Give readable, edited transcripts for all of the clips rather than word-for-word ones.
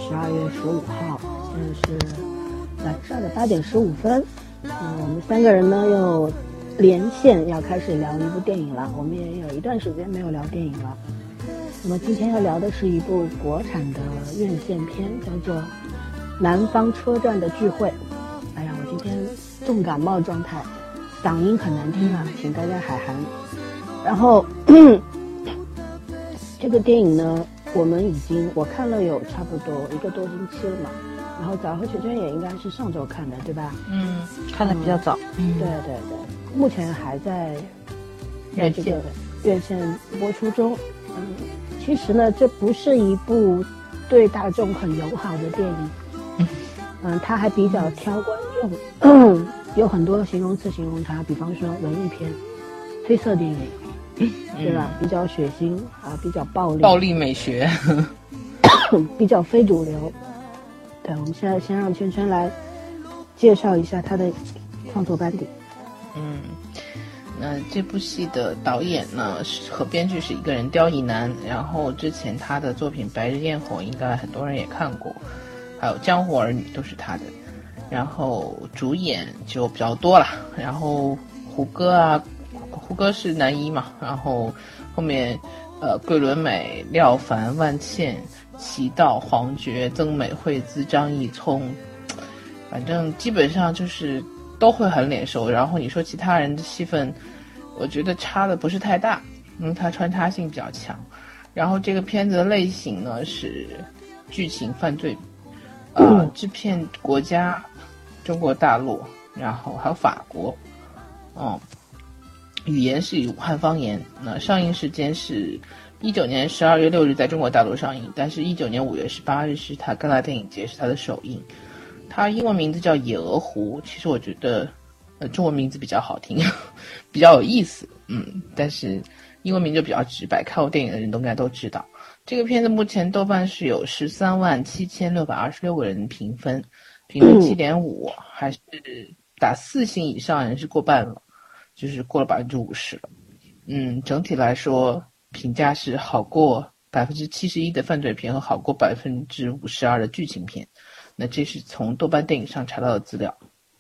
12月15号，现在是晚上的8点15分。我们3个人呢又连线要开始聊一部电影了，我们也有一段时间没有聊电影了。那么今天要聊的是一部国产的院线片，叫做《南方车站的聚会》。哎呀，我今天重感冒状态，嗓音很难听啊，请大家海涵。然后这个电影呢，我看了有差不多1个多星期了嘛，然后早和圈圈也应该是上周看的，对吧？ 看的比较早。 对，目前还在这个院线播出中。其实呢，这不是一部对大众很友好的电影。它还比较挑观众，有很多形容词形容它，比方说文艺片、黑色电影，对吧？比较血腥啊，比较暴力美学， 比较非主流。对，我们现在先让圈圈来介绍一下他的创作班底。 那这部戏的导演呢和编剧是一个人，刁亦男。然后之前他的作品《白日焰火》应该很多人也看过，还有《江湖儿女》都是他的。然后主演就比较多了，然后胡歌是男一嘛，然后后面桂纶镁、廖凡、万茜、齐道、黄觉、曾美惠子、张艺聪，反正基本上就是都会很脸熟。然后你说其他人的戏份，我觉得差的不是太大，它穿插性比较强。然后这个片子的类型呢是剧情犯罪，制片国家中国大陆，然后还有法国，语言是以武汉方言。那上映时间是19年12月6日在中国大陆上映，但是19年5月18日是它戛纳电影节是它的首映。它英文名字叫《野鹅湖》，其实我觉得中文名字比较好听，比较有意思。但是英文名就比较直白，看过电影的人都应该都知道。这个片子目前豆瓣是有137626个人评分7.5，还是打4星以上人是过半了，就是过了50%了。整体来说评价是好过71%的犯罪片和好过52%的剧情片。那这是从豆瓣电影上查到的资料。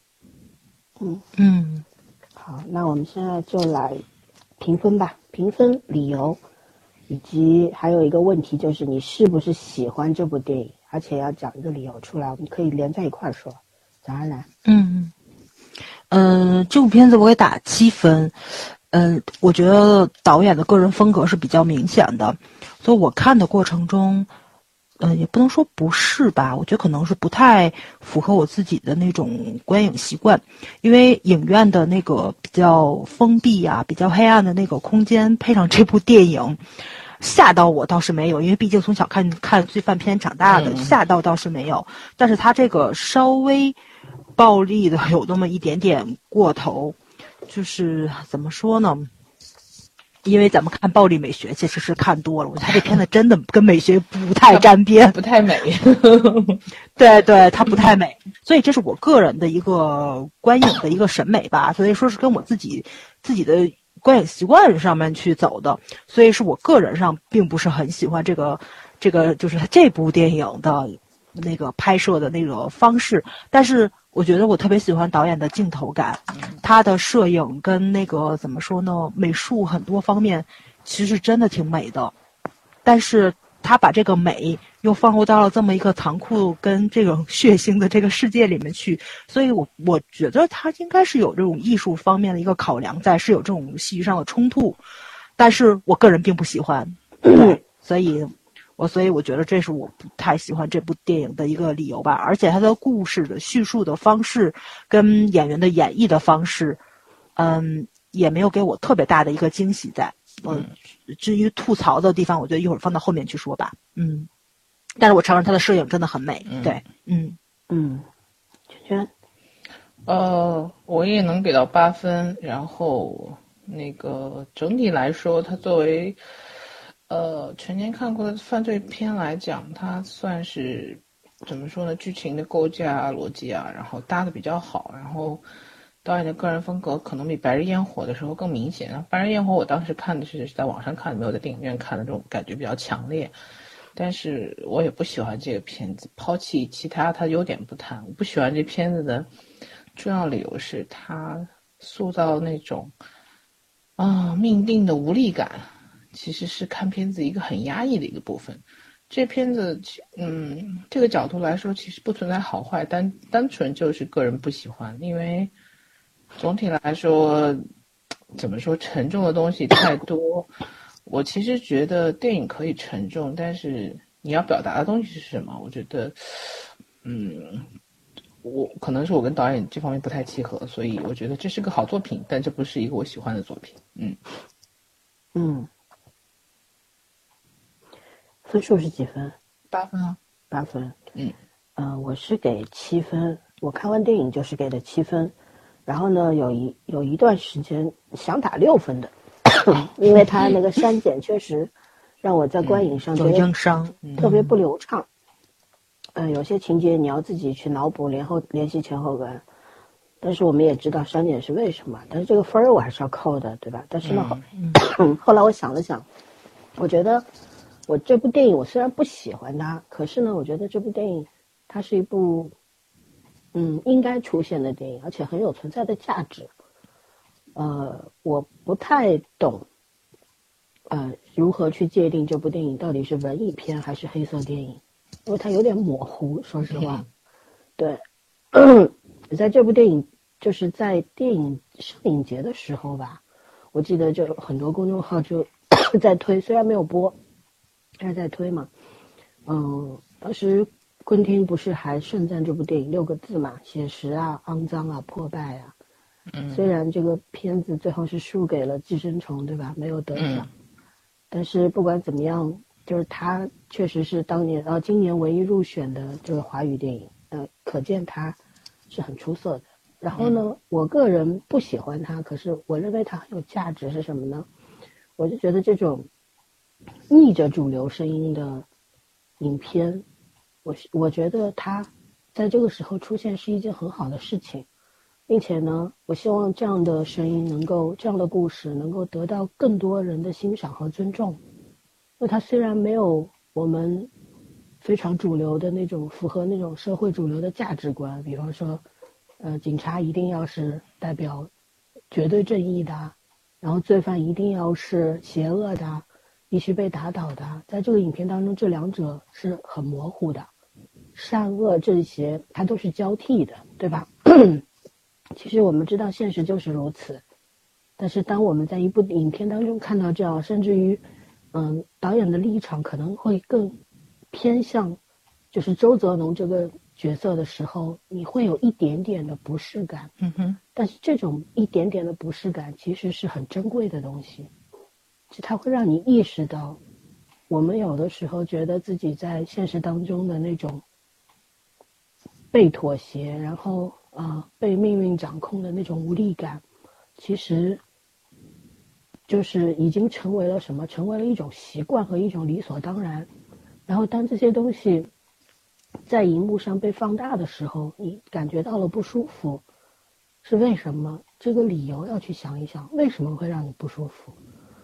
好，那我们现在就来评分吧，评分、理由，以及还有一个问题就是你是不是喜欢这部电影，而且要讲一个理由出来，我们可以连在一块儿说。早安来。 这部片子我给打7分。我觉得导演的个人风格是比较明显的，所以我看的过程中也不能说不是吧，我觉得可能是不太符合我自己的那种观影习惯。因为影院的那个比较封闭啊，比较黑暗的那个空间，配上这部电影吓到我倒是没有，因为毕竟从小看罪犯片长大的，吓到倒是没有。但是它这个稍微暴力的有那么一点点过头，就是怎么说呢，因为咱们看暴力美学其实是看多了，我觉得这片子真的跟美学不太沾边， 不太美。 对，它不太美，所以这是我个人的一个观影的一个审美吧，所以说是跟我自己的观影习惯上面去走的，所以是我个人上并不是很喜欢这个就是这部电影的那个拍摄的那个方式。但是我觉得我特别喜欢导演的镜头感，他的摄影跟那个怎么说呢，美术很多方面其实真的挺美的，但是他把这个美又放入到了这么一个残酷跟这种血腥的这个世界里面去，所以我觉得他应该是有这种艺术方面的一个考量在，是有这种戏剧上的冲突，但是我个人并不喜欢。对，所以我觉得这是我不太喜欢这部电影的一个理由吧。而且它的故事的叙述的方式跟演员的演绎的方式也没有给我特别大的一个惊喜在。至于吐槽的地方，我觉得一会儿放到后面去说吧。但是我承认他的摄影真的很美。对。 圈圈。 我也能给到8分。然后那个整体来说，它作为全年看过的犯罪片来讲，它算是怎么说呢，剧情的构架逻辑啊，然后搭的比较好，然后导演的个人风格可能比白日焰火的时候更明显。白日焰火我当时看的是在网上看的，没有在电影院看的，这种感觉比较强烈。 但是我也不喜欢这个片子。抛弃其他它优点不谈，我不喜欢这片子的重要理由是它塑造那种命定的无力感，其实是看片子一个很压抑的一个部分。这片子这个角度来说其实不存在好坏，单纯就是个人不喜欢。因为总体来说怎么说，沉重的东西太多。我其实觉得电影可以沉重，但是你要表达的东西是什么，我觉得我可能是我跟导演这方面不太契合，所以我觉得这是个好作品，但这不是一个我喜欢的作品。 分数是几分 ？8分啊。 8分。我是给7分，我看完电影就是给的7分。然后呢，有一段时间想打6分的，因为他那个删减确实让我在观影上有硬伤， 特别不流畅。有些情节你要自己去脑补联系前后文，但是我们也知道删减是为什么，但是这个分我还是要扣的，对吧？但是呢，后来我想了想，我觉得我这部电影我虽然不喜欢它，可是呢，我觉得这部电影它是一部应该出现的电影，而且很有存在的价值。我不太懂如何去界定这部电影到底是文艺片还是黑色电影，因为它有点模糊，说实话。对，在这部电影就是在电影上映节的时候吧，我记得就很多公众号就在推，虽然没有播，但是在推嘛。当时昆汀不是还盛赞这部电影6个字嘛，写实啊、肮脏啊、破败啊。虽然这个片子最后是输给了《寄生虫》，对吧？没有得奖，但是不管怎么样，就是它确实是今年唯一入选的这个华语电影，可见它是很出色的。然后呢，我个人不喜欢它，可是我认为它很有价值是什么呢？我就觉得这种逆着主流声音的影片，我觉得它在这个时候出现是一件很好的事情。并且呢，我希望这样的声音这样的故事能够得到更多人的欣赏和尊重。因为它虽然没有我们非常主流的那种符合那种社会主流的价值观，比方说，警察一定要是代表绝对正义的，然后罪犯一定要是邪恶的，必须被打倒的。在这个影片当中，这两者是很模糊的，善恶正邪它都是交替的，对吧？其实我们知道现实就是如此，但是当我们在一部影片当中看到这样，甚至于导演的立场可能会更偏向就是周泽农这个角色的时候，你会有一点点的不适感。但是这种一点点的不适感其实是很珍贵的东西，就它会让你意识到我们有的时候觉得自己在现实当中的那种被妥协，然后被命运掌控的那种无力感，其实就是已经成为了什么？成为了一种习惯和一种理所当然。然后当这些东西在荧幕上被放大的时候，你感觉到了不舒服，是为什么？这个理由要去想一想，为什么会让你不舒服？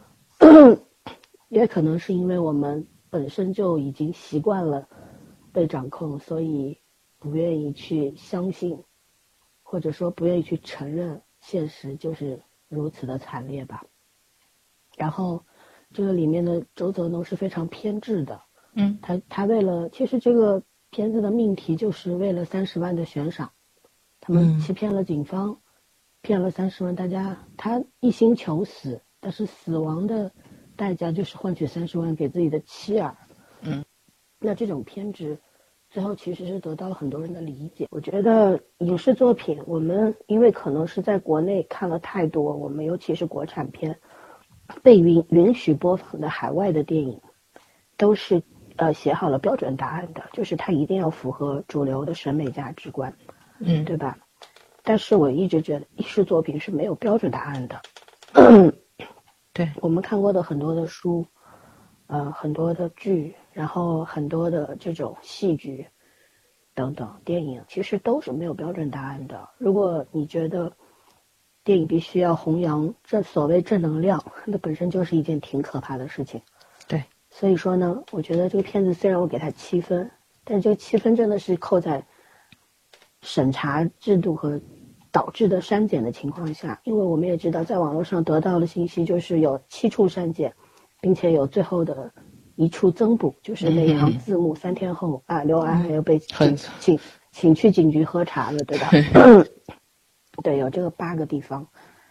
也可能是因为我们本身就已经习惯了被掌控，所以不愿意去相信，或者说不愿意去承认现实就是如此的惨烈吧。然后这个里面的周泽农是非常偏执的，他为了，其实这个片子的命题就是为了30万的悬赏，他们欺骗了警方，骗了30万，他一心求死，但是死亡的代价就是换取30万给自己的妻儿。那这种偏执最后其实是得到了很多人的理解。我觉得影视作品，我们因为可能是在国内看了太多，我们尤其是国产片被允许播放的海外的电影，都是写好了标准答案的，就是它一定要符合主流的审美价值观，对吧？但是我一直觉得影视作品是没有标准答案的。 对， 我们看过的很多的书，很多的剧，然后很多的这种戏剧等等电影，其实都是没有标准答案的。如果你觉得电影必须要弘扬这所谓正能量，那本身就是一件挺可怕的事情。 对， 所以说呢，我觉得这个片子虽然我给它7分，但是这个7分真的是扣在审查制度和导致的删减的情况下，因为我们也知道在网络上得到的信息就是有7处删减，并且有最后的1处增补，就是那一行字幕3天后刘安还要被请去警局喝茶了，对吧？对，有这个8个地方。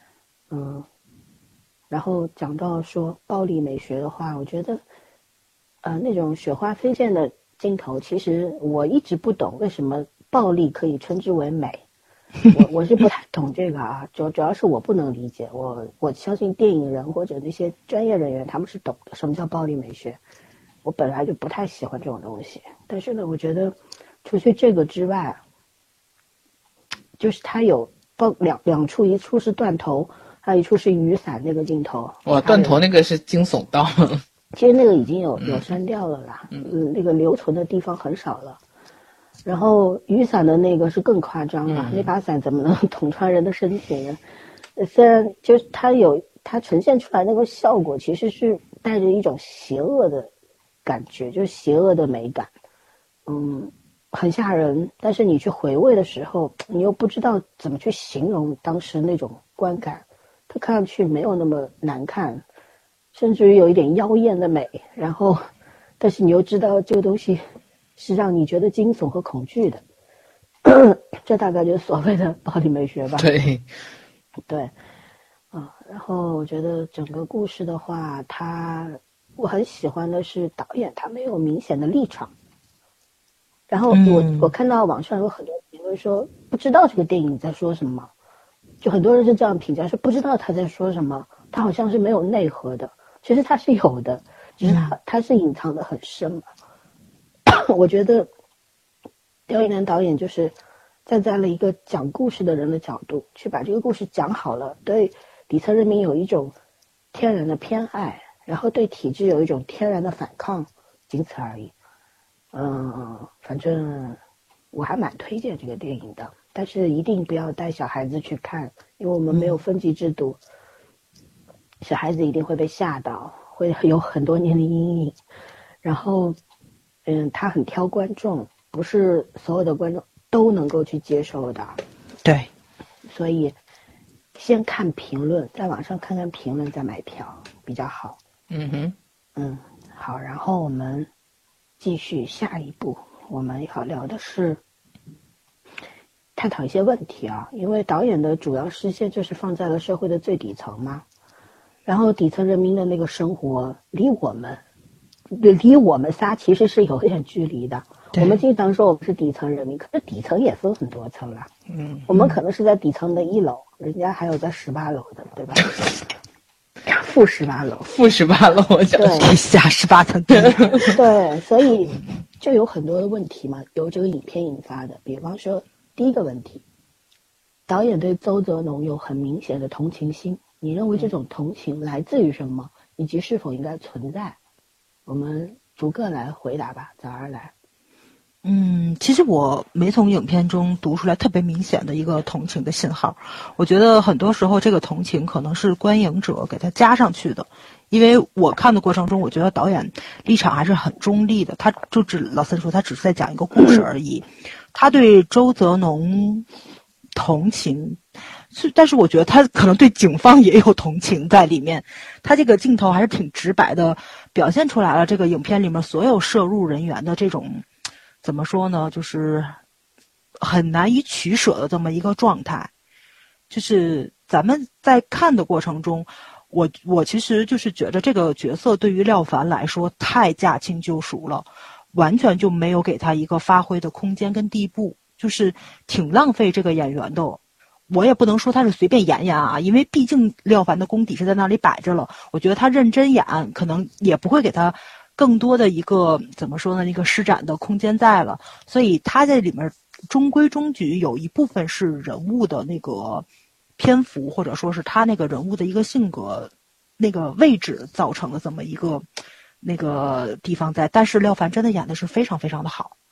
然后讲到说暴力美学的话，我觉得那种雪花飞溅的镜头，其实我一直不懂为什么暴力可以称之为美。我是不太懂这个啊，主要是我不能理解，我相信电影人或者那些专业人员他们是懂的，什么叫暴力美学。我本来就不太喜欢这种东西，但是呢，我觉得除去这个之外，就是它有两处，一处是断头，还有一处是雨伞那个镜头。 哇，断头那个是惊悚到了。 其实那个已经有删掉了啦，那个留存的地方很少了。然后雨伞的那个是更夸张了，那把伞怎么能捅穿人的身体呢？虽然就是它呈现出来那个效果，其实是带着一种邪恶的感觉，就是邪恶的美感，很吓人。但是你去回味的时候，你又不知道怎么去形容当时那种观感，它看上去没有那么难看，甚至于有一点妖艳的美。然后，但是你又知道这个东西是让你觉得惊悚和恐惧的，这大概就是所谓的暴力美学吧。对，然后我觉得整个故事的话，我很喜欢的是导演他没有明显的立场。然后我看到网上有很多评论说不知道这个电影在说什么，就很多人是这样评价，说不知道他在说什么，他好像是没有内核的。其实他是有的，只是他是隐藏的很深嘛。我觉得刁亦男导演就是站在了一个讲故事的人的角度去把这个故事讲好了，对底层人民有一种天然的偏爱，然后对体制有一种天然的反抗，仅此而已。反正我还蛮推荐这个电影的，但是一定不要带小孩子去看，因为我们没有分级制度，小孩子一定会被吓到，会有很多年龄阴影。然后他很挑观众，不是所有的观众都能够去接受的。 对， 所以先看评论，在网上看看评论再买票比较好。好，然后我们继续下一步，我们要聊的是探讨一些问题啊，因为导演的主要视线就是放在了社会的最底层嘛，然后底层人民的那个生活离我们仨其实是有点距离的。我们经常说我们是底层人民，可是底层也分很多层啦。我们可能是在底层的1楼，人家还有在18楼的，对吧？负18楼， 我想对，下18层地狱。 对，所以就有很多的问题嘛，由这个影片引发的。比方说，第一个问题，导演对邹泽农有很明显的同情心，你认为这种同情来自于什么，以及是否应该存在？我们逐个来回答吧，早儿来。 其实我没从影片中读出来特别明显的一个同情的信号。我觉得很多时候这个同情可能是观影者给他加上去的，因为我看的过程中，我觉得导演立场还是很中立的。他就老三说，他只是在讲一个故事而已。他对周泽农同情，但是我觉得他可能对警方也有同情在里面。他这个镜头还是挺直白的，表现出来了这个影片里面所有涉入人员的这种。怎么说呢，就是很难以取舍的这么一个状态。就是咱们在看的过程中，我其实就是觉得这个角色对于廖凡来说太驾轻就熟了，完全就没有给他一个发挥的空间跟地步，就是挺浪费这个演员的。我也不能说他是随便演啊，因为毕竟廖凡的功底是在那里摆着了，我觉得他认真演可能也不会给他更多的一个怎么说呢，一个施展的空间在了。所以他在里面中规中矩，有一部分是人物的那个篇幅，或者说是他那个人物的一个性格那个位置造成的这么一个那个地方在。但是廖凡真的演的是非常非常的好，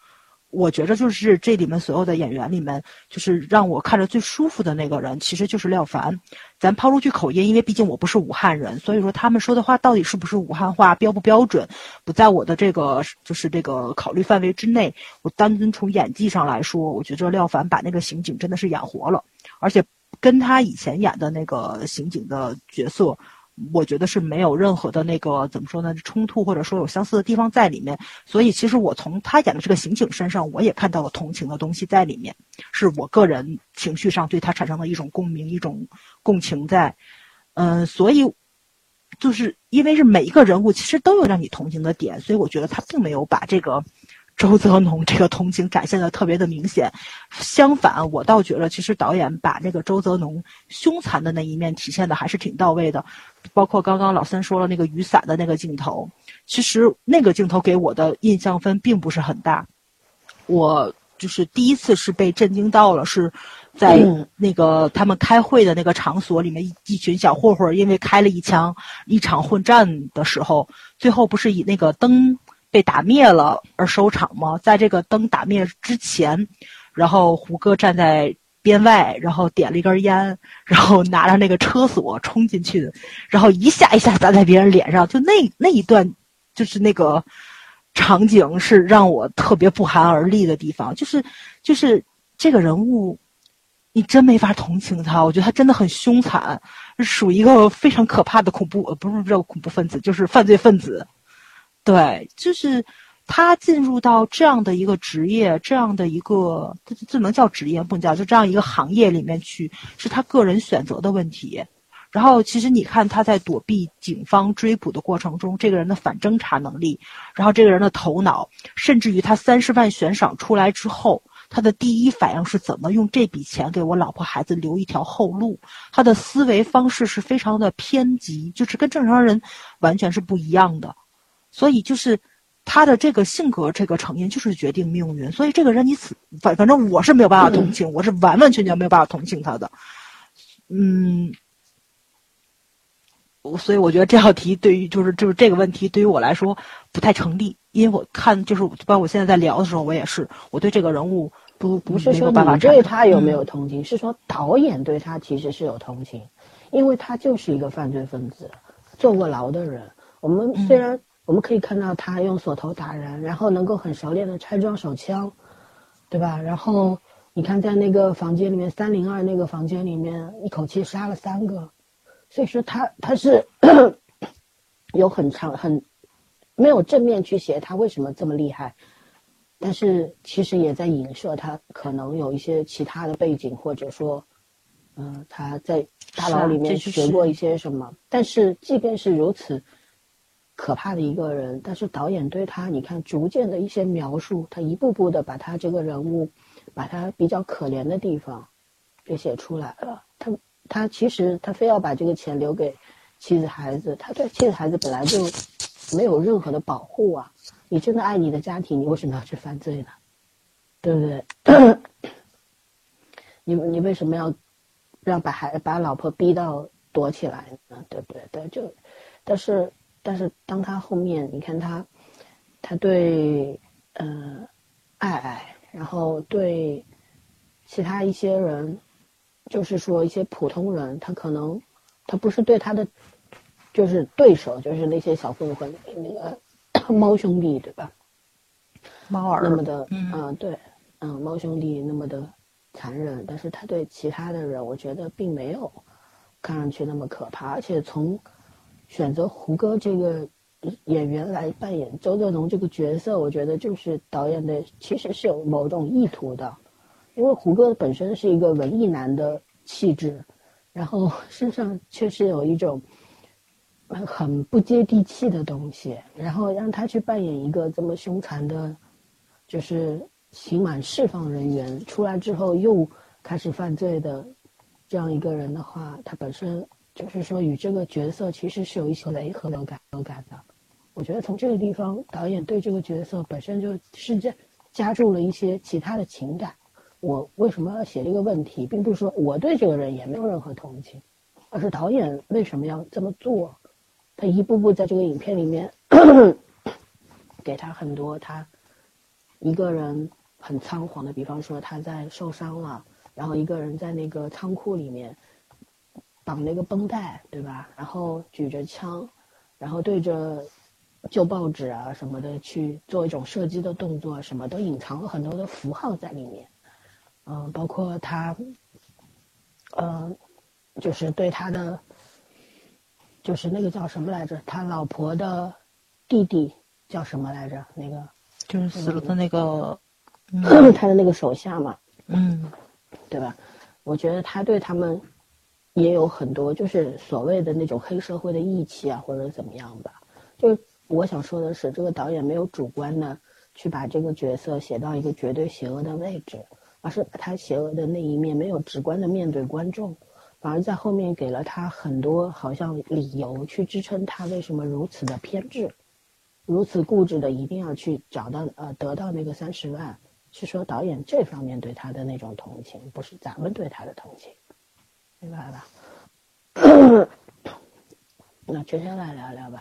我觉着就是这里面所有的演员里面，就是让我看着最舒服的那个人，其实就是廖凡。咱抛出去口音，因为毕竟我不是武汉人，所以说他们说的话到底是不是武汉话，标不标准，不在我的这个就是这个考虑范围之内。我单纯从演技上来说，我觉得廖凡把那个刑警真的是演活了，而且跟他以前演的那个刑警的角色，我觉得是没有任何的那个怎么说呢冲突，或者说有相似的地方在里面。所以其实我从他演的这个刑警身上，我也看到了同情的东西在里面，是我个人情绪上对他产生的一种共鸣，一种共情在。所以就是因为是每一个人物其实都有让你同情的点，所以我觉得他并没有把这个周泽农这个同情展现的特别的明显。相反，我倒觉得其实导演把那个周泽农凶残的那一面体现的还是挺到位的。包括刚刚老三说了那个雨伞的那个镜头，其实那个镜头给我的印象分并不是很大。我就是第一次是被震惊到了，是在那个他们开会的那个场所里面，一群小混混因为开了一枪，一场混战的时候，最后不是以那个灯被打灭了而收场吗？在这个灯打灭之前，然后胡歌站在边外，然后点了一根烟，然后拿着那个车锁冲进去，然后一下一下砸在别人脸上，就那一段，就是那个场景是让我特别不寒而栗的地方，就是这个人物，你真没法同情他，我觉得他真的很凶残，属于一个非常可怕的恐怖，不是恐怖分子，就是犯罪分子。对，就是他进入到这样的一个职业，这样的一个这能叫职业不能叫，就这样一个行业里面去，是他个人选择的问题。然后其实你看他在躲避警方追捕的过程中，这个人的反侦查能力，然后这个人的头脑，甚至于他30万悬赏出来之后，他的第一反应是怎么用这笔钱给我老婆孩子留一条后路，他的思维方式是非常的偏激，就是跟正常人完全是不一样的。所以就是他的这个性格，这个成因就是决定命运。所以这个人你反正我是没有办法同情，我是完完全全没有办法同情他的。所以我觉得这道题对于就是这个问题对于我来说不太成立，因为我看就是包括我现在在聊的时候，我也是我对这个人物不是说你对他有没有同情，是说导演对他其实是有同情，因为他就是一个犯罪分子，坐过牢的人。我们虽然我们可以看到他用锁头打人，然后能够很熟练的拆装手枪，对吧？然后你看在那个房间里面302那个房间里面一口气杀了3个，所以说他是有很没有正面去写他为什么这么厉害，但是其实也在影射他可能有一些其他的背景，或者说他在大牢里面学过一些什么。但是即便是如此可怕的一个人，但是导演对他你看逐渐的一些描述，他一步步的把他这个人物把他比较可怜的地方给写出来了。他其实他非要把这个钱留给妻子孩子，他对妻子孩子本来就没有任何的保护啊！你真的爱你的家庭，你为什么要去犯罪呢？对不对？你为什么要让把老婆逼到躲起来呢？对不对？对，就但是当他后面你看他对爱，然后对其他一些人，就是说一些普通人，他可能他不是对他的就是对手，就是那些小混混那个猫兄弟，对吧？ 猫儿那么的对，猫兄弟那么的残忍，但是他对其他的人，我觉得并没有看上去那么可怕。而且从选择胡歌这个演员来扮演周泽农这个角色，我觉得就是导演的其实是有某种意图的，因为胡歌本身是一个文艺男的气质，然后身上确实有一种很不接地气的东西，然后让他去扮演一个这么凶残的就是刑满释放人员，出来之后又开始犯罪的这样一个人的话，他本身就是说与这个角色其实是有一些违和感的。我觉得从这个地方导演对这个角色本身就是加注了一些其他的情感。我为什么要写这个问题，并不是说我对这个人也没有任何同情，而是导演为什么要这么做，他一步步在这个影片里面给他很多他一个人很仓皇的，比方说他在受伤了，然后一个人在那个仓库里面绑那个绷带，对吧？然后举着枪，然后对着旧报纸啊什么的去做一种射击的动作，什么都隐藏了很多的符号在里面。包括他，就是对他的，就是那个叫什么来着？他老婆的弟弟叫什么来着？那个就是死了的那个， 他的那个手下嘛，对吧？我觉得他对他们也有很多就是所谓的那种黑社会的义气啊，或者怎么样吧。就是我想说的是，这个导演没有主观的去把这个角色写到一个绝对邪恶的位置，而是把他邪恶的那一面没有直观的面对观众，反而在后面给了他很多好像理由去支撑他为什么如此的偏执，如此固执的一定要去找到得到那个30万，是说导演这方面对他的那种同情，不是咱们对他的同情，明白吧？那接下来聊聊吧。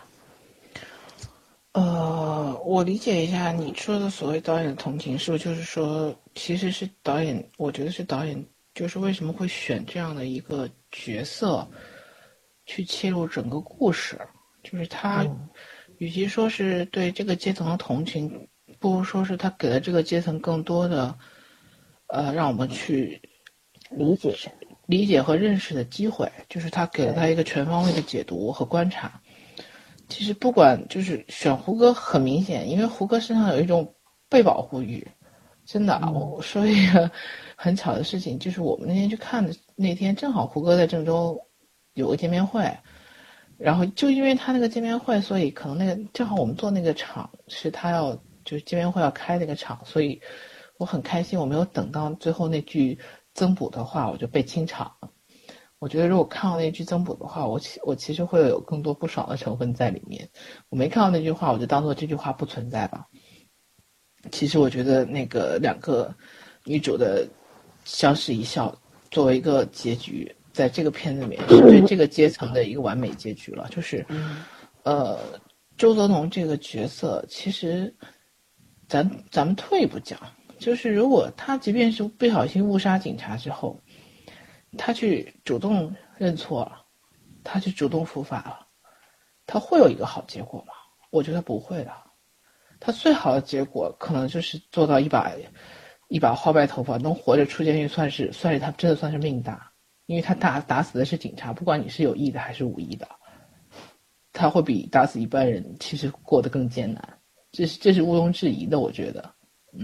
我理解一下你说的所谓导演的同情，是不是就是说，其实是导演，我觉得是导演，就是为什么会选这样的一个角色去切入整个故事，就是他，与其说是对这个阶层的同情，不如说是他给了这个阶层更多的，让我们去理解和认识的机会，就是他给了他一个全方位的解读和观察。其实不管就是选胡歌很明显，因为胡歌身上有一种被保护欲，真的。我说一个很巧的事情，就是我们那天去看的那天，正好胡歌在郑州有个见面会，然后就因为他那个见面会，所以可能那个正好我们做那个场是他要就是见面会要开那个场，所以我很开心，我没有等到最后那句增补的话，我就被清场了。我觉得如果看到那句增补的话，我其实会有更多不爽的成分在里面。我没看到那句话，我就当做这句话不存在吧。其实我觉得那个两个女主的相视一笑，作为一个结局，在这个片子里面是对这个阶层的一个完美结局了。就是，周泽农这个角色，其实咱们退一步讲，就是如果他即便是不小心误杀警察之后，他去主动认错了，他去主动伏法了，他会有一个好结果吗？我觉得不会的。他最好的结果可能就是做到一把花白头发能活着出监狱，算是他真的算是命大，因为他打死的是警察，不管你是有意的还是无意的，他会比打死一般人其实过得更艰难，这是毋庸置疑的，我觉得。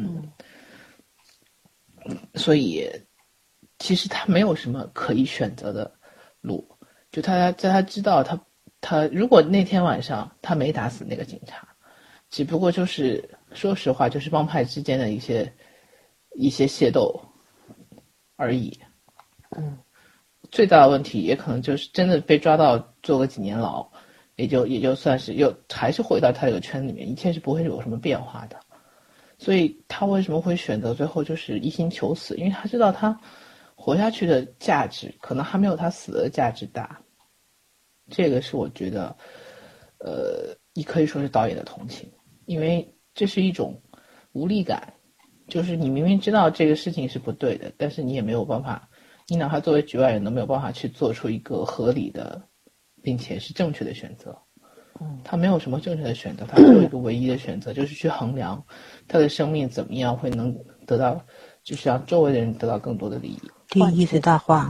所以其实他没有什么可以选择的路，就他在他知道他如果那天晚上他没打死那个警察，只不过就是说实话就是帮派之间的一些械斗而已。最大的问题也可能就是真的被抓到坐个几年牢，也就算是又还是回到他这个圈里面，一切是不会有什么变化的。所以他为什么会选择最后就是一心求死？因为他知道他活下去的价值可能还没有他死的价值大。这个是我觉得你可以说是导演的同情，因为这是一种无力感，就是你明明知道这个事情是不对的，但是你也没有办法，你哪怕作为局外人都没有办法去做出一个合理的并且是正确的选择。他没有什么正确的选择，他只有一个唯一的选择，就是去衡量他的生命怎么样会能得到，就是让周围的人得到更多的利益， 利益最大化。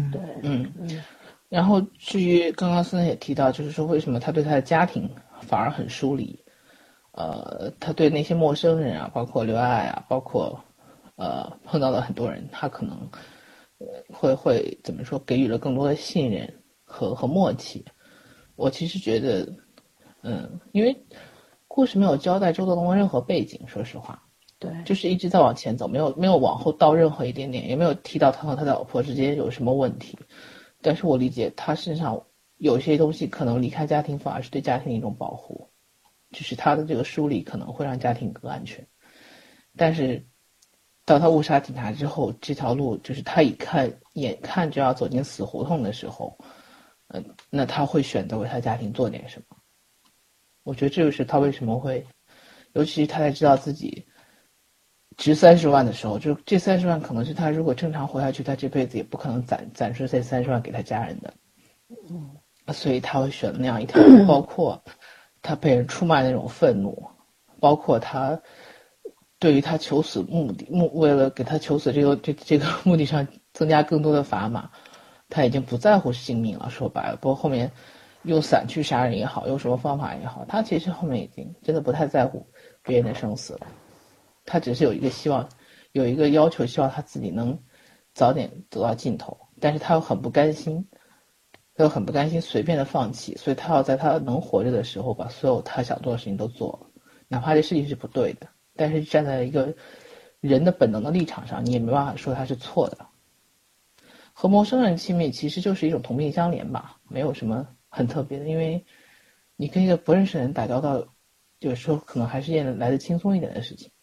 然后至于刚刚思南也提到，就是说为什么他对他的家庭反而很疏离，他对那些陌生人啊，包括刘爱啊，包括碰到了很多人，他可能会怎么说，给予了更多的信任和默契。我其实觉得因为故事没有交代周泽龙的任何背景，说实话， 对， 就是一直在往前走，没有往后倒任何一点点，也没有提到他和他的老婆之间有什么问题。但是我理解他身上有些东西可能离开家庭反而是对家庭的一种保护，就是他的这个疏离可能会让家庭更安全。但是到他误杀警察之后，这条路就是他眼看就要走进死胡同的时候，那他会选择为他家庭做点什么。我觉得这就是他为什么会，尤其是他在知道自己值30万的时候，就这30万可能是他如果正常活下去，他这辈子也不可能攒出这30万给他家人的。所以他会选那样一条路，包括他被人出卖那种愤怒，包括他对于他求死为了给他求死这个目的上增加更多的砝码，他已经不在乎性命了。说白了，包括后面用伞去杀人也好，用什么方法也好，他其实后面已经真的不太在乎别人的生死了。他只是有一个希望，有一个要求，希望他自己能早点走到尽头，但是他又很不甘心。他又很不甘心随便的放弃，所以他要在他能活着的时候把所有他想做的事情都做了，哪怕这事情是不对的，但是站在一个人的本能的立场上，你也没办法说他是错的。和陌生人亲密其实就是一种同病相怜吧，没有什么很特别的，因为你跟一个不认识的人打交道，有时候可能还是件来得轻松一点的事情。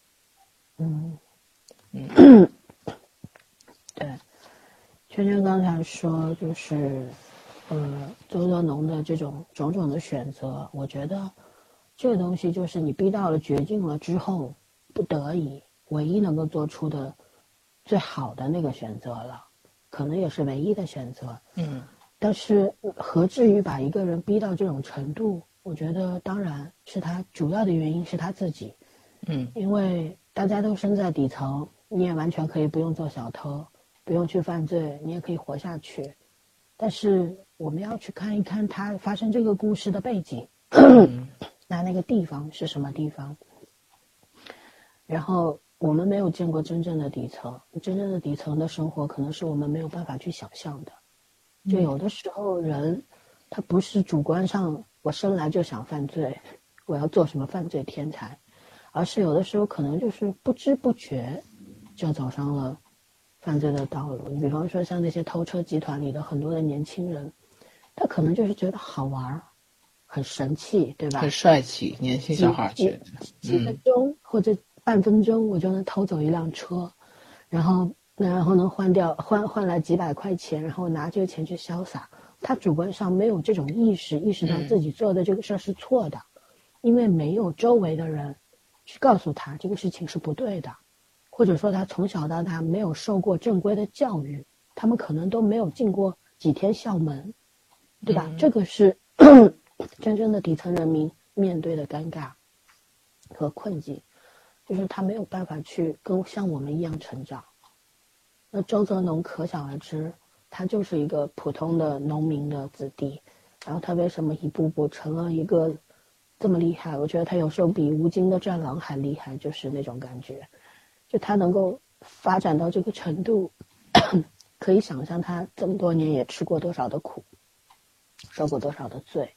对，圈圈刚才说就是周德农的这种种种的选择，我觉得这个东西就是你逼到了绝境了之后，不得已唯一能够做出的最好的那个选择了，可能也是唯一的选择。但是何至于把一个人逼到这种程度？我觉得当然是他主要的原因是他自己。因为大家都身在底层，你也完全可以不用做小偷，不用去犯罪，你也可以活下去。但是我们要去看一看他发生这个故事的背景，那个地方是什么地方。然后我们没有见过真正的底层，真正的底层的生活可能是我们没有办法去想象的。就有的时候人他不是主观上我生来就想犯罪，我要做什么犯罪天才，而是有的时候可能就是不知不觉就走上了犯罪的道路。你比方说像那些偷车集团里的很多的年轻人，他可能就是觉得好玩，很神气，对吧？ 很帅气，年轻小孩觉得几分钟或者半分钟我就能偷走一辆车，然后能换来几百块钱，然后拿这个钱去潇洒。他主观上没有这种意识到自己做的这个事儿是错的，因为没有周围的人去告诉他这个事情是不对的，或者说他从小到大没有受过正规的教育，他们可能都没有进过几天校门，对吧？这个是真正的底层人民面对的尴尬和困境，就是他没有办法去像我们一样成长。那周泽农可想而知，他就是一个普通的农民的子弟，然后他为什么一步步成了一个这么厉害？我觉得他有时候比吴京的战狼还厉害，就是那种感觉，就他能够发展到这个程度，可以想象他这么多年也吃过多少的苦，受过多少的罪。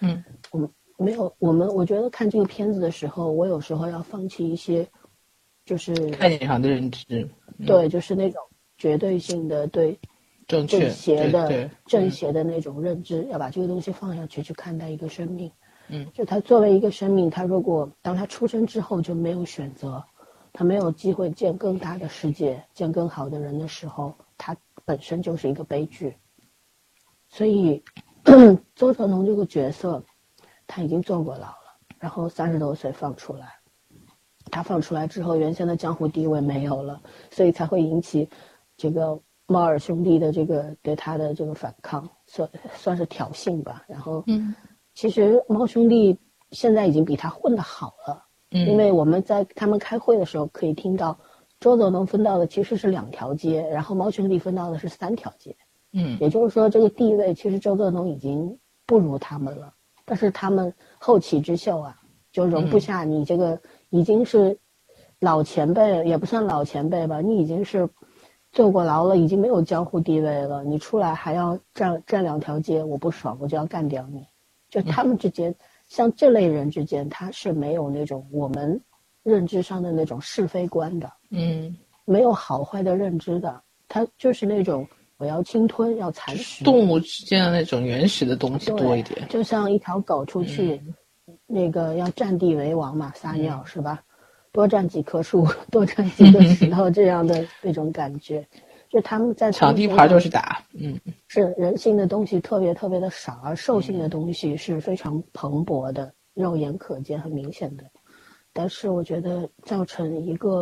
我觉得看这个片子的时候，我有时候要放弃一些就是概念上的认知， 对，就是那种绝对性的对正邪的那种认知，要把这个东西放下去，去看待一个生命。就他作为一个生命，他如果当他出生之后就没有选择，他没有机会见更大的世界，见更好的人的时候，他本身就是一个悲剧。所以周泽农这个角色他已经坐过牢了，然后30多岁放出来，他放出来之后原先的江湖地位没有了，所以才会引起这个猫尔兄弟的这个对他的这个反抗，算是挑衅吧。然后其实猫兄弟现在已经比他混得好了，因为我们在他们开会的时候可以听到周泽农分到的其实是2条街，然后猫兄弟分到的是3条街。也就是说这个地位其实周泽农已经不如他们了，但是他们后起之秀啊，就容不下你这个已经是老前辈，也不算老前辈吧，你已经是坐过牢了，已经没有江湖地位了，你出来还要站2条街，我不爽，我就要干掉你。就他们之间，像这类人之间，他是没有那种我们认知上的那种是非观的，没有好坏的认知的，他就是那种我要侵吞，要蚕食。 动物之间的那种原始的东西多一点， 就像一条狗出去，那个要占地为王嘛，撒尿是吧？多占几棵树，多占几个石头，这样的那种感觉。就他们在抢地盘就是打， 是人性的东西特别特别的少，而兽性的东西是非常蓬勃的，肉眼可见很明显的。但是我觉得造成一个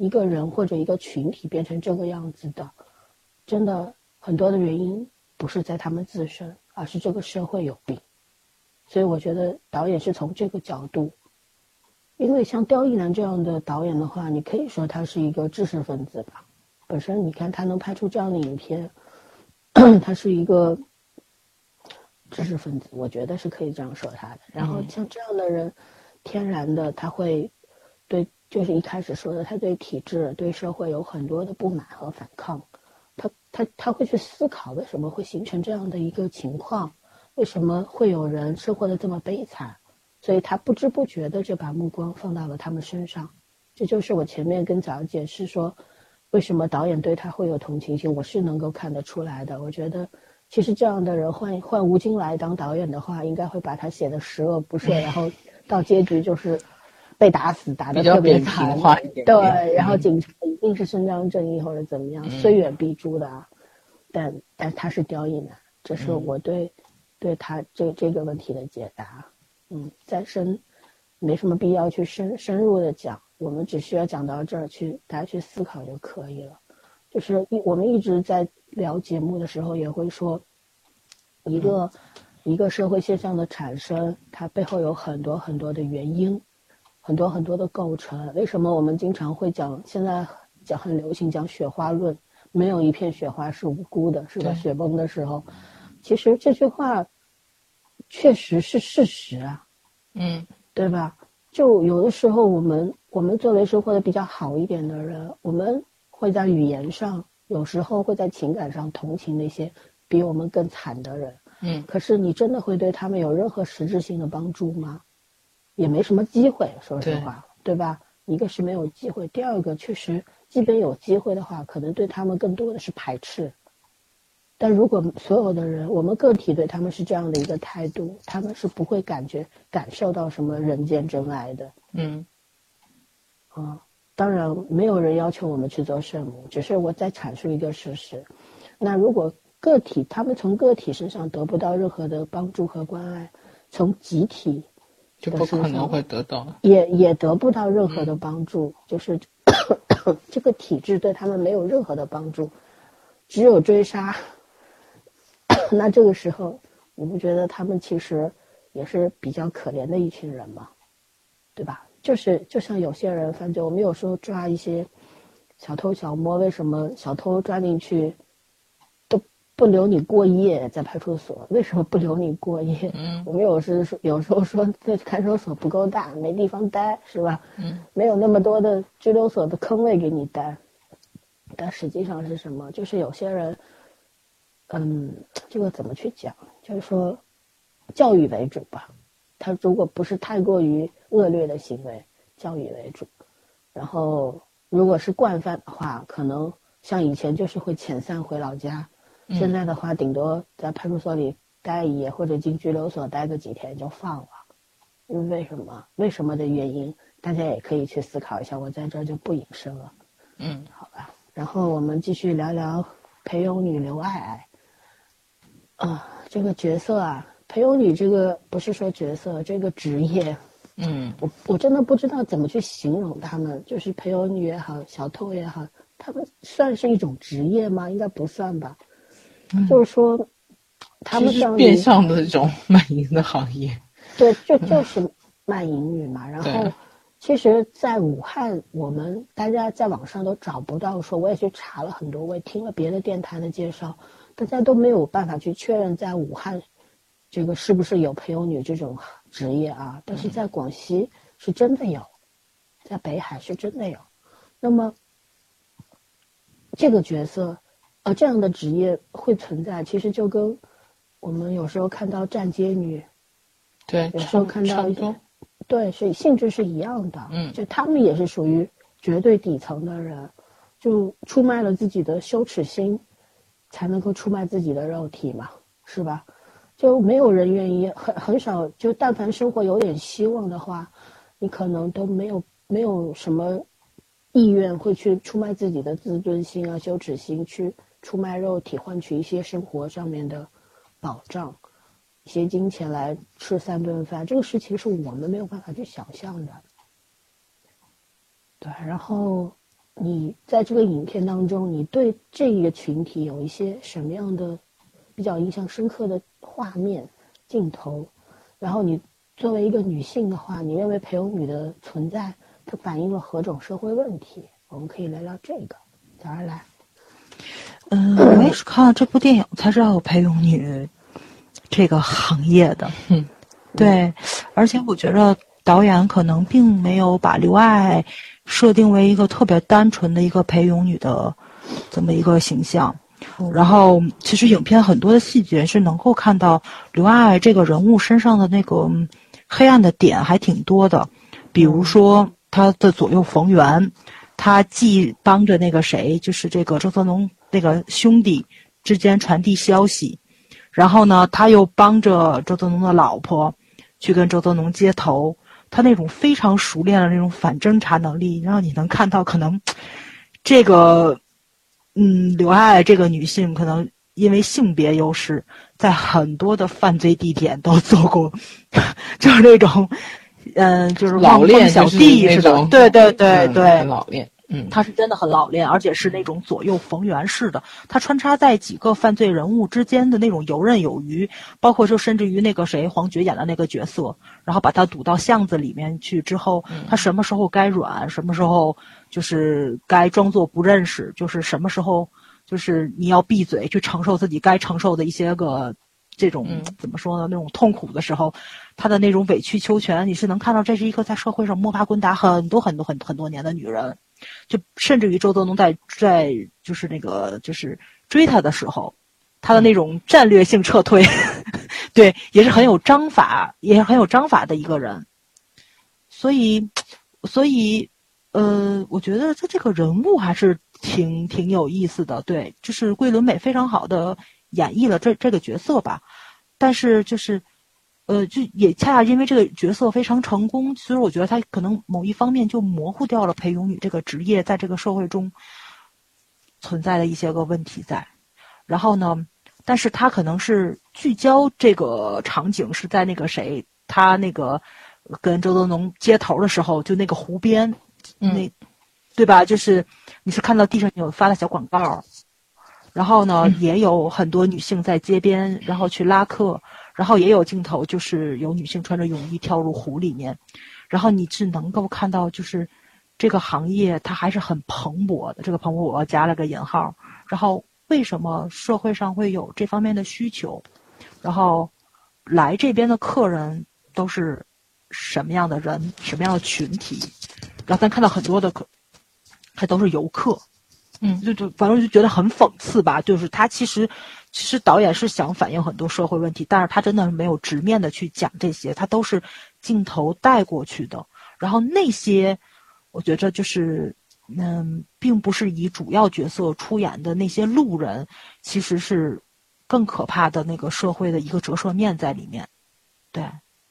一个人或者一个群体变成这个样子的，真的很多的原因不是在他们自身，而是这个社会有病。所以我觉得导演是从这个角度，因为像刁亦男这样的导演的话，你可以说他是一个知识分子吧，本身你看他能拍出这样的影片，他是一个知识分子，我觉得是可以这样说他的。然后像这样的人，天然的他会对，就是一开始说的，他对体制、对社会有很多的不满和反抗，他会去思考为什么会形成这样的一个情况，为什么会有人生活的这么悲惨，所以他不知不觉的就把目光放到了他们身上。这就是我前面跟早解释说，为什么导演对他会有同情心，我是能够看得出来的。我觉得其实这样的人换吴京来当导演的话，应该会把他写的十恶不赦，然后到结局就是被打死，打得特别惨，对，然后警察一定是伸张正义或者怎么样，虽远必诛的啊。但他是刁亦男，这是我对他这个问题的解答。再深没什么必要去深入的讲，我们只需要讲到这儿去，大家去思考就可以了。就是我们一直在聊节目的时候也会说，一个社会现象的产生，它背后有很多很多的原因，很多很多的构成。为什么我们经常会讲，现在很流行讲雪花论，没有一片雪花是无辜的，是吧？雪崩的时候，其实这句话确实是事实啊，对吧？就有的时候我们作为生活的比较好一点的人，我们会在语言上，有时候会在情感上同情那些比我们更惨的人。可是你真的会对他们有任何实质性的帮助吗？也没什么机会，说实话， 对吧？一个是没有机会，第二个确实即便有机会的话，可能对他们更多的是排斥。但如果所有的人，我们个体对他们是这样的一个态度，他们是不会感受到什么人间真爱的。当然没有人要求我们去做圣母，只是我在阐述一个事实。那如果个体他们从个体身上得不到任何的帮助和关爱，从集体就不可能会得到， 也得不到任何的帮助，就是这个体制对他们没有任何的帮助，只有追杀。那这个时候你不觉得他们其实也是比较可怜的一群人吗？对吧？就像有些人犯罪，我们有时候抓一些小偷小摸，为什么小偷抓进去都不留你过夜，在派出所为什么不留你过夜？我们有时候说这看守所不够大，没地方待，是吧？没有那么多的拘留所的坑位给你待。但实际上是什么？就是有些人这个怎么去讲，就是说教育为主吧，他如果不是太过于恶劣的行为，教育为主。然后如果是惯犯的话，可能像以前就是会遣散回老家，现在的话顶多在派出所里待一夜，或者进拘留所待个几天就放了。为什么的原因大家也可以去思考一下，我在这儿就不引申了。好吧。然后我们继续聊聊裴勇女刘爱爱。这个角色啊，裴勇女这个不是说角色，这个职业，我真的不知道怎么去形容他们，就是裴勇女也好，小偷也好，他们算是一种职业吗？应该不算吧。就是说他们这样变相的这种卖淫的行业。 对，就是卖淫女嘛。然后其实在武汉，大家在网上都找不到说，我也去查了很多，我也听了别的电台的介绍，大家都没有办法去确认在武汉这个是不是有陪游女这种职业啊。但是在广西是真的有，在北海是真的有。那么这个角色这样的职业会存在，其实就跟我们有时候看到站街女， 对， 有时候看到一些，对，是性质是一样的。就他们也是属于绝对底层的人，就出卖了自己的羞耻心，才能够出卖自己的肉体嘛，是吧？就没有人愿意，很少，就但凡生活有点希望的话，你可能都没有什么意愿会去出卖自己的自尊心啊、羞耻心，去出卖肉体换取一些生活上面的保障，一些金钱来吃3顿饭，这个事情是我们没有办法去想象的。对，然后你在这个影片当中，你对这个群体有一些什么样的比较印象深刻的画面、镜头？然后你作为一个女性的话，你认为陪泳女的存在，它反映了何种社会问题？我们可以聊聊这个。早上来。 我也是看了这部电影才知道有陪泳女这个行业的。对，而且我觉得导演可能并没有把刘爱设定为一个特别单纯的一个陪泳女的这么一个形象。然后其实影片很多的细节是能够看到刘爱这个人物身上的那个黑暗的点还挺多的，比如说他的左右逢源，他既帮着那个谁，就是这个周泽农那个兄弟之间传递消息，然后呢他又帮着周泽农的老婆去跟周泽农接头，他那种非常熟练的那种反侦查能力，让你能看到可能这个刘爱这个女性可能因为性别优势，在很多的犯罪地点都做过，就是那种就是老练小弟似的，对对对对， 很老练。 他是真的很老练，而且是那种左右逢源式的，他穿插在几个犯罪人物之间的那种游刃有余，包括就甚至于那个谁黄觉演的那个角色，然后把他堵到巷子里面去之后，他什么时候该软，什么时候就是该装作不认识，就是什么时候就是你要闭嘴去承受自己该承受的一些个这种怎么说呢，那种痛苦的时候，他的那种委曲求全，你是能看到这是一个在社会上摸爬滚打很多年的女人。就甚至于周泽农在就是那个就是追他的时候，他的那种战略性撤退，对，也是很有章法的一个人。所以，我觉得他这个人物还是挺有意思的。对，就是桂纶镁非常好的演绎了这个角色吧。但是就是。就也恰恰因为这个角色非常成功，所以我觉得他可能某一方面就模糊掉了陪泳女这个职业在这个社会中存在的一些个问题在。然后呢，但是他可能是聚焦这个场景是在那个谁，他那个跟周泽农接头的时候，就那个湖边，那对吧？就是你是看到地上有发的小广告，然后呢，也有很多女性在街边，然后去拉客。然后也有镜头，就是有女性穿着泳衣跳入湖里面，然后你是能够看到，就是这个行业它还是很蓬勃的。这个蓬勃我加了个引号。然后为什么社会上会有这方面的需求？然后来这边的客人都是什么样的人，什么样的群体？然后咱看到很多的还都是游客。就反正就觉得很讽刺吧，就是他其实导演是想反映很多社会问题，但是他真的没有直面的去讲这些，他都是镜头带过去的。然后那些我觉得就是并不是以主要角色出演的那些路人，其实是更可怕的那个社会的一个折射面在里面。对，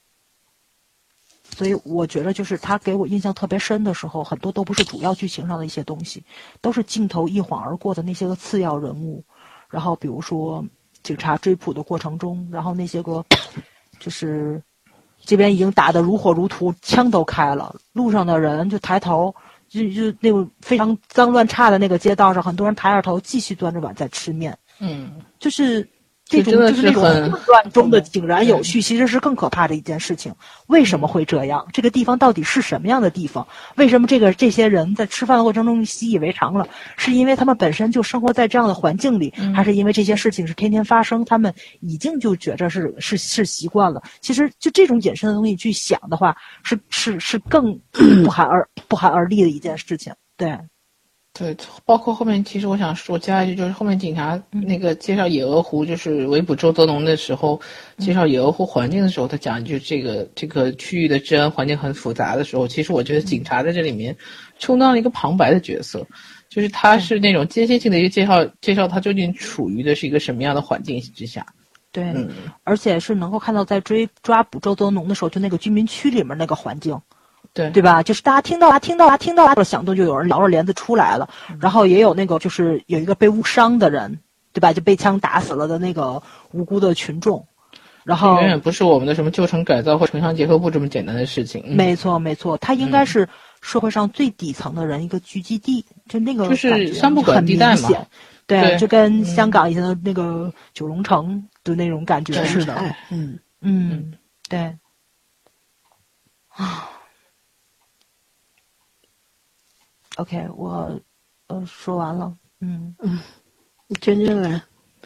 所以我觉得就是他给我印象特别深的时候，很多都不是主要剧情上的一些东西，都是镜头一晃而过的那些个次要人物。然后比如说警察追捕的过程中，然后那些个就是这边已经打得如火如荼，枪都开了，路上的人就抬头，就那种非常脏乱差的那个街道上，很多人抬着头继续端着碗在吃面。就是这种就是那种混乱中的井然有序，其实是更可怕的一件事情。为什么会这样？这个地方到底是什么样的地方？为什么这些人在吃饭的过程中习以为常了？是因为他们本身就生活在这样的环境里，还是因为这些事情是天天发生，他们已经就觉着是习惯了？其实就这种衍生的东西去想的话，是更不寒而栗的一件事情。 对，包括后面，其实我想说加一句，就是后面警察那个介绍野鹅湖，就是围捕周泽农的时候，介绍野鹅湖环境的时候，他讲就这个区域的治安环境很复杂的时候，其实我觉得警察在这里面充当了一个旁白的角色，就是他是那种间歇性的一个介绍他究竟处于的是一个什么样的环境之下。 对，而且是能够看到在抓捕周泽农的时候，就那个居民区里面那个环境。对吧？就是大家听到响动，就有人摇着帘子出来了，然后也有那个就是有一个被误伤的人，对吧？就被枪打死了的那个无辜的群众，然后远远不是我们的什么旧城改造或城乡结合部这么简单的事情。 没错，它应该是社会上最底层的人一个聚集地， 就那个就是三不管地带嘛， 对，就跟香港以前的那个九龙城的那种感觉似的。对。OK， 我说完了。 娟娟来。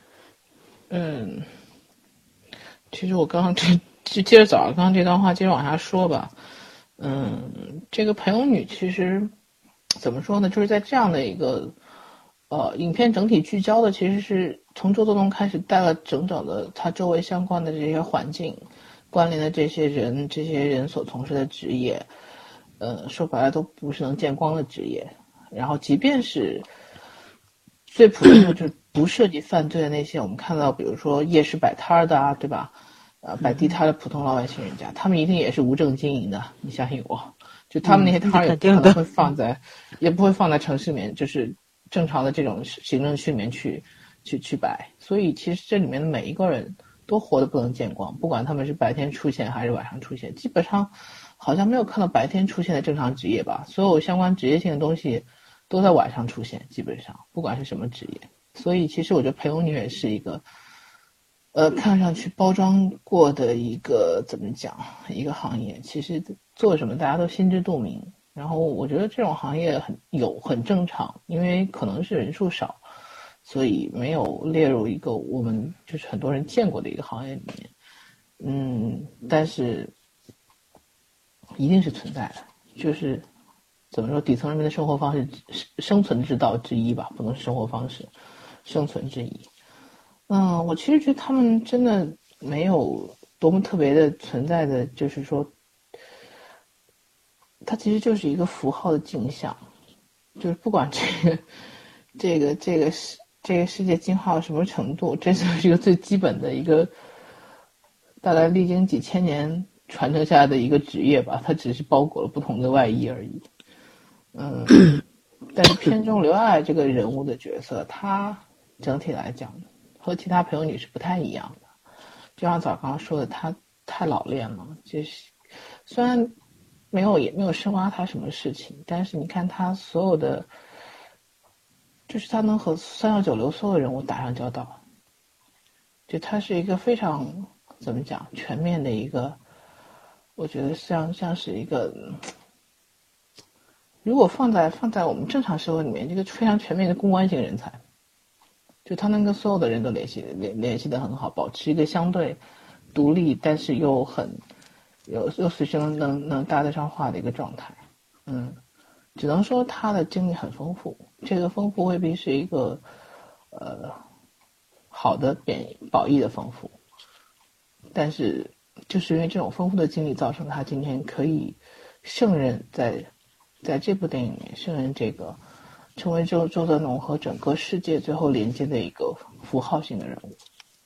其实我刚刚就接着刚刚这段话接着往下说吧。这个陪游女其实怎么说呢？就是在这样的一个影片整体聚焦的其实是从周作东开始带了整整的他周围相关的这些环境关联的这些人所从事的职业，说白了都不是能见光的职业。然后即便是最普通的就是不涉及犯罪的那些，我们看到比如说夜市摆摊的啊，对吧？摆地摊的普通老百姓人家，他们一定也是无证经营的。你相信我，就他们那些摊儿也不可能会放在，也不会放在城市里面，就是正常的这种行政区里面去摆。所以其实这里面的每一个人都活得不能见光，不管他们是白天出现还是晚上出现，基本上好像没有看到白天出现的正常职业吧。所有相关职业性的东西都在晚上出现，基本上不管是什么职业。所以其实我觉得陪游女也是一个看上去包装过的一个怎么讲一个行业，其实做什么大家都心知肚明。然后我觉得这种行业很正常，因为可能是人数少，所以没有列入一个我们就是很多人见过的一个行业里面。但是一定是存在的，就是怎么说底层人民的生活方式生存之道之一吧，不能是生活方式，生存之一。我其实觉得他们真的没有多么特别的存在的，就是说它其实就是一个符号的镜像，就是不管这个世界惊号什么程度，这就是一个最基本的一个大概历经几千年传承下来的一个职业吧，它只是包裹了不同的外衣而已。但是片中刘爱这个人物的角色，他整体来讲和其他陪游女是不太一样的。就像早刚刚说的，他太老练了，就是虽然也没有深挖他什么事情，但是你看他所有的，就是他能和三教九流所有人物打上交道，就他是一个非常怎么讲全面的一个，我觉得像是一个，如果放在我们正常社会里面，这个非常全面的公关型人才。就他能跟所有的人都联系得很好，保持一个相对独立，但是又随时能搭得上话的一个状态。只能说他的经历很丰富，这个丰富未必是一个好的褒义的丰富，但是就是因为这种丰富的经历，造成他今天可以胜任在这部电影里面胜任这个。成为周泽农和整个世界最后连接的一个符号性的人物。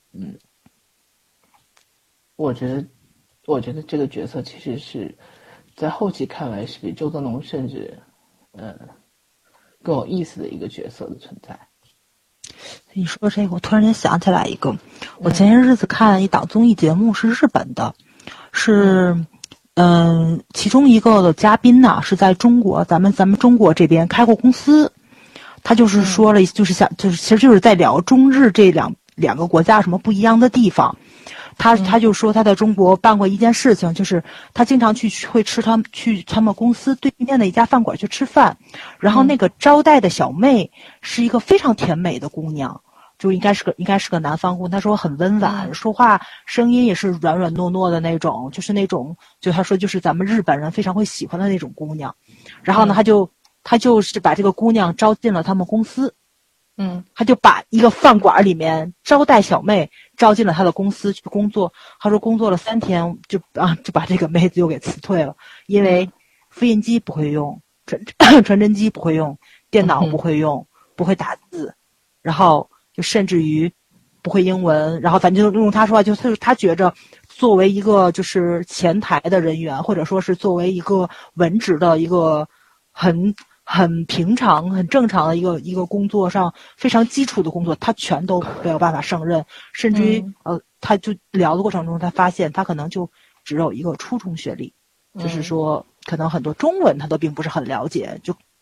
我觉得这个角色其实是在后期看来是比周泽农甚至更有意思的一个角色的存在。 你说这个，我突然间想起来一个，我前些日子看了一档综艺节目，是日本的，是其中一个的嘉宾呢是在中国，咱们中国这边开过公司。他就是说了，其实就是在聊中日这两个国家什么不一样的地方。他就说他在中国办过一件事情，就是他经常去他们公司对面的一家饭馆去吃饭，然后那个招待的小妹是一个非常甜美的姑娘，就应该是个南方姑娘。他说很温婉，说话声音也是软软糯糯的那种，就是那种就他说就是咱们日本人非常会喜欢的那种姑娘。然后呢，他就是把这个姑娘招进了他们公司，他就把一个饭馆里面招待小妹招进了他的公司去工作。他说工作了3天就把这个妹子又给辞退了，因为复印机不会用，传真机不会用，电脑不会用，不会打字，然后就甚至于不会英文。然后反正就用他说话，就是他觉着作为一个就是前台的人员，或者说是作为一个文职的一个很平常、很正常的一个工作上非常基础的工作，他全都没有办法胜任，甚至于他就聊的过程中，他发现他可能就只有一个初中学历，就是说可能很多中文他都并不是很了解，就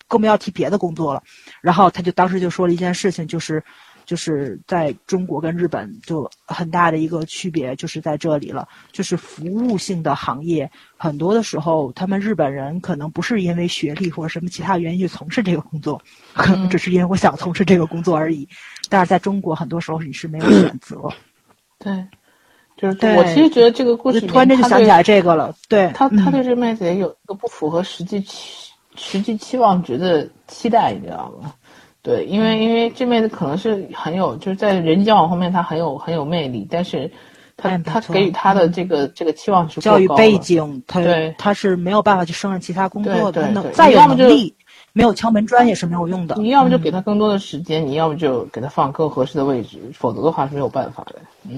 更不要提别的工作了。然后他就当时就说了一件事情，就是在中国跟日本就很大的一个区别就是在这里了，就是服务性的行业很多的时候，他们日本人可能不是因为学历或者什么其他原因去从事这个工作，可能只是因为我想从事这个工作而已。但是在中国很多时候你是没有选择。 对，就是我其实觉得这个故事突然间就想起来这个了。对， 他对这妹子也有一个不符合实际期望值的期待，你知道吗？对，因为这妹子可能是很有，就是在人际交往方面她很有魅力，但是她给予她的这个期望值教育背景， 对， 她是没有办法去胜任其他工作的， 对， 再有能力没有敲门砖也是没有用的。 你要么就给她更多的时间，你要么就给她放更合适的位置，否则的话是没有办法的。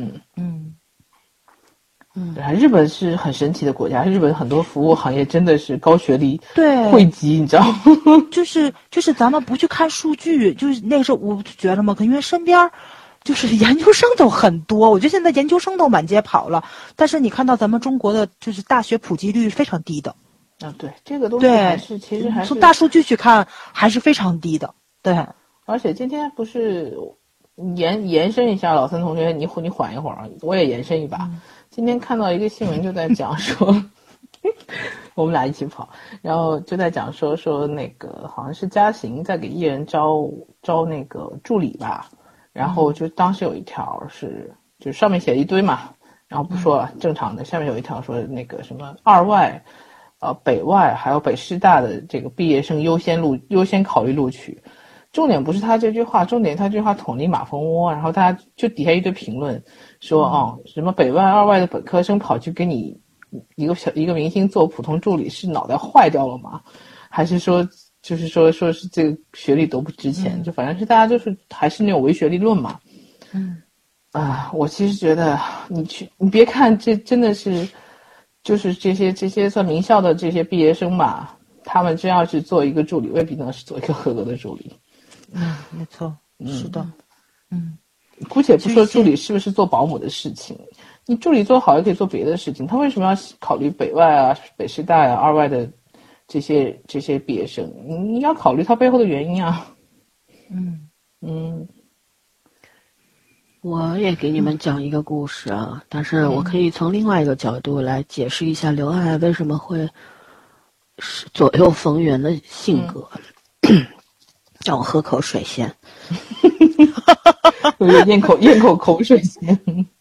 对，日本是很神奇的国家，日本很多服务行业真的是高学历汇集，你知道吗？ 就是咱们不去看数据，就是那个时候我就觉得嘛，因为身边就是研究生都很多，我觉得现在研究生都满街跑了，但是你看到咱们中国的就是大学普及率是非常低的。 对，这个东西还是其实还是从大数据去看还是非常低的。对， 而且今天不是延伸一下，老森同学，你缓一会儿，我也延伸一把。今天看到一个新闻，就在讲说，我们俩一起跑，然后就在讲说那个好像是嘉行在给艺人招那个助理吧，然后就当时有一条是，就上面写了一堆嘛，然后不说了，正常的，下面有一条说那个什么2外、北外还有北师大的这个毕业生优先考虑录取。重点不是他这句话，重点他这句话捅了一马蜂窝，然后大家就底下一堆评论说什么北外2外的本科生跑去给你一个明星做普通助理，是脑袋坏掉了吗？还是说就是说是这个学历都不值钱？就反正是大家就是还是那种唯学历论嘛。我其实觉得你别看这真的是就是这些算名校的这些毕业生吧，他们真要去做一个助理，未必能是做一个合格的助理。 没错，是的。 姑且不说助理是不是做保姆的事情，你助理做好也可以做别的事情，他为什么要考虑北外啊、北师大啊、2外的这些毕业生？你要考虑他背后的原因啊。 我也给你们讲一个故事啊，但是我可以从另外一个角度来解释一下刘爱为什么会左右逢源的性格。让我喝口水先。 我咽口口水先。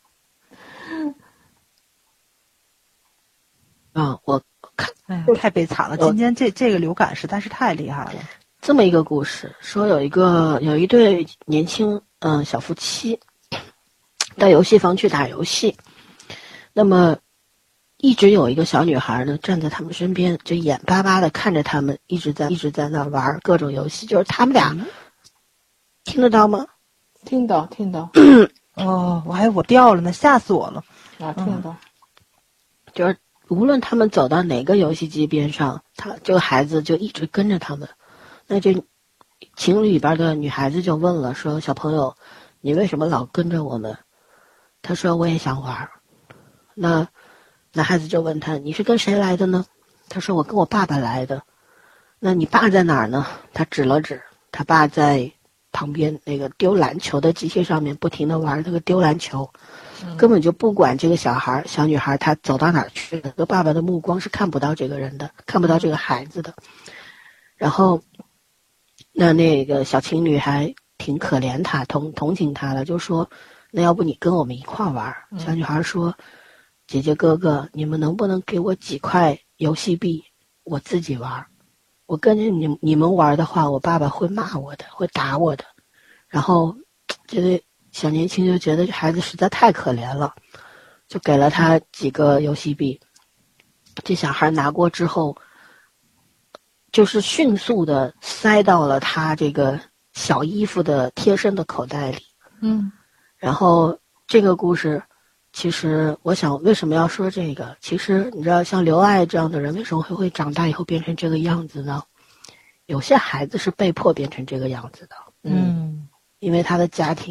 我看， 太悲惨了！今天这个流感实在是太厉害了。 这么一个故事，说有一对年轻小夫妻到游戏房去打游戏，那么一直有一个小女孩呢站在他们身边，就眼巴巴的看着他们一直在那玩各种游戏，就是他们俩听得到吗？ 听到。 我还以为我掉了呢，吓死我了。 听得到。 就是无论他们走到哪个游戏机边上，这个孩子就一直跟着他们。那这情侣里边的女孩子就问了，说小朋友，你为什么老跟着我们？他说我也想玩。那男孩子就问他，你是跟谁来的呢？他说我跟我爸爸来的。那你爸在哪儿呢？他指了指他爸在旁边那个丢篮球的机器上面不停地玩那个丢篮球，根本就不管这个小女孩她走到哪儿去了，爸爸的目光是看不到这个人的，看不到这个孩子的。然后那个小情侣还挺可怜他，同情他了，就说那要不你跟我们一块玩。小女孩说，姐姐哥哥，你们能不能给我几块游戏币，我自己玩。我跟着你们玩的话，我爸爸会骂我的，会打我的。然后这个小年轻就觉得这孩子实在太可怜了，就给了他几个游戏币。这小孩拿过之后，就是迅速的塞到了他这个小衣服的贴身的口袋里。然后这个故事，其实我想为什么要说这个？其实你知道，像刘爱这样的人，为什么会长大以后变成这个样子呢？有些孩子是被迫变成这个样子的。因为他的家庭，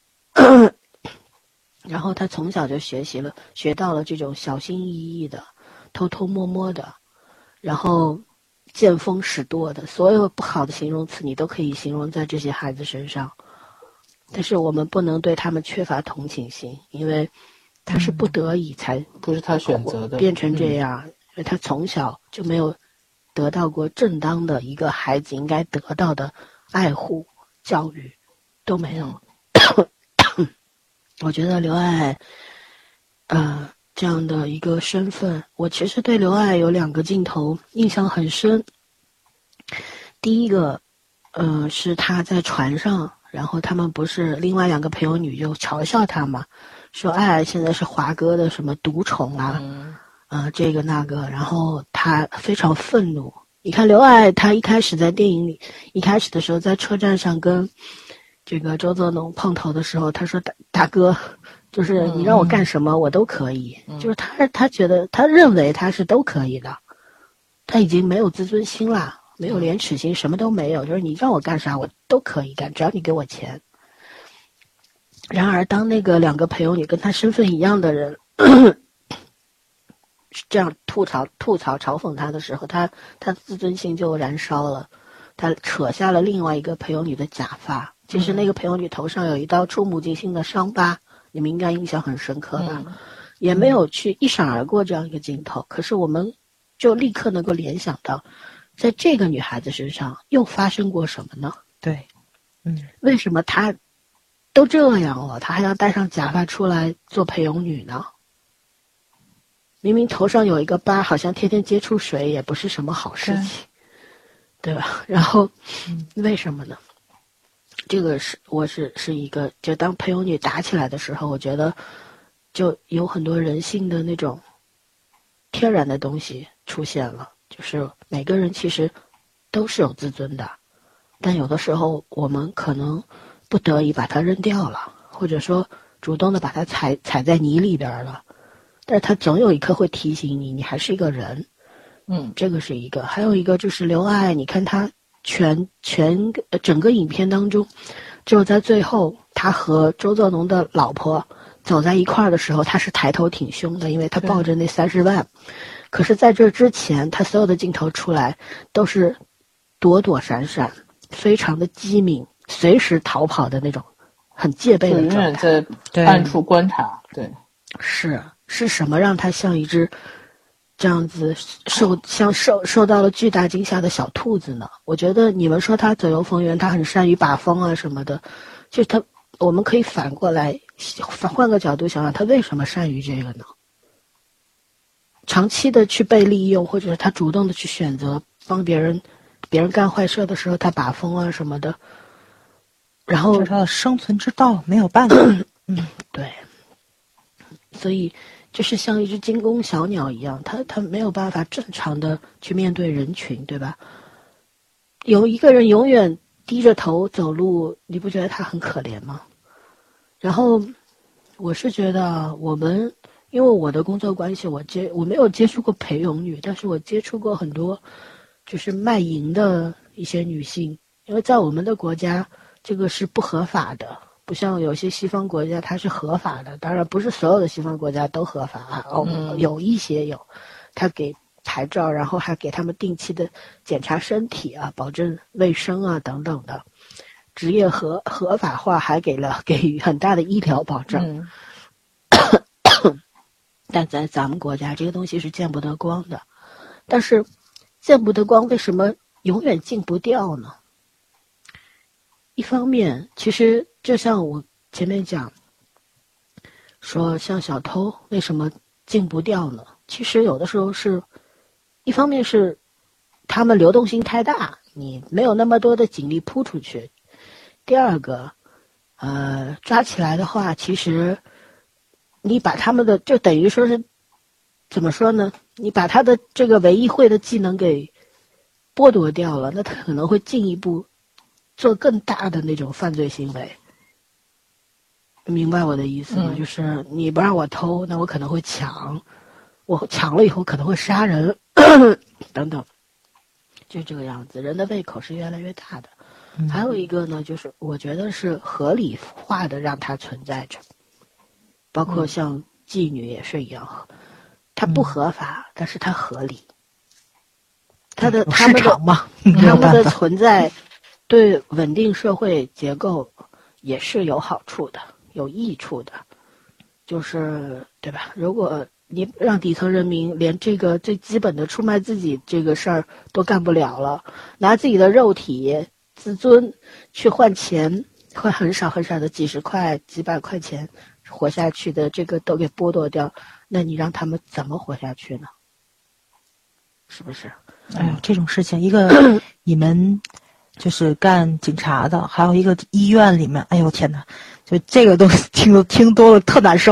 然后他从小就学到了这种小心翼翼的、偷偷摸摸的，然后见风使舵的，所有不好的形容词你都可以形容在这些孩子身上。但是我们不能对他们缺乏同情心，因为他是不得已才不是他选择的变成这样，因为他从小就没有得到过正当的一个孩子应该得到的爱护、教育都没有。我觉得刘爱，这样的一个身份，我其实对刘爱有2个镜头印象很深。第一个，是他在船上，然后他们不是另外2个陪游女就嘲笑他嘛，说爱现在是华哥的什么独宠啊，这个那个，然后他非常愤怒。你看刘爱，他一开始在电影里，一开始的时候在车站上跟这个周作农碰头的时候，他说大哥，就是你让我干什么我都可以，就是他觉得他认为他是都可以的，他已经没有自尊心了，没有廉耻心，什么都没有，就是你让我干啥我都可以干，只要你给我钱。然而当那个2个陪游女跟他身份一样的人这样吐槽嘲讽他的时候，他自尊心就燃烧了，他扯下了另外一个陪游女的假发，其实那个陪游女头上有一道触目惊心的伤疤，你们应该印象很深刻吧，也没有去一闪而过这样一个镜头，可是我们就立刻能够联想到在这个女孩子身上又发生过什么呢？ 对， 为什么她都这样了，她还要戴上假发出来做陪游女呢？明明头上有一个疤，好像天天接触水也不是什么好事情，对吧？然后为什么呢？这个是一个，就当陪游女打起来的时候，我觉得就有很多人性的那种天然的东西出现了，就是每个人其实都是有自尊的，但有的时候我们可能不得已把它扔掉了，或者说主动的把它踩在泥里边了，但是他总有一刻会提醒你，你还是一个人。这个是一个，还有一个就是刘爱，你看他整个影片当中，只有在最后他和周作农的老婆走在一块儿的时候，他是抬头挺胸的，因为他抱着那30万。可是在这之前，他所有的镜头出来都是躲躲闪闪，非常的机敏，随时逃跑的那种很戒备的状态， 永远在暗处观察。对， 是什么让他像一只这样子受到了巨大惊吓的小兔子呢？我觉得你们说他左右逢源，他很善于把风啊什么的，就我们可以反过来换个角度想想，他为什么善于这个呢？长期的去被利用，或者是他主动的去选择帮别人干坏事的时候，他把风啊什么的，然后这是他的生存之道，没有办法。 对，所以就是像一只惊弓小鸟一样，他没有办法正常的去面对人群，对吧？有一个人永远低着头走路，你不觉得他很可怜吗？然后我是觉得因为我的工作关系，我没有接触过陪游女，但是我接触过很多就是卖淫的一些女性，因为在我们的国家这个是不合法的，不像有些西方国家它是合法的，当然不是所有的西方国家都合法啊，有一些有，他给牌照，然后还给他们定期的检查身体啊，保证卫生啊等等的，职业合法化，还给予很大的医疗保障。但在咱们国家这个东西是见不得光的，但是见不得光为什么永远禁不掉呢？一方面其实就像我前面讲说，像小偷为什么禁不掉呢？其实有的时候是一方面是他们流动性太大，你没有那么多的警力扑出去。第二个抓起来的话，其实你把他们的就等于说是怎么说呢？你把他的这个唯一会的技能给剥夺掉了，那他可能会进一步做更大的那种犯罪行为。明白我的意思吗？就是你不让我偷，那我可能会抢，我抢了以后可能会杀人等等，就这个样子。人的胃口是越来越大的。还有一个呢，就是我觉得是合理化的让它存在着，包括像妓女也是一样，它不合法，但是它合理。 他们市场嘛， 他们的存在对稳定社会结构也是有好处的，有益处的，就是对吧？如果你让底层人民连这个最基本的出卖自己这个事儿都干不了了，拿自己的肉体自尊去换钱，换很少很少的几十块几百块钱活下去的这个都给剥夺掉，那你让他们怎么活下去呢？是不是？ 哎呦，这种事情，一个你们就是干警察的，还有一个医院里面，哎呦天哪，就这个都听多了特难受。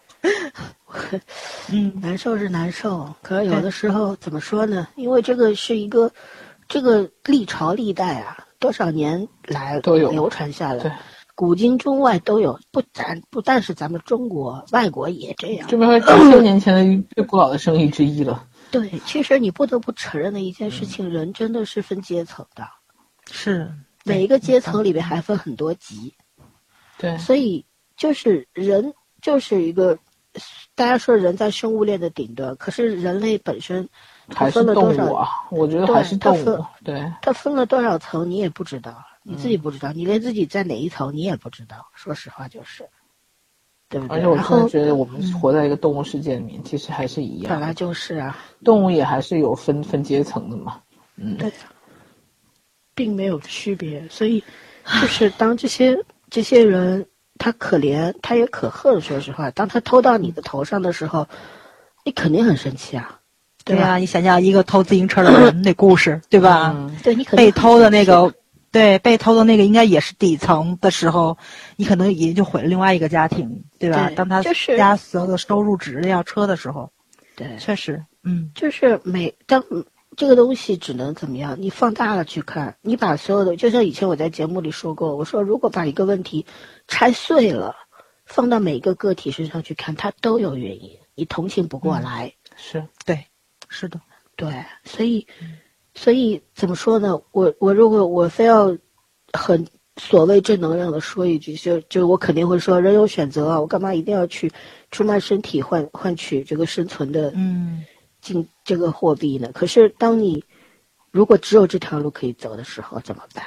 难受是难受，可是有的时候怎么说呢？因为这个是一个，这个历朝历代啊，多少年来都有流传下来， 对， 古今中外都有，不但是咱们中国，外国也这样。 这边是几千年前的最古老的生意之一了。 对，其实你不得不承认的一件事情，人真的是分阶层的， 是每一个阶层里面还分很多级。 对， 所以就是人就是一个，大家说人在生物链的顶端，可是人类本身还是动物啊，我觉得还是动物。对， 它分了多少层你也不知道，你自己不知道，你连自己在哪一层你也不知道。说实话就是，对不对？ 而且我真的觉得我们活在一个动物世界里面，其实还是一样。 本来就是啊， 动物也还是有分阶层的嘛。 对，并没有区别。所以就是当这些人他可怜他也可恨，说实话，当他偷到你的头上的时候，你肯定很生气啊。 对呀，你想想一个偷自行车的人那故事，对吧？ 对，你肯定被偷的那个，对，被偷的那个应该也是底层的时候，你可能也就毁了另外一个家庭，对吧？ 对当他家所有的收入指着那辆车的时候， 对， 确实， 就是当这个东西只能怎么样？你放大了去看，你把所有的，就像以前我在节目里说过，我说如果把一个问题拆碎了，放到每一个个体身上去看，它都有原因，你同情不过来。 是对，是的， 对，所以怎么说呢？我如果我非要很所谓正能量的说一句，就我肯定会说，人有选择啊，我干嘛一定要去出卖身体换取这个生存的进这个货币呢？可是当你如果只有这条路可以走的时候怎么办？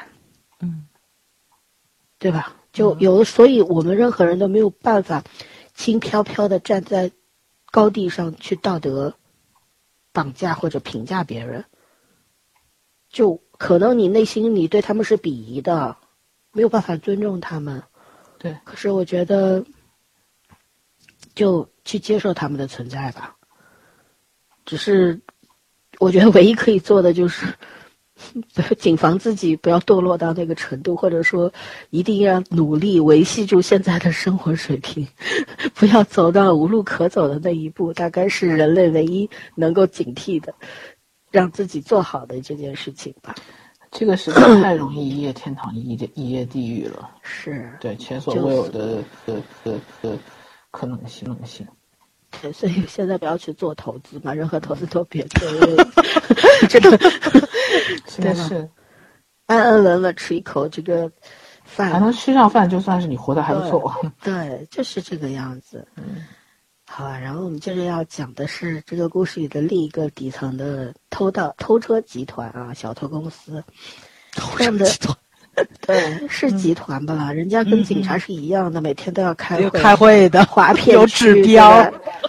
对吧？就有的，所以我们任何人都没有办法轻飘飘的站在高地上去道德绑架或者评价别人，就可能你内心里对他们是鄙夷的，没有办法尊重他们。 对， 可是我觉得就去接受他们的存在吧。只是我觉得唯一可以做的就是谨防自己不要堕落到那个程度，或者说一定要努力维系住现在的生活水平，不要走到无路可走的那一步，大概是人类唯一能够警惕的让自己做好的这件事情吧。 这个时代太容易一夜天堂一夜地狱了， 是对前所未有的可能性。 对，所以现在不要去做投资嘛，任何投资都别做，这个对吧？是安安稳稳吃一口这个饭， 还能吃上饭，就算是你活得还不错。 对，就是这个样子。好啊，然后我们接着要讲的是这个故事里的另一个底层的偷车集团啊，小偷公司。 偷车集团， 对，是集团吧？人家跟警察是一样的，每天都要开会的， 划片有指标。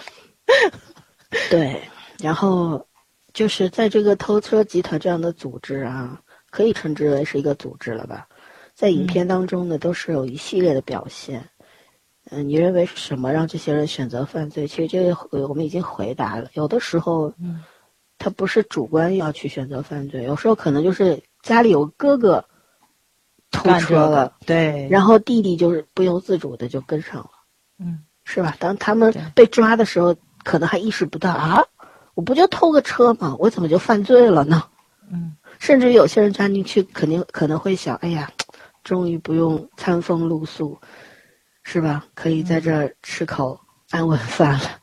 对，然后就是在这个偷车集团这样的组织啊，可以称之为是一个组织了吧？在影片当中呢，都是有一系列的表现。你认为是什么让这些人选择犯罪？其实这个我们已经回答了。有的时候，他不是主观要去选择犯罪，有时候可能就是家里有哥哥偷车了， 对， 然后弟弟就是不由自主的就跟上了，是吧？当他们被抓的时候，可能还意识不到啊，我不就偷个车吗？我怎么就犯罪了呢？甚至有些人钻进去，可能会想，哎呀，终于不用餐风露宿，是吧？可以在这儿吃口安稳饭了。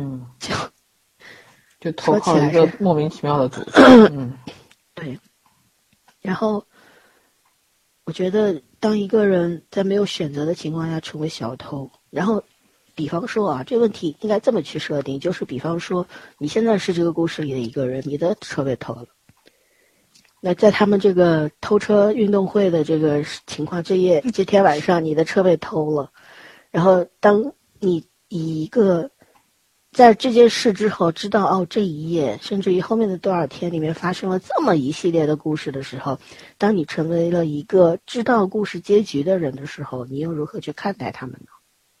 就投靠一个莫名其妙的组织。 对。然后，我觉得当一个人在没有选择的情况下成为小偷，然后，比方说啊，这个问题应该这么去设定，就是比方说你现在是这个故事里的一个人，你的车被偷了， 那在他们这个偷车运动会的这个情况这天晚上，你的车被偷了，然后当你以一个在这件事之后知道哦这一夜甚至于后面的多少天里面发生了这么一系列的故事的时候，当你成为了一个知道故事结局的人的时候，你又如何去看待他们呢？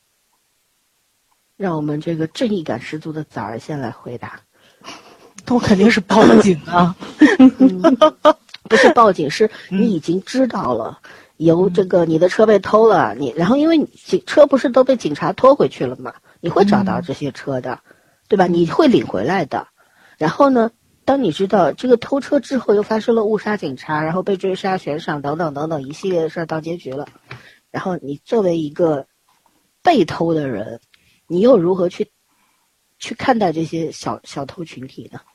让我们这个正义感十足的枣儿先来回答。 我肯定是报警啊！ 不是报警，是你已经知道了，由这个你的车被偷了，然后因为车不是都被警察拖回去了吗？你会找到这些车的，对吧？你会领回来的。然后呢，当你知道这个偷车之后又发生了误杀警察，然后被追杀悬赏等等等等一系列的事儿到结局了，然后你作为一个被偷的人，你又如何去看待这些小偷群体呢？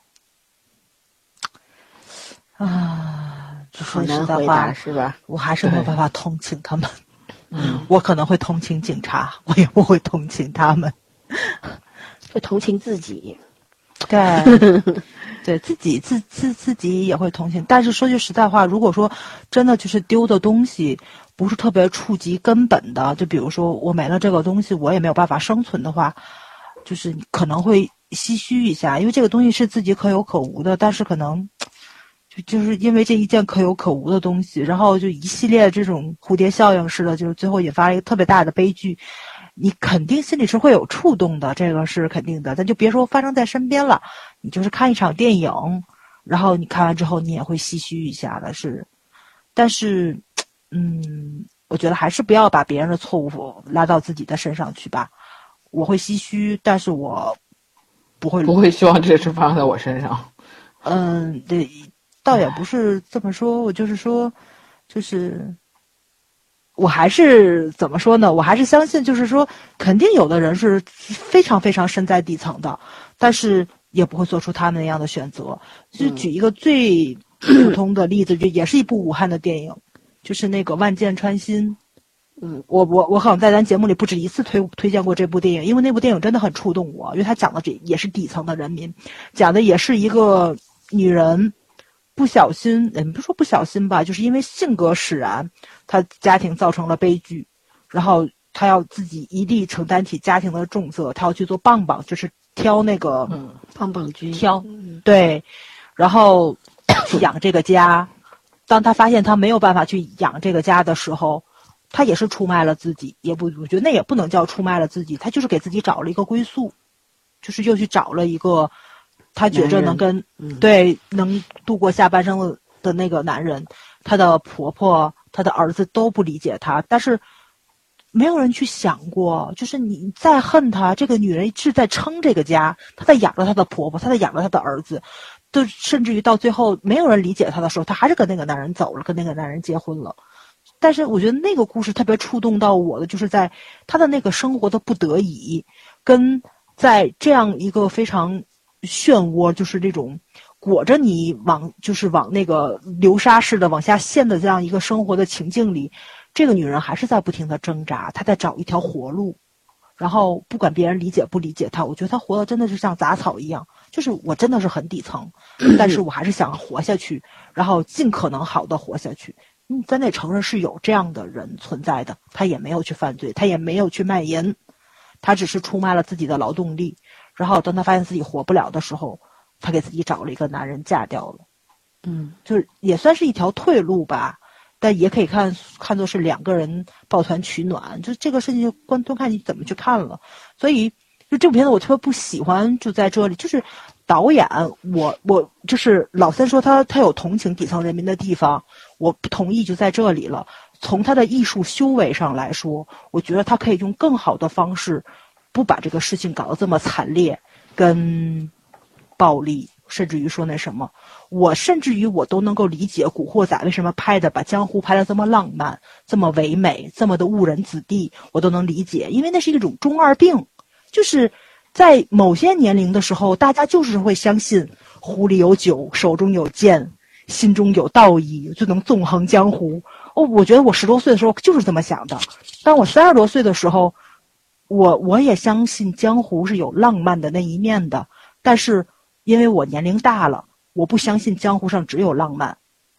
说实在话是吧？ 我还是没有办法同情他们。我可能会同情警察，我也不会同情他们， 会同情自己。 对，对自己也会同情。但是说句实在话，如果说真的就是丢的东西不是特别触及根本的，就比如说我没了这个东西，我也没有办法生存的话，就是可能会唏嘘一下，因为这个东西是自己可有可无的，但是可能就是因为这一件可有可无的东西，然后就一系列这种蝴蝶效应似的，就是最后引发了一个特别大的悲剧，你肯定心里是会有触动的，这个是肯定的。咱就别说发生在身边了，你就是看一场电影，然后你看完之后你也会唏嘘一下的，是。但是我觉得还是不要把别人的错误拉到自己的身上去吧。我会唏嘘，但是我不会希望这事发生在我身上。 对，倒也不是这么说，我就是说，就是我还是怎么说呢？我还是相信，就是说，肯定有的人是非常非常身在底层的，但是也不会做出他们那样的选择。就举一个最普通的例子，就也是一部武汉的电影，就是那个《万箭穿心》。我好像在咱节目里不止一次推荐过这部电影，因为那部电影真的很触动我，因为它讲的也是底层的人民，讲的也是一个女人不小心，不是说不小心吧，就是因为性格使然，她家庭造成了悲剧，然后她要自己一力承担起家庭的重责，她要去做棒棒，就是挑那个棒棒军对，然后去养这个家。当她发现她没有办法去养这个家的时候，他也是出卖了自己，我觉得那也不能叫出卖了自己，他就是给自己找了一个归宿，就是又去找了一个他觉着能跟能度过下半生的那个男人。他的婆婆他的儿子都不理解他，但是没有人去想过，就是你再恨他，这个女人是在撑这个家，她在养着她的婆婆，她在养着她的儿子，都甚至于到最后没有人理解她的时候，她还是跟那个男人走了，跟那个男人结婚了。但是我觉得那个故事特别触动到我的，就是在他的那个生活的不得已，跟在这样一个非常漩涡，就是这种裹着你往那个流沙似的往下陷的这样一个生活的情境里，这个女人还是在不停的挣扎，她在找一条活路。然后不管别人理解不理解她，我觉得她活的真的是像杂草一样，就是我真的是很底层，但是我还是想活下去，然后尽可能好的活下去。咱得承认是有这样的人存在的，他也没有去犯罪，他也没有去卖淫，他只是出卖了自己的劳动力，然后当他发现自己活不了的时候，他给自己找了一个男人嫁掉了。就是也算是一条退路吧，但也可以看作是两个人抱团取暖，就这个事情就端看你怎么去看了。所以就这部片子我特别不喜欢，就在这里，就是导演我就是老三说他有同情底层人民的地方，我不同意就在这里了。从他的艺术修为上来说，我觉得他可以用更好的方式，不把这个事情搞得这么惨烈跟暴力，甚至于说那什么，我甚至于我都能够理解《古惑仔》为什么把江湖拍得这么浪漫，这么唯美，这么的误人子弟，我都能理解，因为那是一种中二病，就是在某些年龄的时候，大家就是会相信壶里有酒，手中有剑，心中有道义，就能纵横江湖。我觉得我10多岁的时候就是这么想的。当我30多岁的时候，我也相信江湖是有浪漫的那一面的，但是因为我年龄大了，我不相信江湖上只有浪漫，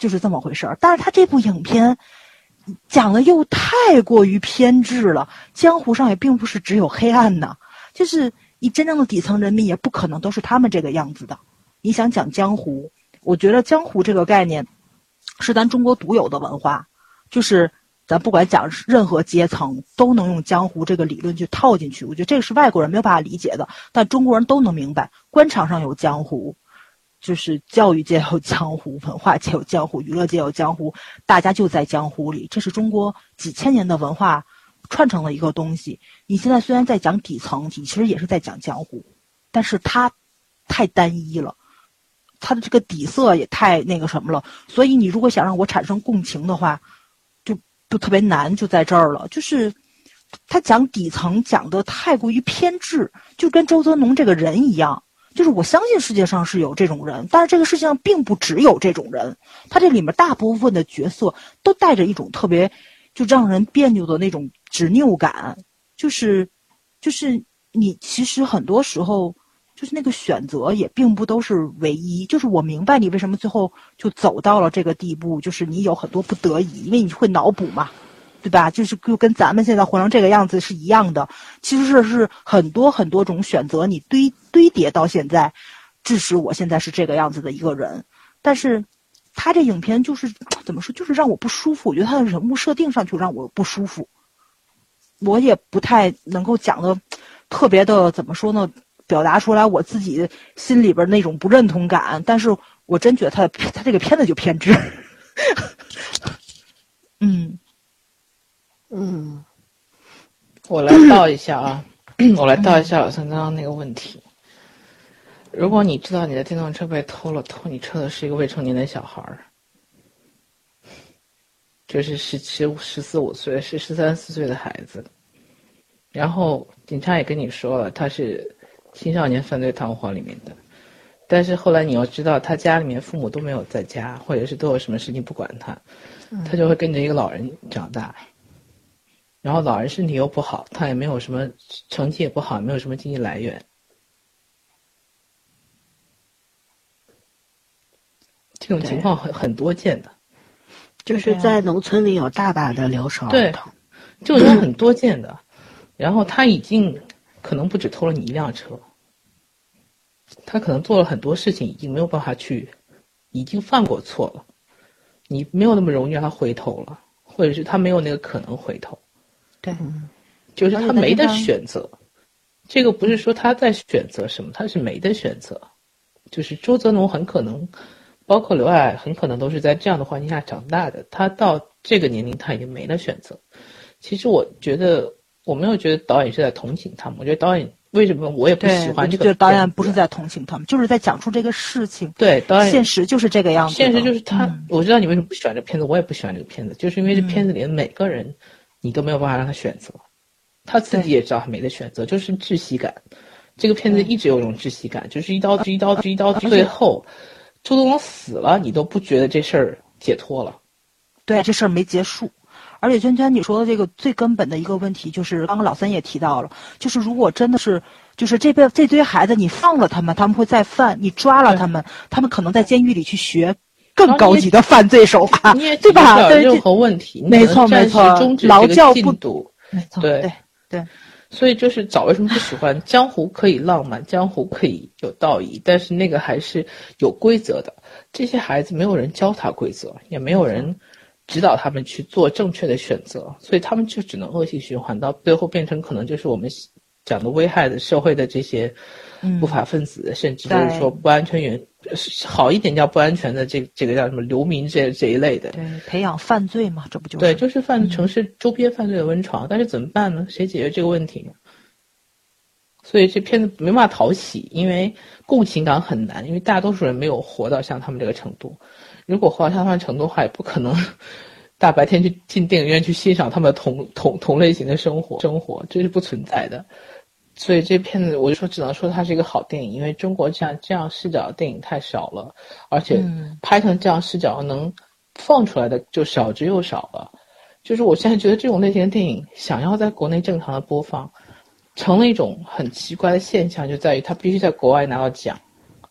就是这么回事儿。但是他这部影片讲的又太过于偏执了，江湖上也并不是只有黑暗呐，就是你真正的底层人民也不可能都是他们这个样子的。你想讲江湖，我觉得江湖这个概念是咱中国独有的文化，就是咱不管讲任何阶层都能用江湖这个理论去套进去，我觉得这个是外国人没有办法理解的，但中国人都能明白。官场上有江湖，就是教育界有江湖，文化界有江湖，娱乐界有江湖，大家就在江湖里，这是中国几千年的文化串成了一个东西。你现在虽然在讲底层，你其实也是在讲江湖，但是它太单一了，它的这个底色也太那个什么了，所以你如果想让我产生共情的话，就特别难，就在这儿了。就是他讲底层讲的太过于偏执，就跟周泽农这个人一样，就是我相信世界上是有这种人，但是这个世界上并不只有这种人，他这里面大部分的角色都带着一种特别就让人别扭的那种执拗感，就是你其实很多时候就是那个选择也并不都是唯一，就是我明白你为什么最后就走到了这个地步，就是你有很多不得已，因为你会脑补嘛，对吧？就跟咱们现在活成这个样子是一样的，其实是很多很多种选择你堆叠到现在，致使我现在是这个样子的一个人。但是他这影片就是怎么说，就是让我不舒服，我觉得他的人物设定上就让我不舒服，我也不太能够讲的特别的怎么说呢，表达出来我自己心里边那种不认同感，但是我真觉得他这个片子就偏执。 我来道一下啊，我来道一下老三刚刚那个问题。如果你知道你的电动车被偷了，偷你车的是一个未成年的小孩，就是14、15岁，是13、14岁的孩子，然后警察也跟你说了，他是青少年犯罪团伙里面的，但是后来你要知道他家里面父母都没有在家，或者是都有什么事情不管他，他就会跟着一个老人长大，然后老人身体又不好，他也没有什么成绩也不好，也没有什么经济来源，这种情况很多见的， 就是在农村里有大把的留守儿童， 这种人很多见的。然后他已经可能不止偷了你一辆车，他可能做了很多事情，已经没有办法去，已经犯过错了，你没有那么容易让他回头了，或者是他没有那个可能回头。 对， 就是他没得选择。这个不是说他在选择什么，他是没得选择。就是周泽农很可能，包括刘爱很可能都是在这样的环境下长大的，他到这个年龄他已经没得选择。其实我觉得我没有觉得导演是在同情他们，我觉得导演为什么我也不喜欢这个， 我觉得导演不是在同情他们，就是在讲述这个事情。 对，导演现实就是这个样子。 现实就是他，我知道你为什么不喜欢这个片子，我也不喜欢这个片子，就是因为这片子里的每个人，你都没有办法让他选择，他自己也知道他没得选择，就是窒息感。这个片子一直有一种窒息感，就是一刀，最后周泽农死了，你都不觉得这事儿解脱了。 对，这事儿没结束。而且娟娟你说的这个最根本的一个问题，就是刚刚老三也提到了，就是如果真的是就是这堆孩子你放了他们，他们会再犯；你抓了他们，他们可能在监狱里去学更高级的犯罪手法，对吧？对， 任何问题， 没错没错，劳教不堵， 没错，对。 所以就是早为什么不喜欢江湖可以浪漫，江湖可以有道义，但是那个还是有规则的。这些孩子没有人教他规则，也没有人指导他们去做正确的选择，所以他们就只能恶性循环，到最后变成可能就是我们讲的危害的社会的这些不法分子，甚至就是说不安全源，好一点叫不安全的这个叫什么流民这一类的， 对，培养犯罪嘛，这不就是对，就是城市周边犯罪的温床。但是怎么办呢？谁解决这个问题呢？所以这片子没办法讨喜，因为共情感很难，因为大多数人没有活到像他们这个程度。如果活到像他们程度的话，也不可能大白天去进电影院去欣赏他们同类型的生活，这是不存在的。所以这片子我就说只能说它是一个好电影，因为中国这样视角的电影太少了，而且拍成这样视角能放出来的就少之又少了。就是我现在觉得这种类型的电影想要在国内正常的播放，成了一种很奇怪的现象，就在于它必须在国外拿到奖，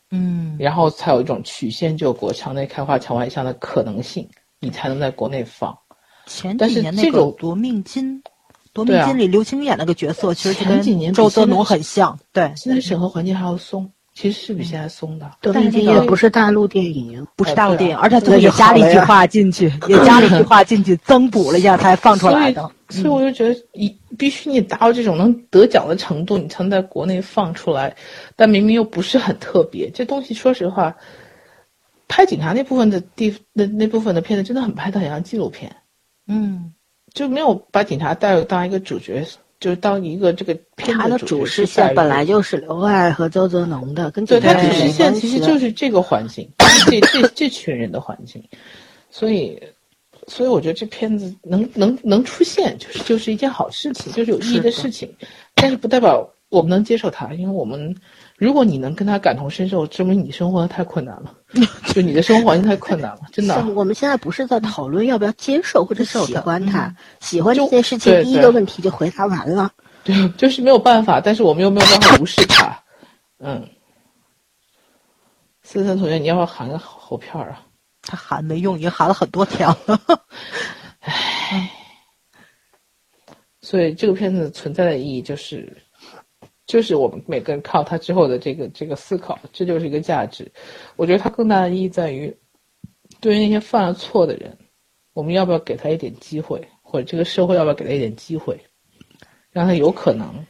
然后才有一种曲线救国、墙内开花墙外香的可能性，你才能在国内放。 前几年那个夺命金里刘青演那个角色，其实前几年周泽农很像。对， 现在审核环境还要松，其实是比现在松的。 夺命金也不是大陆电影， 不是大陆电影，而且最后也加了一句话进去，增补了一下才放出来的。 所以我就觉得必须你达到这种能得奖的程度，你才能在国内放出来。但明明又不是很特别，这东西说实话，拍警察那部分的那部分的片子真的很拍得很像纪录片。就没有把警察带入当一个主角，就是当一个这个片子的主视线本来就是刘爱和周泽农的，跟对他主视线其实就是这个环境，这群人的环境，所以我觉得这片子能出现，就是一件好事情，就是有意义的事情，但是不代表我们能接受它，因为如果你能跟他感同身受，证明你生活太困难了，就你的生活环境太困难了，真的。 我们现在不是在讨论要不要接受或者喜欢他，喜欢这件事情，第一个问题就回答完了。 对，就是没有办法，但是我们又没有办法无视他。思森同学，你要不要含个喉片啊？ 他含没用，已经含了很多天了。 唉，所以这个片子存在的意义就是我们每个人看到它之后的这个思考，这就是一个价值。我觉得它更大的意义在于，对于那些犯了错的人，我们要不要给他一点机会，或者这个社会要不要给他一点机会，让他有可能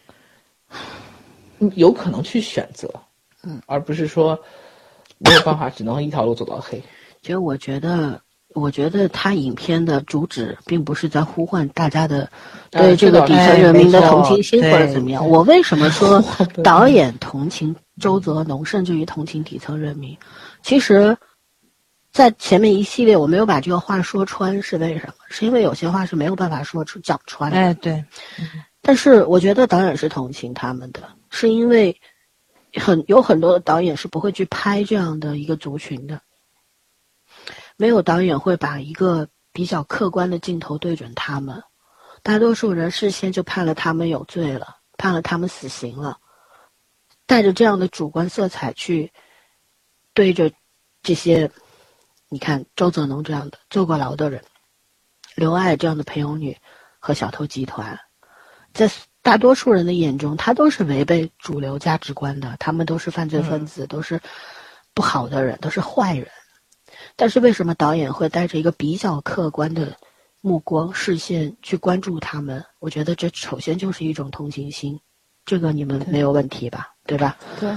去选择，而不是说没有办法，只能一条路走到黑。 其实我觉得他影片的主旨并不是在呼唤大家的对这个底层人民的同情心或者怎么样。我为什么说导演同情周泽农，甚至于同情底层人民？其实，在前面一系列我没有把这个话说穿，是为什么？是因为有些话是没有办法讲穿的。 对。 但是我觉得导演是同情他们的，是因为有很多的导演是不会去拍这样的一个族群的。没有导演会把一个比较客观的镜头对准他们，大多数人事先就判了他们有罪了，判了他们死刑了，带着这样的主观色彩去对着这些，你看周泽农这样的坐过牢的人，刘爱这样的陪游女和小偷集团，在大多数人的眼中，他都是违背主流价值观的，他们都是犯罪分子，都是不好的人，都是坏人。但是为什么导演会带着一个比较客观的目光视线去关注他们？我觉得这首先就是一种同情心，这个你们没有问题吧？对吧？ 对。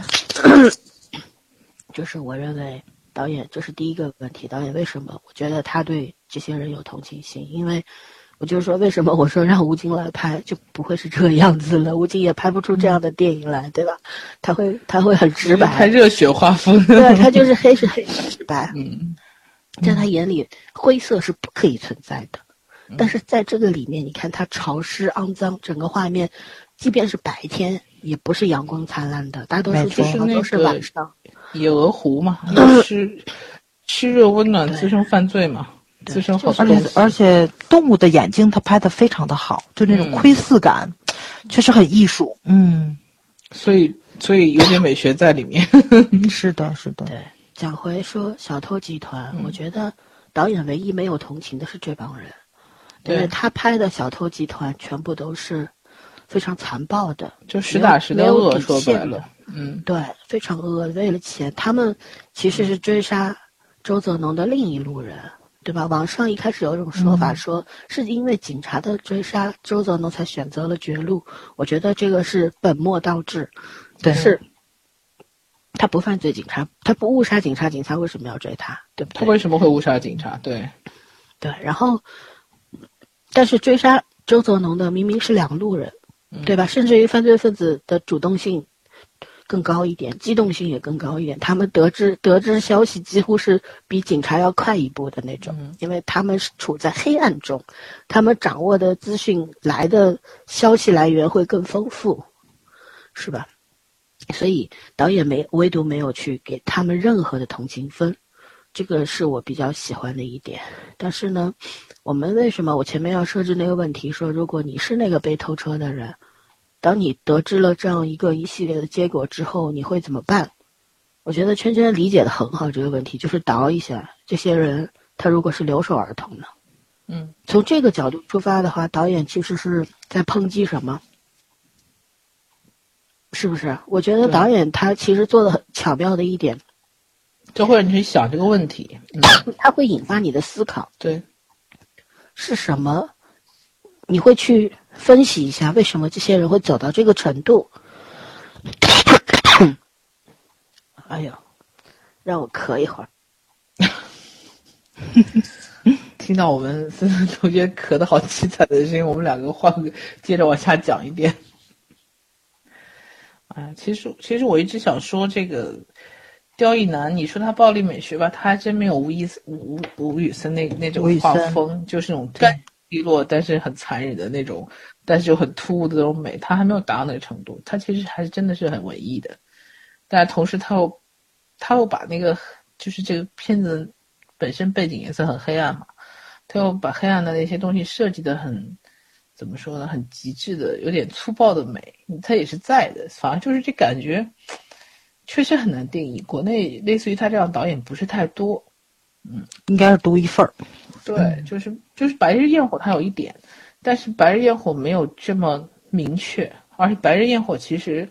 就是我认为导演，这是第一个问题。导演为什么？我觉得他对这些人有同情心，因为我就是说，为什么我说让吴京来拍就不会是这个样子了？吴京也拍不出这样的电影来，对吧？他会很直白， 太热血画风。 对，他就是黑是黑，直白。在他眼里，灰色是不可以存在的。但是在这个里面，你看他潮湿、肮脏，整个画面，即便是白天，也不是阳光灿烂的，大多数镜头都是晚上。 野鹅湖嘛，湿热温暖滋生犯罪嘛，滋生好多东西。 而且动物的眼睛他拍得非常的好，就那种窥视感，确实很艺术。 所以有点美学在里面。 是的。 对，讲回说小偷集团，我觉得导演唯一没有同情的是这帮人，因为他拍的小偷集团全部都是非常残暴的， 就实打实的恶，说白了。 对，非常恶，为了钱，他们其实是追杀周泽农的另一路人，对吧？网上一开始有一种说法说，是因为警察的追杀，周泽农才选择了绝路。我觉得这个是本末倒置， 对， 是他不犯罪，警察他不误杀警察，警察为什么要追他？对不对？ 他为什么会误杀警察？对， 然后，但是追杀周泽农的明明是两路人，对吧？甚至于犯罪分子的主动性更高一点，机动性也更高一点，他们得知消息几乎是比警察要快一步的那种，因为他们是处在黑暗中，他们掌握的资讯来的消息来源会更丰富，是吧？所以导演唯独没有去给他们任何的同情分，这个是我比较喜欢的一点。但是呢，我们为什么我前面要设置那个问题说，如果你是那个被偷车的人，当你得知了这样一系列的结果之后，你会怎么办？ 我觉得圈圈理解的很好这个问题，就是倒一下，这些人他如果是留守儿童呢？从这个角度出发的话，导演其实是在抨击什么？是不是？我觉得导演他其实做的很巧妙的一点， 就会让你去想这个问题， 他会引发你的思考。 对， 是什么？你会去分析一下为什么这些人会走到这个程度。哎呦，让我咳一会儿。 听到我们森森同学咳得好凄惨的声音，我们两个接着往下讲一遍。其实我一直想说这个刁亦男，你说他暴力美学吧，他还真没有吴宇森那种画风，就是那种干利落但是很残忍的那种，但是又很突兀的那种美，他还没有达到那个程度。他其实还是真的是很文艺的，但同时他又把那个就是这个片子本身背景颜色很黑暗嘛，他又把黑暗的那些东西设计得很怎么说呢，很极致的，有点粗暴的美，它也是在的。反正就是这感觉确实很难定义，国内类似于他这样导演不是太多。 应该是独一份儿。 对，就是白日焰火它有一点，但是白日焰火没有这么明确，而且白日焰火其实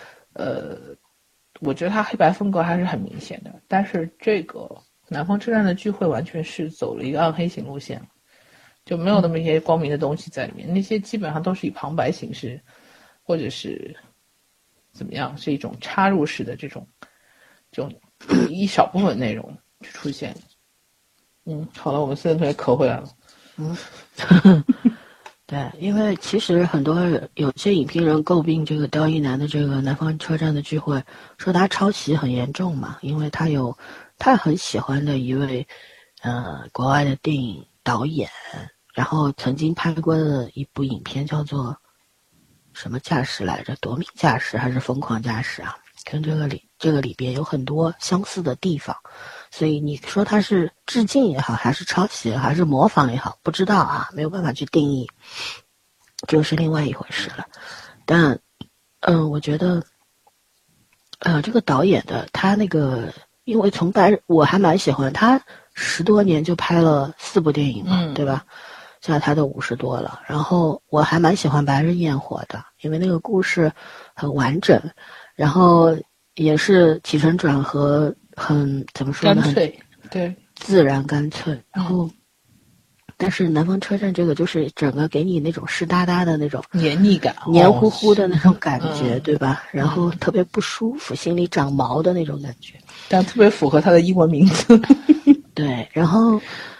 我觉得它黑白风格还是很明显的，但是这个南方车站的聚会完全是走了一个暗黑型路线，就没有那么一些光明的东西在里面，那些基本上都是以旁白形式或者是怎么样，是一种插入式的这种一小部分内容去出现。好了，我们森森同学咳回来了。 对，因为其实很多有些影评人诟病这个刁亦男的这个南方车站的聚会，说他抄袭很严重嘛，因为他很喜欢的一位国外的电影导演，然后曾经拍过的一部影片叫做什么驾驶来着，夺命驾驶还是疯狂驾驶啊，跟这个里边有很多相似的地方，所以你说它是致敬也好，还是抄袭还是模仿也好，不知道啊，没有办法去定义，就是另外一回事了。但我觉得这个导演的他那个，因为我还蛮喜欢他，10多年就拍了4部电影嘛，对吧？现在他都50多了，然后我还蛮喜欢《白日焰火》的，因为那个故事很完整，然后也是起承转合很怎么说呢？ 干脆，对， 自然干脆。然后，但是南方车站这个就是整个给你那种湿哒哒的那种黏腻感， 黏糊糊的那种感觉，对吧？然后特别不舒服，心里长毛的那种感觉， 但特别符合他的英文名字。 对，然后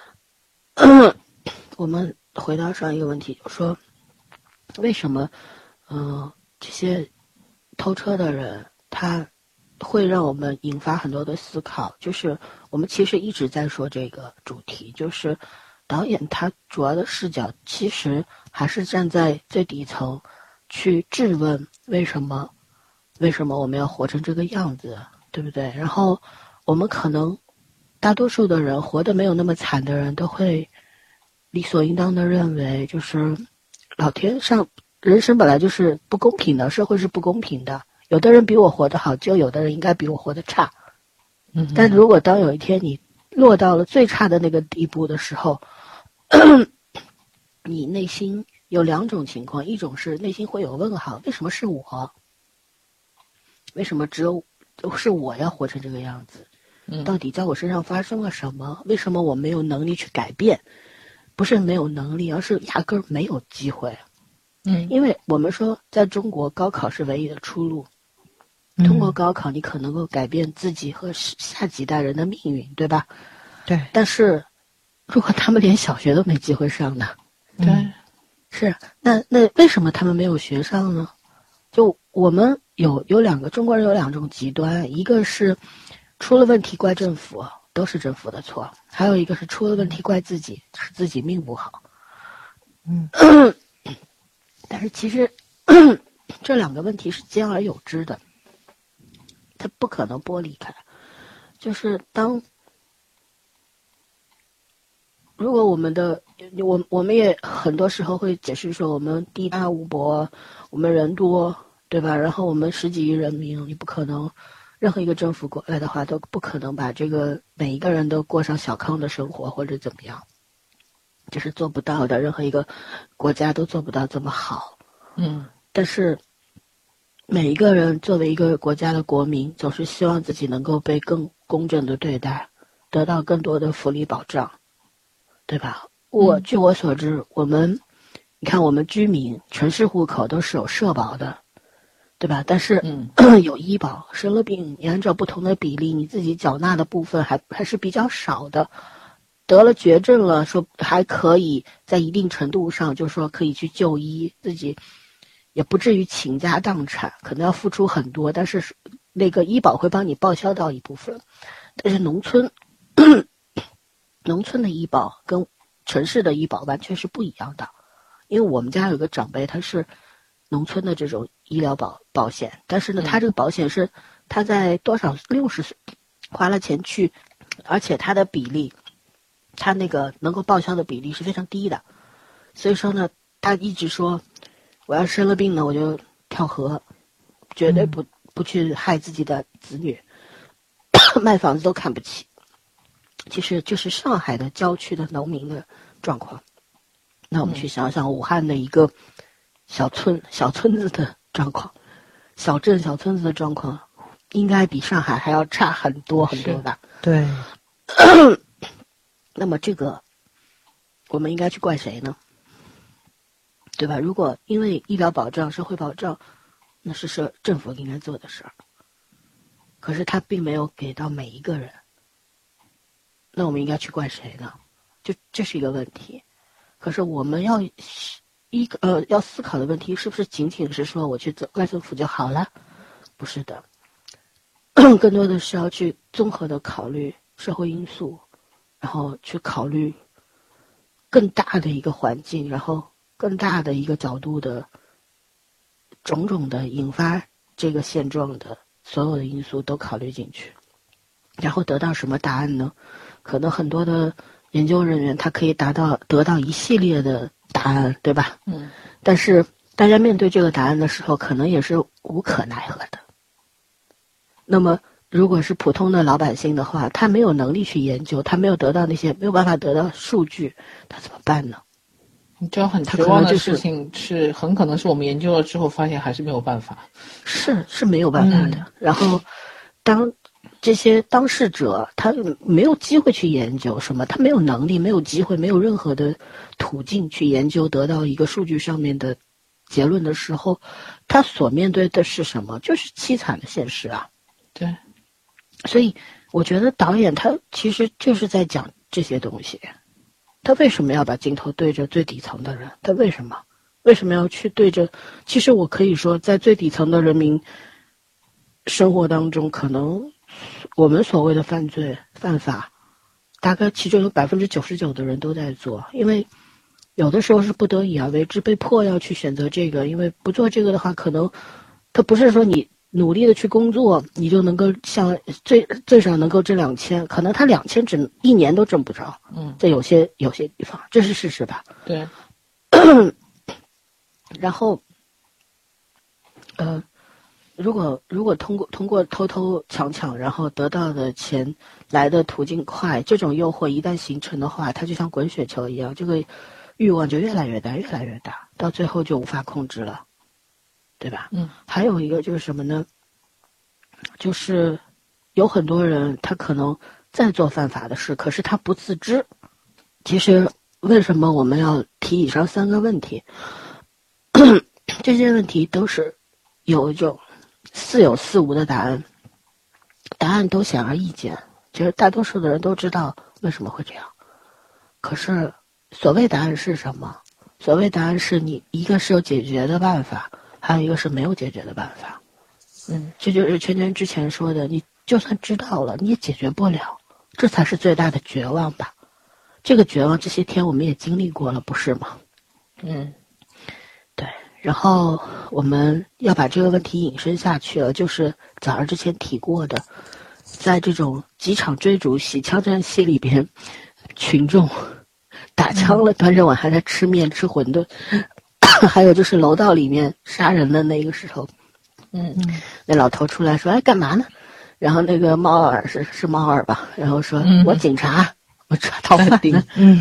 我们回到上一个问题，就说为什么这些偷车的人他会让我们引发很多的思考，就是我们其实一直在说这个主题，就是导演他主要的视角其实还是站在最底层去质问为什么我们要活成这个样子，对不对？然后我们可能大多数的人活得没有那么惨的人都会理所应当的认为，就是老天上人生本来就是不公平的，社会是不公平的，有的人比我活得好，就有的人应该比我活得差。但如果当有一天你落到了最差的那个地步的时候，你内心有2种情况，一种是内心会有问号，为什么是我？为什么只有是我要活成这个样子？到底在我身上发生了什么？为什么我没有能力去改变？不是没有能力，而是压根儿没有机会。因为我们说在中国高考是唯一的出路，通过高考你可能够改变自己和下几代人的命运，对吧？ 对。 但是如果他们连小学都没机会上呢？ 对， 是那为什么他们没有学上呢？就我们有2个中国人有2种极端，一个是出了问题怪政府，都是政府的错，还有一个是出了问题怪自己，是自己命不好。但是其实这2个问题是兼而有之的，它不可能剥离开。就是如果我们也很多时候会解释说，我们地大物博，我们人多，对吧？然后我们10几亿人民，你不可能任何一个政府过来的话，都不可能把这个每一个人都过上小康的生活或者怎么样，这是做不到的，任何一个国家都做不到这么好。但是每一个人作为一个国家的国民，总是希望自己能够被更公正的对待，得到更多的福利保障，对吧？据我所知，你看我们居民城市户口都是有社保的，对吧？但是有医保，生了病你按照不同的比例，你自己缴纳的部分还是比较少的。得了绝症了，说还可以在一定程度上，就是说可以去就医，自己也不至于倾家荡产，可能要付出很多，但是那个医保会帮你报销到一部分。但是农村的医保跟城市的医保完全是不一样的。因为我们家有个长辈，他是农村的这种医疗保险，但是呢，他这个保险是他在60岁花了钱去，而且他的比例，他那个能够报销的比例是非常低的，所以说呢，他一直说我要生了病呢，我就跳河，绝对不去害自己的子女，卖房子都看不起。其实就是上海的郊区的农民的状况。那我们去想想武汉的一个小村子的状况，小镇小村子的状况，应该比上海还要差很多很多吧？ 对。 那么这个我们应该去怪谁呢？对吧？如果因为医疗保障、社会保障，那是政府应该做的事儿，可是他并没有给到每一个人，那我们应该去怪谁呢？这是一个问题。可是我们要思考的问题是不是仅仅是说我去怪政府就好了？不是的，更多的是要去综合的考虑社会因素，然后去考虑更大的一个环境，然后更大的一个角度的种种的引发这个现状的所有的因素都考虑进去，然后得到什么答案呢？可能很多的研究人员他可以得到一系列的答案，对吧？但是大家面对这个答案的时候，可能也是无可奈何的。那么如果是普通的老百姓的话，他没有能力去研究，他没有办法得到数据，他怎么办呢？ 这样很绝望的事情是很可能是我们研究了之后发现还是没有办法， 是没有办法的。然后当这些当事者他没有机会去研究什么，他没有能力，没有机会，没有任何的途径去研究得到一个数据上面的结论的时候，他所面对的是什么？就是凄惨的现实啊。 对， 所以我觉得导演他其实就是在讲这些东西。他为什么要把镜头对着最底层的人？他为什么要去对着？其实我可以说，在最底层的人民生活当中，可能我们所谓的犯法，大概其中有99%的人都在做，因为有的时候是不得已而为之，被迫要去选择这个，因为不做这个的话，可能他不是说你努力的去工作，你就能够像最少能够挣2000，可能他2000一年都挣不着。在有些地方，这是事实吧？ 对。 然后，如果通过偷抢，然后得到的钱来的途径快，这种诱惑一旦形成的话，它就像滚雪球一样，这个欲望就越来越大，越来越大，到最后就无法控制了，对吧？还有一个就是什么呢？就是有很多人他可能在做犯法的事，可是他不自知。其实为什么我们要提以上3个问题？这些问题都是有一种似有似无的答案，答案都显而易见，其实大多数的人都知道为什么会这样。可是所谓答案是什么？所谓答案是你一个是有解决的办法，还有一个是没有解决的办法。这就是圈圈之前说的，你就算知道了你也解决不了，这才是最大的绝望吧。这个绝望这些天我们也经历过了，不是吗？对。然后我们要把这个问题引申下去了，就是早上之前提过的，在这种几场追逐洗枪战戏里边，群众打枪了，端着碗还在吃面吃馄饨，还有就是楼道里面杀人的那个时候，那老头出来说：“哎，干嘛呢？ 然后那个猫耳是猫耳吧，然后说、我警察，我抓逃犯，对，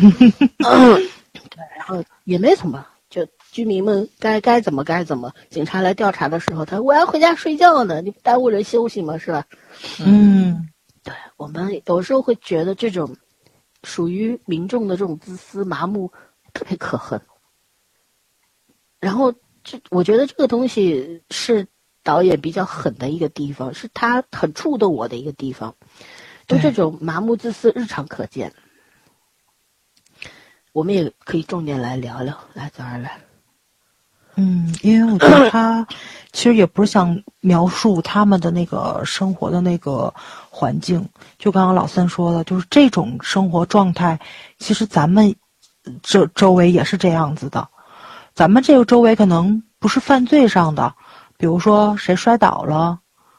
然后也没什么，就居民们该怎么，警察来调查的时候，他说我要回家睡觉呢，你不耽误人休息吗？是吧？对，我们有时候会觉得这种属于民众的这种自私麻木特别可恨。然后我觉得这个东西是导演比较狠的一个地方，是他很触动我的一个地方。就这种麻木自私日常可见。我们也可以重点来聊聊，来早上来。 因为我觉得他其实也不是想描述他们的那个生活的那个环境，就刚刚老三说的，就是这种生活状态，其实咱们周围也是这样子的。咱们这个周围可能不是犯罪上的，比如说谁摔倒了，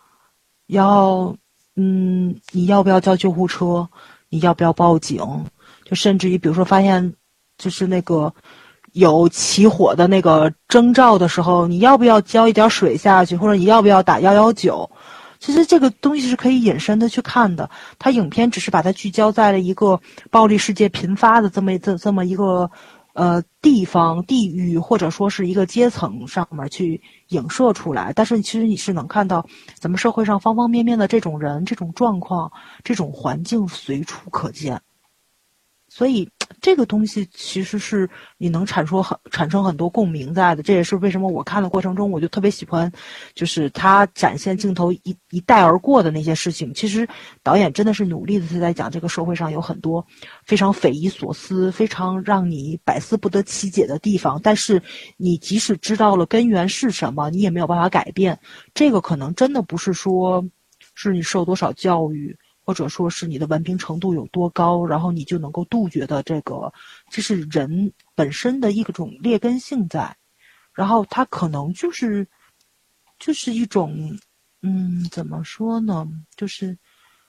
你要不要叫救护车？你要不要报警？就甚至于比如说发现就是那个有起火的那个征兆的时候，你要不要浇一点水下去，或者你要不要打119？其实这个东西是可以引申的去看的。它影片只是把它聚焦在了一个暴力事件频发的这么一个地方地域，或者说是一个阶层上面去影射出来，但是其实你是能看到咱们社会上方方面面的这种人、这种状况、这种环境随处可见。所以这个东西其实是你能产生很多共鸣在的，这也是为什么我看的过程中我就特别喜欢，就是他展现镜头一带而过的那些事情。其实导演真的是努力的在讲这个社会上有很多非常匪夷所思、非常让你百思不得其解的地方，但是你即使知道了根源是什么，你也没有办法改变。这个可能真的不是说是你受多少教育，或者说是你的文明程度有多高，然后你就能够杜绝的这是人本身的一种劣根性在，然后它可能就是一种，怎么说呢，就是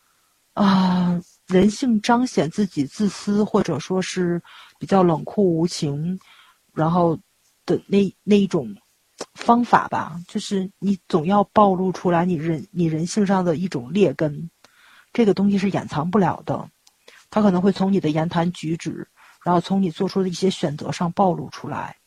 人性彰显自己自私，或者说是比较冷酷无情，然后的那一种方法吧，就是你总要暴露出来你人性上的一种劣根。这个东西是掩藏不了的，它可能会从你的言谈举止，然后从你做出的一些选择上暴露出来。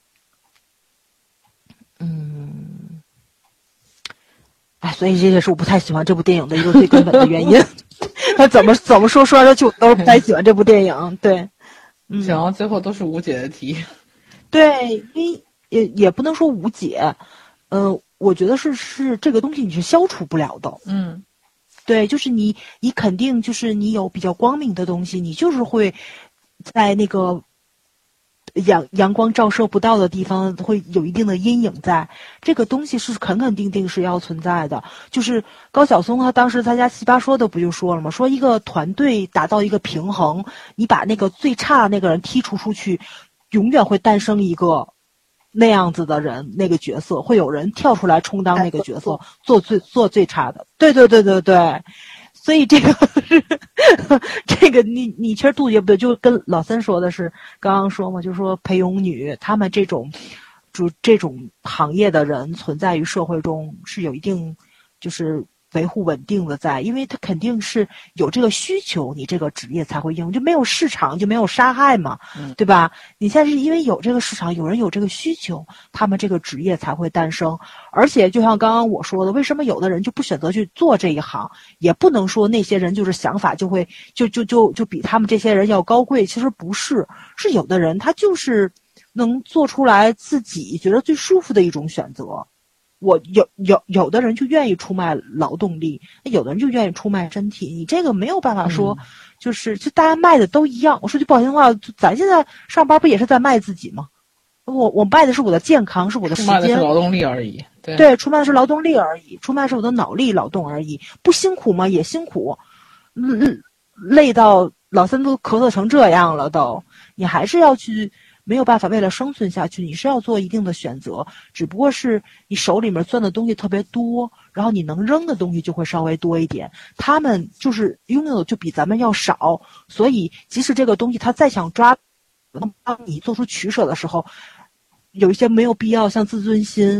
所以这也是我不太喜欢这部电影的一个最根本的原因。他怎么说来就都是不太喜欢这部电影。对， 想到最后都是无解的题。 对，也不能说无解，我觉得是这个东西你是消除不了的。对，就是你肯定就是你有比较光明的东西，你就是会在那个阳光照射不到的地方会有一定的阴影在，这个东西是肯定是要存在的。就是高晓松他当时在家奇葩说的不就说了吗？说一个团队达到一个平衡，你把那个最差的那个人剔除出去，永远会诞生一个那样子的人，那个角色会有人跳出来充当那个角色，做最差的。对，所以这个这个你其实杜绝不对，就跟老三说的是刚刚说嘛，就是说陪泳女他们这种行业的人存在于社会中是有一定就是维护稳定的在，因为他肯定是有这个需求，你这个职业才会应，就没有市场就没有杀害嘛，对吧？你现在是因为有这个市场，有人有这个需求，他们这个职业才会诞生。而且就像刚刚我说的，为什么有的人就不选择去做这一行，也不能说那些人就是想法就会就比他们这些人要高贵，其实不是，是有的人他就是能做出来自己觉得最舒服的一种选择。我有的人就愿意出卖劳动力，有的人就愿意出卖身体，你这个没有办法说，就大家卖的都一样。我说句不好听的话，咱现在上班不也是在卖自己吗？我卖的是我的健康，是我的时间， 出卖的是劳动力而已。 对，出卖的是劳动力而已，出卖的是我的脑力劳动而已。不辛苦吗？也辛苦，累到老三都咳嗽成这样了都，你还是要去。没有办法为了生存下去，你是要做一定的选择，只不过是你手里面攥的东西特别多，然后你能扔的东西就会稍微多一点，他们就是拥有的就比咱们要少，所以即使这个东西他再想抓，当你做出取舍的时候，有一些没有必要，像自尊心，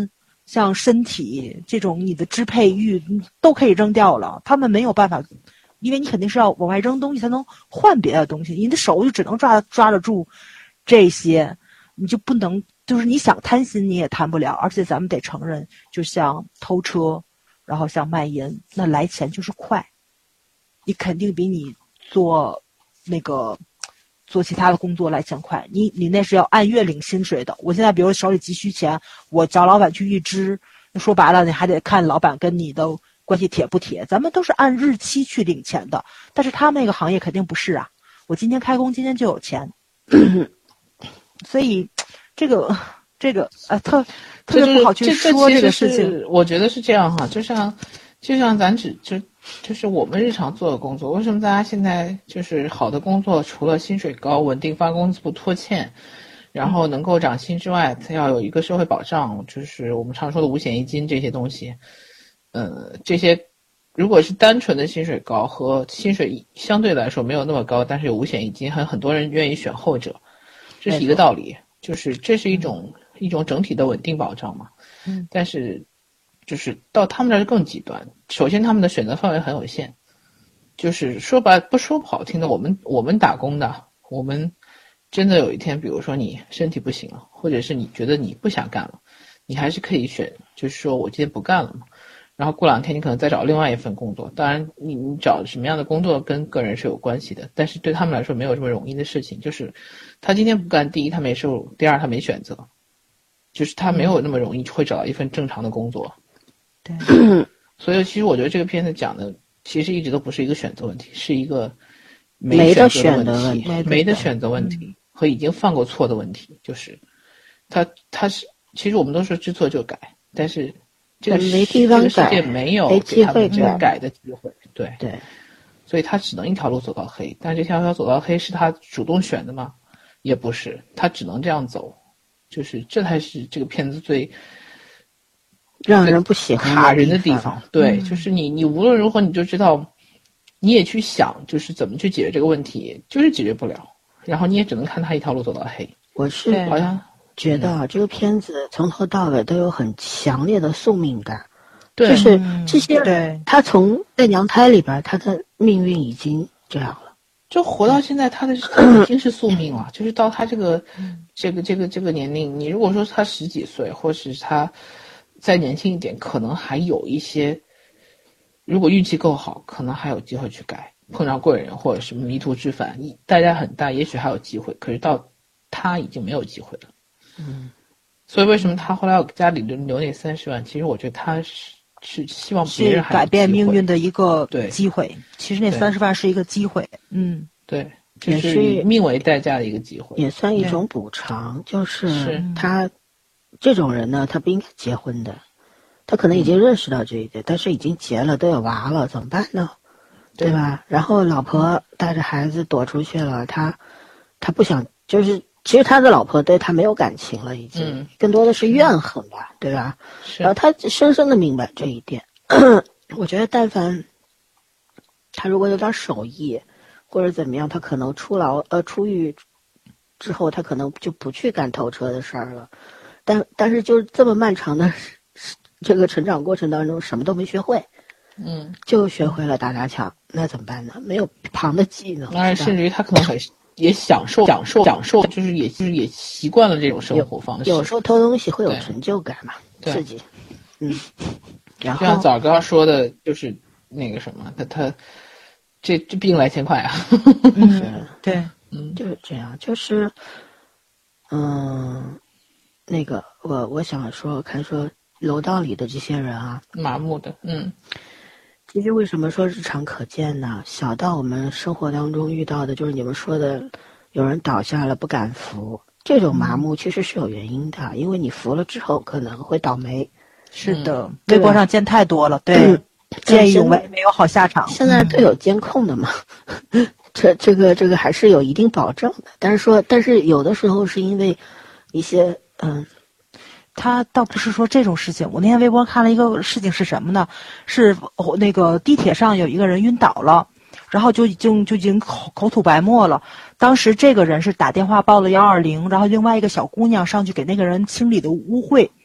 像身体这种你的支配欲都可以扔掉了，他们没有办法，因为你肯定是要往外扔东西才能换别的东西，你的手就只能抓得住这些，你就不能就是你想贪心你也贪不了，而且咱们得承认，就像偷车，然后像卖淫，那来钱就是快，你肯定比你做其他的工作来钱快，你那是要按月领薪水的。我现在比如手里急需钱，我找老板去预支，说白了你还得看老板跟你的关系铁不铁，咱们都是按日期去领钱的，但是他们那个行业肯定不是啊，我今天开工今天就有钱所以这个特别不好去说这个事情。 我觉得是这样哈，就像咱就是我们日常做的工作，为什么大家现在就是好的工作，除了薪水高、稳定发工资不拖欠，然后能够涨薪之外，它要有一个社会保障，就是我们常说的五险一金这些东西。这些如果是单纯的薪水高和薪水相对来说没有那么高，但是有五险一金，很多人愿意选后者，这是一个道理，就是这是一种整体的稳定保障嘛。但是就是到他们这儿更极端，首先他们的选择范围很有限，就是不说不好听的，我们打工的，我们真的有一天比如说你身体不行了，或者是你觉得你不想干了，你还是可以选，就是说我今天不干了嘛，然后过2天你可能再找另外一份工作，当然你找什么样的工作跟个人是有关系的，但是对他们来说没有这么容易的事情，就是他今天不干，第一他没收入，第二他没选择，就是他没有那么容易会找到一份正常的工作。 对， 所以其实我觉得这个片子讲的其实一直都不是一个选择问题，是一个没得选择问题，没得选择问题和已经犯过错的问题，就是他是其实我们都说知错就改，但是这个世界没有给他们这个改的机会，对，所以他只能一条路走到黑，但是这条路走到黑是他主动选的吗？也不是，他只能这样走，就是这才是这个片子最让人不喜欢卡人的地方。对，就是你无论如何你就知道，你也去想就是怎么去解决这个问题，就是解决不了，然后你也只能看他一条路走到黑。 我是好像觉得这个片子从头到尾都有很强烈的宿命感， 对， 就是这些人他从在娘胎里边他的命运已经这样了， 就活到现在他已经是宿命了，就是到他这个年龄，你如果说他10几岁或是他再年轻一点，可能还有一些，如果运气够好可能还有机会去改，碰上贵人或者是迷途知返，代价很大，也许还有机会，可是到他已经没有机会了。所以为什么他后来要给家里留那30万，其实我觉得他是希望别人还改变命运的一个机会， 对， 其实那30万是一个机会。 对，这是以命为代价的一个机会， 也算一种补偿，就是他这种人呢，他不应该结婚的，他可能已经认识到这一点，但是已经结了，都有娃了，怎么办呢？对吧？然后老婆带着孩子躲出去了，他不想，就是其实他的老婆对他没有感情了，已经，更多的是怨恨吧，对吧？然后他深深的明白这一点。我觉得但凡他如果有点手艺或者怎么样，他可能出狱之后，他可能就不去干偷车的事儿了。但是就是这么漫长的这个成长过程当中，什么都没学会，就学会了打砸抢，那怎么办呢？没有旁的技能， 当然甚至于他可能也享受，就是也习惯了这种生活方式。 有时候偷东西会有成就感嘛，刺激。然后就像早哥说的，就是那个什么，他这病来钱快啊。 对， 就是这样，就是那个我想说楼道里的这些人啊， 麻木的， 其实为什么说日常可见呢？小到我们生活当中遇到的，就是你们说的，有人倒下了不敢扶，这种麻木其实是有原因的，因为你扶了之后可能会倒霉。 是的，微博上见太多了，对，见义勇为没有好下场。 现在都有监控的嘛，这个还是有一定保证的。但是有的时候是因为一些他倒不是说这种事情。我那天微博看了一个事情是什么呢？是那个地铁上有一个人晕倒了，然后就已经口吐白沫了。当时这个人是打电话报了120，然后另外一个小姑娘上去给那个人清理的污秽。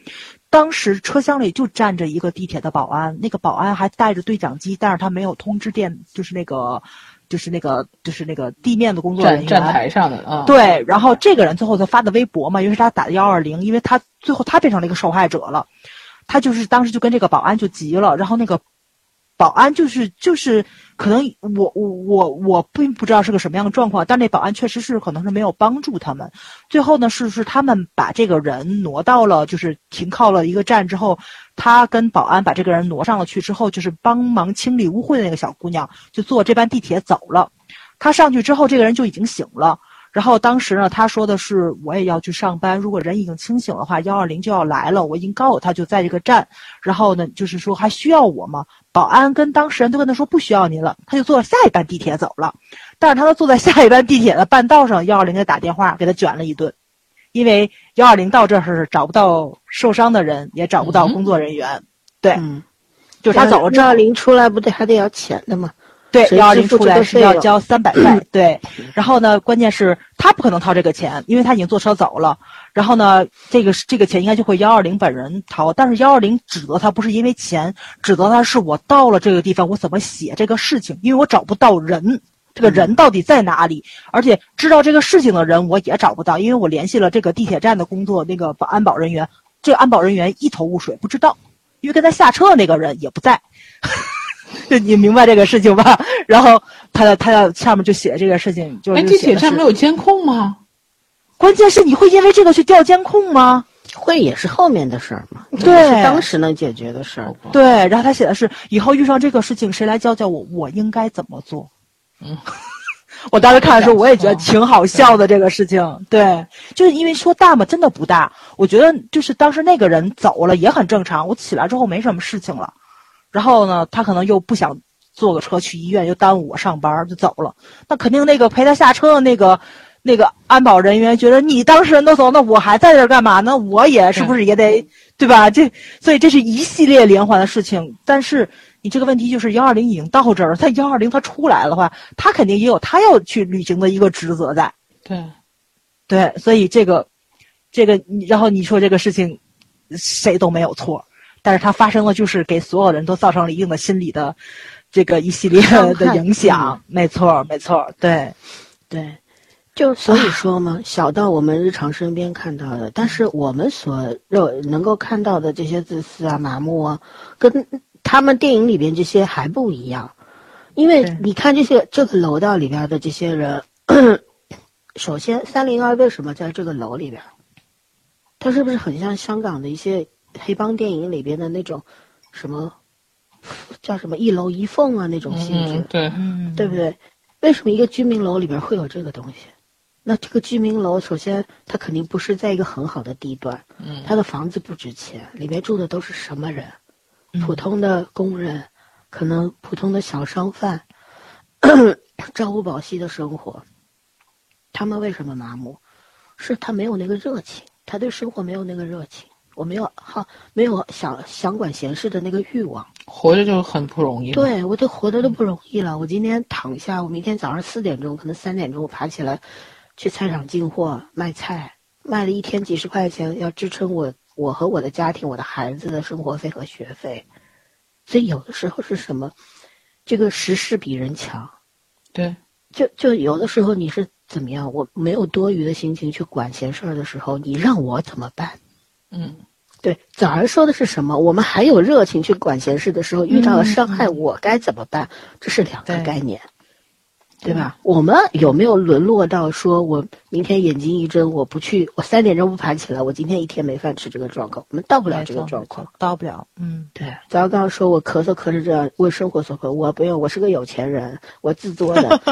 当时车厢里就站着一个地铁的保安，那个保安还带着对讲机，但是他没有通知就是那个地面的工作人员站台上的啊。 对，然后这个人最后他发的微博嘛，因为是他打的120，因为他最后他变成了一个受害者了，他就是当时就跟这个保安就急了，然后那个保安就是可能我并不知道是个什么样的状况，但那保安确实是可能是没有帮助他们。最后呢是他们把这个人挪到了就是停靠了一个站之后，他跟保安把这个人挪上了去之后，就是帮忙清理污秽的那个小姑娘就坐这班地铁走了。他上去之后这个人就已经醒了，然后当时呢他说的是我也要去上班，如果人已经清醒的话120就要来了，我已经告诉他就在这个站，然后呢就是说还需要我吗？保安跟当事人都跟他说不需要您了，他就坐下一班地铁走了。但是他坐在下一班地铁的半道上，120给打电话给他卷了一顿，因为120到这是找不到受伤的人，也找不到工作人员。对，就是他走了之后 120出来不得还得要钱的吗？ 对，120出来是要交300块。对，然后呢，关键是他不可能掏这个钱，因为他已经坐车走了。然后呢，这个钱应该就会120本人掏，但是120指责他不是因为钱，指责他是我到了这个地方我怎么写这个事情，因为我找不到人，这个人到底在哪里？而且知道这个事情的人我也找不到，因为我联系了这个地铁站的工作那个安保人员，这个安保人员一头雾水，不知道，因为跟他下车的那个人也不在。你明白这个事情吧？然后他上面就写这个事情，就是地铁站没有监控吗？ 关键是你会因为这个去调监控吗？ 会也是后面的事儿嘛， 对， 是当时能解决的事儿。 对，然后他写的是以后遇上这个事情，谁来教教我，我应该怎么做？我当时看的时候，我也觉得挺好笑的这个事情。对，就是因为说大嘛，真的不大。我觉得就是当时那个人走了也很正常，我起来之后没什么事情了。然后呢，他可能又不想坐个车去医院，又耽误我上班，就走了。那肯定那个陪他下车的那个安保人员觉得你当事人都走，那我还在这儿干嘛呢？我也是不是也得对吧？所以这是一系列连环的事情。但是你这个问题就是120已经到这儿了，他120他出来的话，他肯定也有他要去履行的一个职责在。对，所以这个，然后你说这个事情，谁都没有错。但是它发生了，就是给所有人都造成了一定的心理的这个一系列的影响。没错，对， 就所以说嘛，小到我们日常身边看到的，但是我们所能够看到的这些自私啊、麻木啊，跟他们电影里边这些还不一样。因为你看这个楼道里边的这些人，首先302为什么在这个楼里边？它是不是很像香港的一些黑帮电影里边的那种什么叫什么一楼一凤啊那种性质？对不对？为什么一个居民楼里边会有这个东西？那这个居民楼首先它肯定不是在一个很好的地段，它的房子不值钱，里面住的都是什么人？普通的工人，可能普通的小商贩，朝不保夕的生活。他们为什么麻木？是他没有那个热情，他对生活没有那个热情。我没有想管闲事的那个欲望， 活着就很不容易。 对，我都活得都不容易了。我今天躺下，我明天早上4点钟，可能3点钟我爬起来，去菜场进货卖菜，卖了一天几十块钱，要支撑我和我的家庭、我的孩子的生活费和学费。所以有的时候是什么，这个时势比人强。 对， 就有的时候你是怎么样，我没有多余的心情去管闲事儿的时候，你让我怎么办？对，早儿说的是什么？我们还有热情去管闲事的时候，遇到了伤害，我该怎么办？这是两个概念，对吧？我们有没有沦落到说我明天眼睛一睁，我不去，我3点钟不爬起来，我今天一天没饭吃这个状况？我们到不了这个状况， 到不了。 对。早刚刚说我咳嗽咳着这样，为生活所迫，我不用，我是个有钱人，我自作的。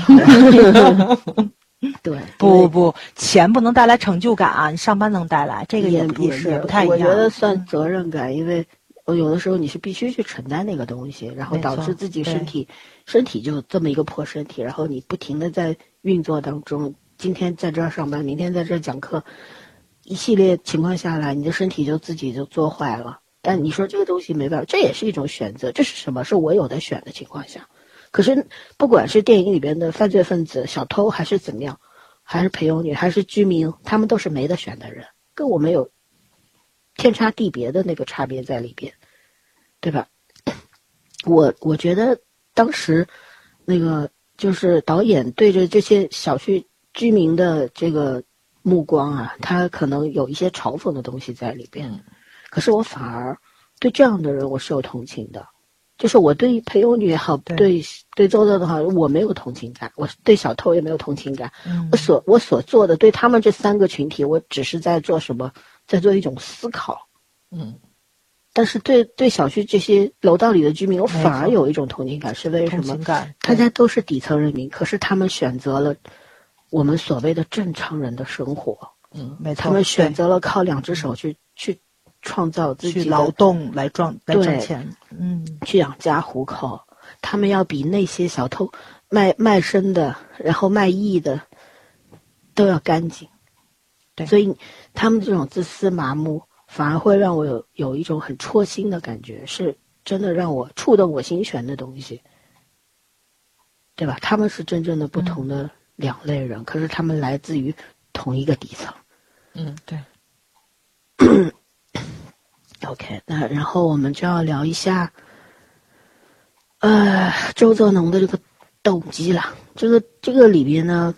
对， 不，钱不能带来成就感啊！你上班能带来，这个也不太一样。 我觉得算责任感，因为有的时候你是必须去承担那个东西，然后导致自己身体就这么一个破身体，然后你不停的在运作当中，今天在这儿上班，明天在这儿讲课，一系列情况下来，你的身体就自己就做坏了。但你说这个东西没办法，这也是一种选择，这是什么？是我有的选的情况下。可是不管是电影里边的犯罪分子、小偷还是怎么样，还是陪游女还是居民，他们都是没得选的人，跟我们有天差地别的那个差别在里边，对吧？我觉得当时那个就是导演对着这些小区居民的这个目光啊，他可能有一些嘲讽的东西在里边，可是我反而对这样的人我是有同情的。就是我对裴勇女也好，对周周的好，我没有同情感，我对小偷也没有同情感。我所做的对他们这3个群体，我只是在做什么，在做一种思考。但是对小区这些楼道里的居民，我反而有一种同情感，是为什么？大家都是底层人民，可是他们选择了我们所谓的正常人的生活。 没错， 他们选择了靠2只手去创造自己的去劳动来挣钱， 去养家糊口。他们要比那些小偷卖身的，然后卖艺的都要干净。 对， 所以他们这种自私麻木，反而会让我有一种很戳心的感觉，是真的让我触动我心弦的东西，对吧？他们是真正的不同的2类人，可是他们来自于同一个底层。 对。 OK， 那然后我们就要聊一下，周泽农的这个动机了。这个里边呢，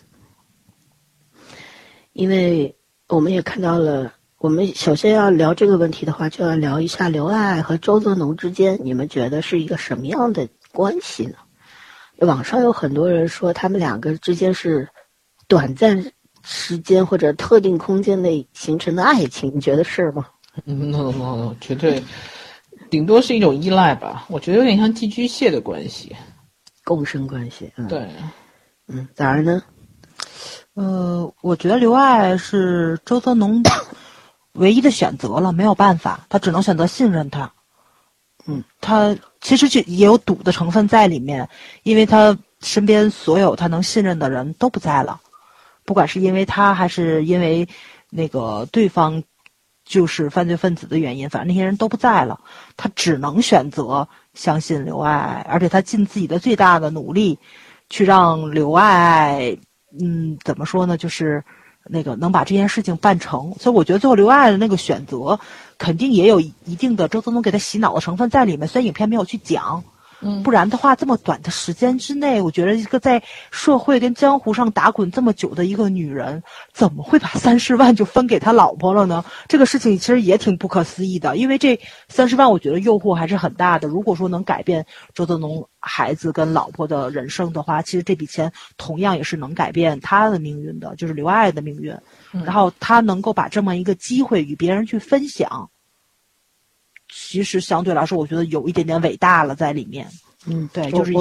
因为我们也看到了，我们首先要聊这个问题的话，就要聊一下刘爱和周泽农之间，你们觉得是一个什么样的关系呢？网上有很多人说他们2个之间是短暂时间或者特定空间内形成的爱情，你觉得是吗 ？No， 绝对，顶多是一种依赖吧。我觉得有点像寄居蟹的关系， 共生关系。 对， 咋儿呢？ 我觉得刘爱是周泽农唯一的选择了，没有办法，他只能选择信任他。他其实也有赌的成分在里面，因为他身边所有他能信任的人都不在了，不管是因为他还是因为那个对方就是犯罪分子的原因，反正那些人都不在了，他只能选择相信刘爱，而且他尽自己的最大的努力去让刘爱怎么说呢，就是那个能把这件事情办成。所以我觉得最后刘爱的那个选择肯定也有一定的周泽农给他洗脑的成分在里面，虽然影片没有去讲，不然的话这么短的时间之内，我觉得一个在社会跟江湖上打滚这么久的一个女人，怎么会把30万就分给他老婆了呢？这个事情其实也挺不可思议的，因为这30万我觉得诱惑还是很大的，如果说能改变周泽农孩子跟老婆的人生的话，其实这笔钱同样也是能改变他的命运的，就是刘爱的命运。然后他能够把这么一个机会与别人去分享，其实相对来说我觉得有一点点伟大了在里面。对，就是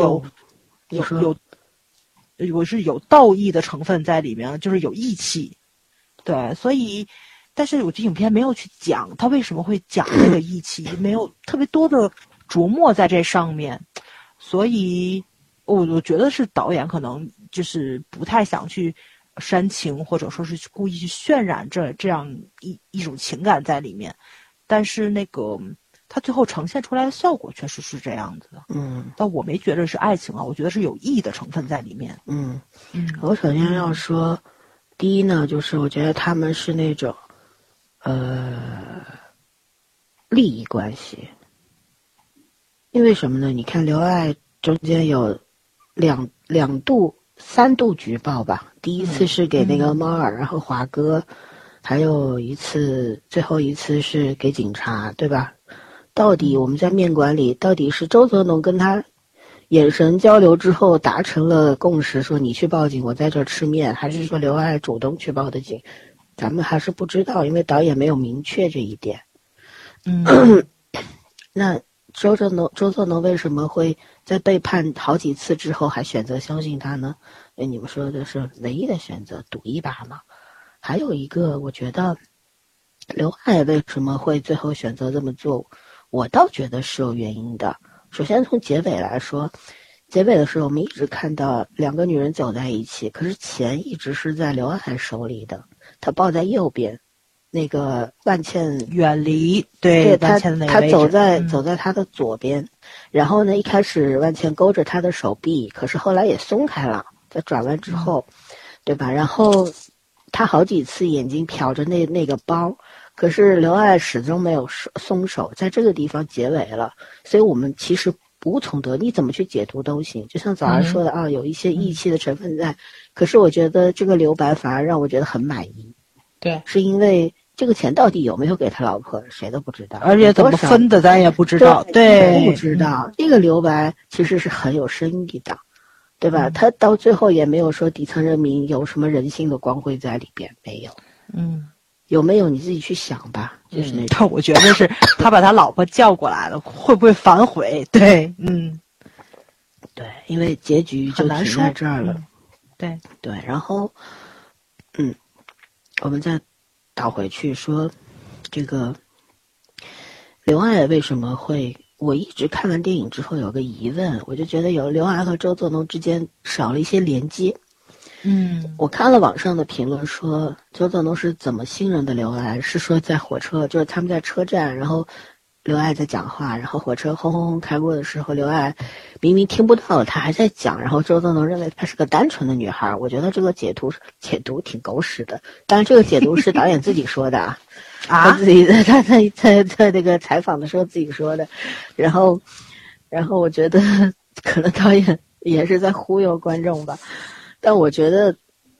有道义的成分在里面，就是有义气。对，所以但是我觉得影片没有去讲他为什么会讲这个义气，没有特别多的琢磨在这上面，所以我觉得是导演可能就是不太想去煽情，或者说是故意去渲染这样一种情感在里面，但是那个他最后呈现出来的效果确实是这样子的。但我没觉得是爱情啊，我觉得是有义的成分在里面。 我首先要说，第一呢，就是我觉得他们是那种利益关系。因为什么呢？你看刘爱中间有3度举报吧，第一次是给那个猫儿，然后华哥，还有最后一次是给警察，对吧？到底我们在面馆里，到底是周泽农跟他眼神交流之后达成了共识，说你去报警，我在这儿吃面，还是说刘爱主动去报的警？咱们还是不知道，因为导演没有明确这一点。那周泽农为什么会在背叛好几次之后还选择相信他呢？因为你们说的是唯一的选择，赌一把嘛。还有一个，我觉得刘爱为什么会最后选择这么做，我倒觉得是有原因的。首先从结尾来说，结尾的时候我们一直看到2个女人走在一起，可是钱一直是在刘爱手里的，她抱在右边，那个万倩远离， 对万倩的那个他位置走在他的左边，然后呢，一开始万茜勾着他的手臂，可是后来也松开了，在转弯之后，对吧？然后他好几次眼睛瞟着那个包， 可是刘爱始终没有松手，在这个地方结尾了，所以我们其实无从得，你怎么去解读都行。就像早上说的有一些义气的成分在，可是我觉得这个留白反而让我觉得很满意。 对， 是因为这个钱到底有没有给他老婆，谁都不知道， 而且怎么分的咱也不知道，对， 不知道。这个留白其实是很有深意的，对吧？他到最后也没有说底层人民有什么人性的光辉在里边，没有。有没有你自己去想吧，就是那种。我觉得是他把他老婆叫过来了，会不会反悔？对， 对，因为结局就停在这儿了。 对， 然后，我们再倒回去说，这个刘爱为什么会？我一直看完电影之后有个疑问，我就觉得有刘爱和周作农之间少了一些连接。我看了网上的评论说，周作农是怎么信任的刘爱？是说在火车，就是他们在车站，然后刘爱在讲话，然后火车轰轰轰开过的时候，刘爱明明听不到，他还在讲，然后周作农认为她是个单纯的女孩。我觉得这个解读挺狗屎的，当然这个解读是导演自己说的啊，他自己他在那个采访的时候自己说的，然后我觉得可能导演也是在忽悠观众吧。但我觉得，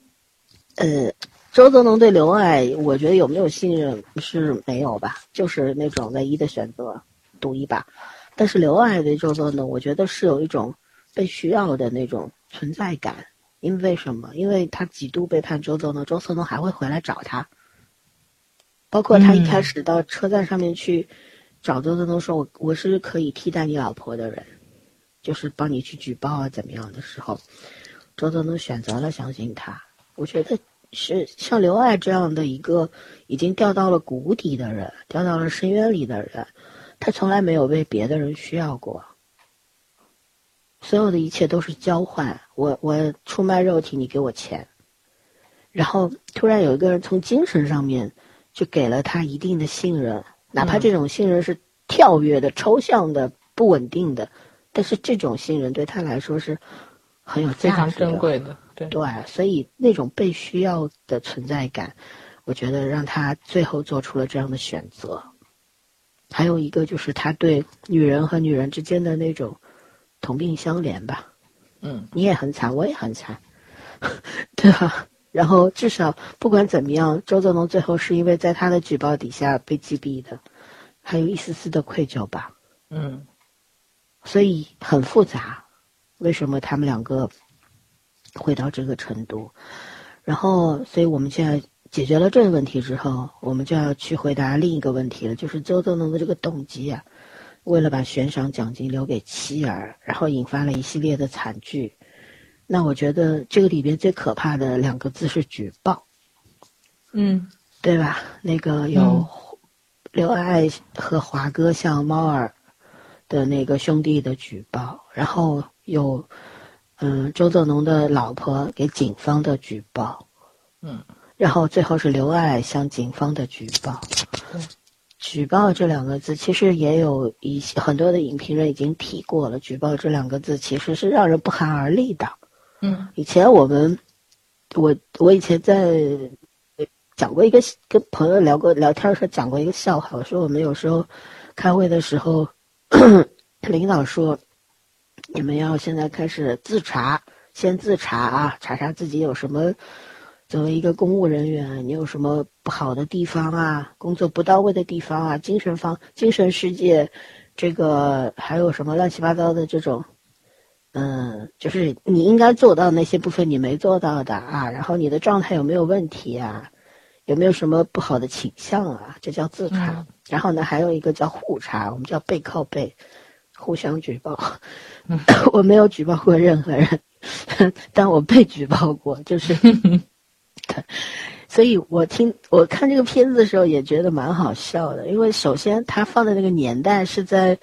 周作农对刘爱，我觉得有没有信任是没有吧，就是那种唯一的选择，赌一把。但是刘爱对周作农，我觉得是有一种被需要的那种存在感。因为什么？因为他几度背叛周作农，周作农还会回来找他。包括他一开始到车站上面去找周作农说，我是可以替代你老婆的人，就是帮你去举报啊怎么样的时候。周作农选择了相信他，我觉得是像刘爱这样的一个已经掉到了谷底的人，掉到了深渊里的人，他从来没有被别的人需要过，所有的一切都是交换，我出卖肉体，你给我钱，然后突然有一个人从精神上面就给了他一定的信任，哪怕这种信任是跳跃的、抽象的、不稳定的，但是这种信任对他来说是很有价值的， 非常珍贵的，对， 所以那种被需要的存在感，我觉得让他最后做出了这样的选择。还有一个就是他对女人和女人之间的那种同病相怜吧，你也很惨，我也很惨，对吧？然后至少不管怎么样，周作农最后是因为在他的举报底下被击毙的，还有一丝丝的愧疚吧，所以很复杂。为什么他们两个会到这个程度？然后，所以我们现在解决了这个问题之后，我们就要去回答另一个问题了，就是周作农的这个动机啊，为了把悬赏奖金留给妻儿，然后引发了一系列的惨剧。那我觉得这个里边最可怕的两个字是举报，对吧？那个有刘爱和华哥向猫儿的那个兄弟的举报，然后有周作农的老婆给警方的举报，然后最后是刘爱向警方的举报。举报这两个字其实也有很多的影评人已经提过了，举报这两个字其实是让人不寒而栗的。以前我以前在讲过一个，跟朋友聊天的时候讲过一个笑话，我说我们有时候开会的时候领导说你们要现在开始先自查啊，查查自己有什么，作为一个公务人员你有什么不好的地方啊，工作不到位的地方啊，精神世界这个还有什么乱七八糟的这种就是你应该做到那些部分你没做到的啊，然后你的状态有没有问题啊，有没有什么不好的倾向啊，这叫自查。然后呢还有一个叫互查，我们叫背靠背互相举报。我没有举报过任何人，但我被举报过，就是所以我看这个片子的时候也觉得蛮好笑的，因为首先他放的那个年代是在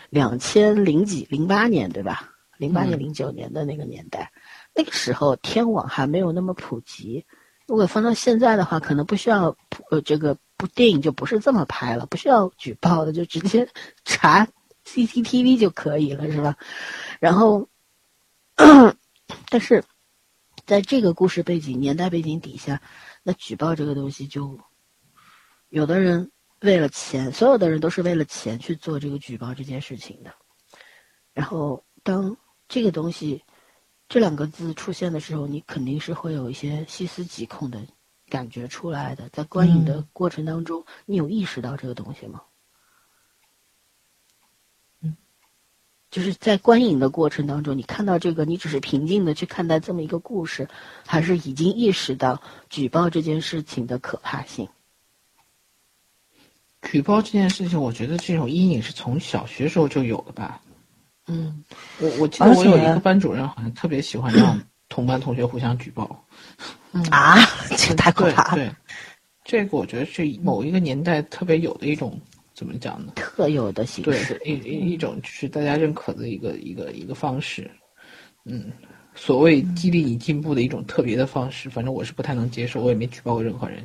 2008年对吧，08年09年的那个年代，那个时候天网还没有那么普及，如果放到现在的话可能不需要这个部电影就不是这么拍了，不需要举报的，就直接查 CCTV 就可以了，是吧？然后但是在这个故事背景年代背景底下，那举报这个东西就有的人为了钱，所有的人都是为了钱去做这个举报这件事情的。然后当这个东西这两个字出现的时候，你肯定是会有一些细思极恐的感觉出来的。在观影的过程当中，你有意识到这个东西吗？就是在观影的过程当中，你看到这个，你只是平静的去看待这么一个故事，还是已经意识到举报这件事情的可怕性？ 举报这件事情，我觉得这种阴影是从小学时候就有的吧。我记得我有一个班主任好像特别喜欢让同班同学互相举报。 这太可怕了。 对，这个我觉得是某一个年代特别有的一种，怎么讲呢？ 特有的形式， 对，一种就是大家认可的一个方式。所谓激励你进步的一种特别的方式，反正我是不太能接受，我也没举报过任何人。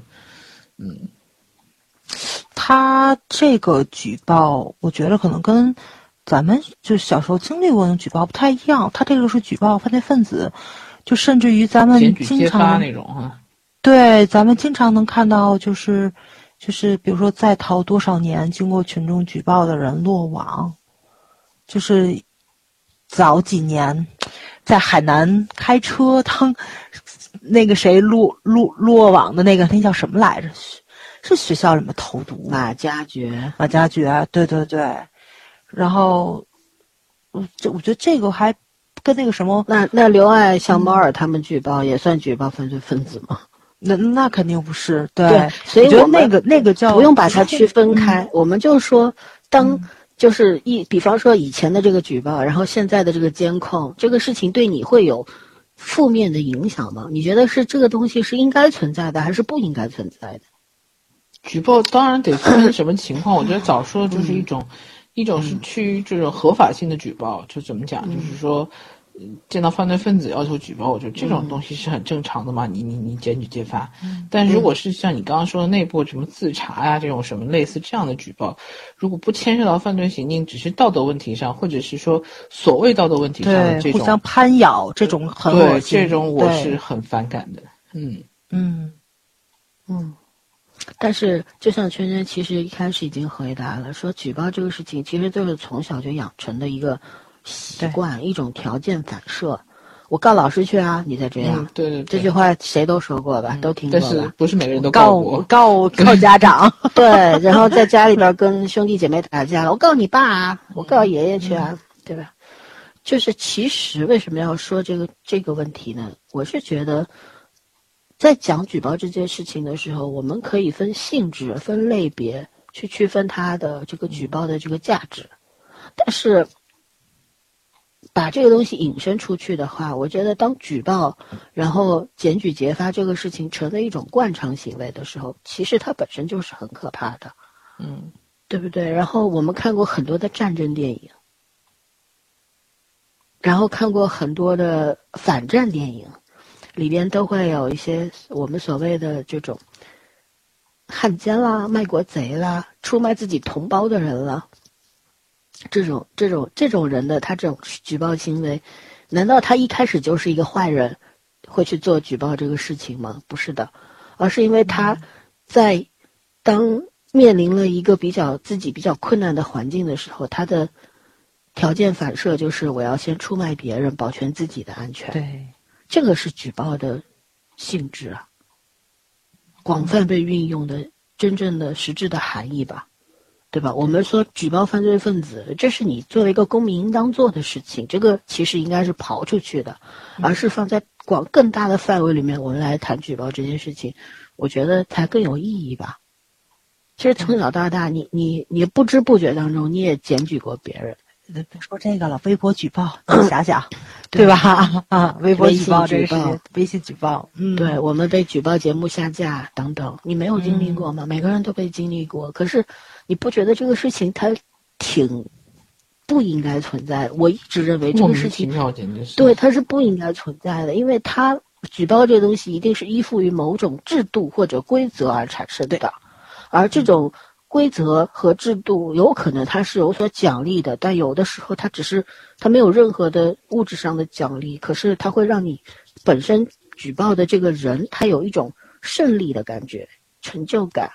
他这个举报，我觉得可能跟咱们就小时候经历过的举报不太一样。他这个是举报犯罪分子，就甚至于咱们检举揭经常发那种哈。 对，咱们经常能看到，就是比如说在逃多少年，经过群众举报的人落网，就是早几年在海南开车，当那个谁落网的那个叫什么来着？是学校里面投毒， 马加爵， 对，然后，我觉得这个还跟那个什么， 那刘爱、小猫儿他们举报也算举报犯罪分子吗？ 那肯定不是， 对，所以我觉得那个叫不用把它区分开，我们就说就是比方说以前的这个举报，然后现在的这个监控，这个事情对你会有负面的影响吗？你觉得是这个东西是应该存在的，还是不应该存在的？ 举报当然得分什么情况，我觉得早说就是一种是趋于这种合法性的举报，就怎么讲，就是说，见到犯罪分子要求举报，我觉得这种东西是很正常的嘛，你检举揭发。但如果是像你刚刚说的内部什么自查呀，这种什么类似这样的举报，如果不牵涉到犯罪行径，只是道德问题上，或者是说所谓道德问题上的这种互相攀咬，这种很恶心， 对，这种我是很反感的。 但是，就像圈圈其实一开始已经回答了，说举报这个事情其实就是从小就养成的一个习惯，一种条件反射。我告老师去啊，你再这样。 对， 这句话谁都说过吧，都听过吧。 但是不是每个人都告过？ 告家长。 对，然后在家里边跟兄弟姐妹打架了，我告你爸啊，我告爷爷去啊，对吧？就是其实为什么要说这个问题呢？我是觉得，在讲举报这件事情的时候，我们可以分性质、分类别去区分它的这个举报的这个价值，但是把这个东西引申出去的话，我觉得当举报然后检举揭发这个事情成为一种惯常行为的时候，其实它本身就是很可怕的，对不对？然后我们看过很多的战争电影，然后看过很多的反战电影，里边都会有一些我们所谓的这种汉奸啦、卖国贼啦、出卖自己同胞的人啦，这种人的他这种举报行为，难道他一开始就是一个坏人，会去做举报这个事情吗？不是的，而是因为他在当面临了一个自己比较困难的环境的时候，他的条件反射就是我要先出卖别人，保全自己的安全。 对， 这个是举报的性质啊，广泛被运用的真正的实质的含义吧，对吧？我们说举报犯罪分子，这是你作为一个公民应当做的事情，这个其实应该是刨出去的，而是放在更大的范围里面，我们来谈举报这件事情，我觉得才更有意义吧。其实从小到大，你不知不觉当中，你也检举过别人。 别说这个了，微博举报，你想想，对吧？微博举报这个事情，微信举报， 对，我们被举报节目下架等等，你没有经历过吗？每个人都被经历过，可是你不觉得这个事情它挺不应该存在？我一直认为这个事情，对，它是不应该存在的，因为它举报这个东西一定是依附于某种制度或者规则而产生的，而这种规则和制度有可能它是有所奖励的，但有的时候它没有任何的物质上的奖励，可是它会让你本身举报的这个人他有一种胜利的感觉、成就感，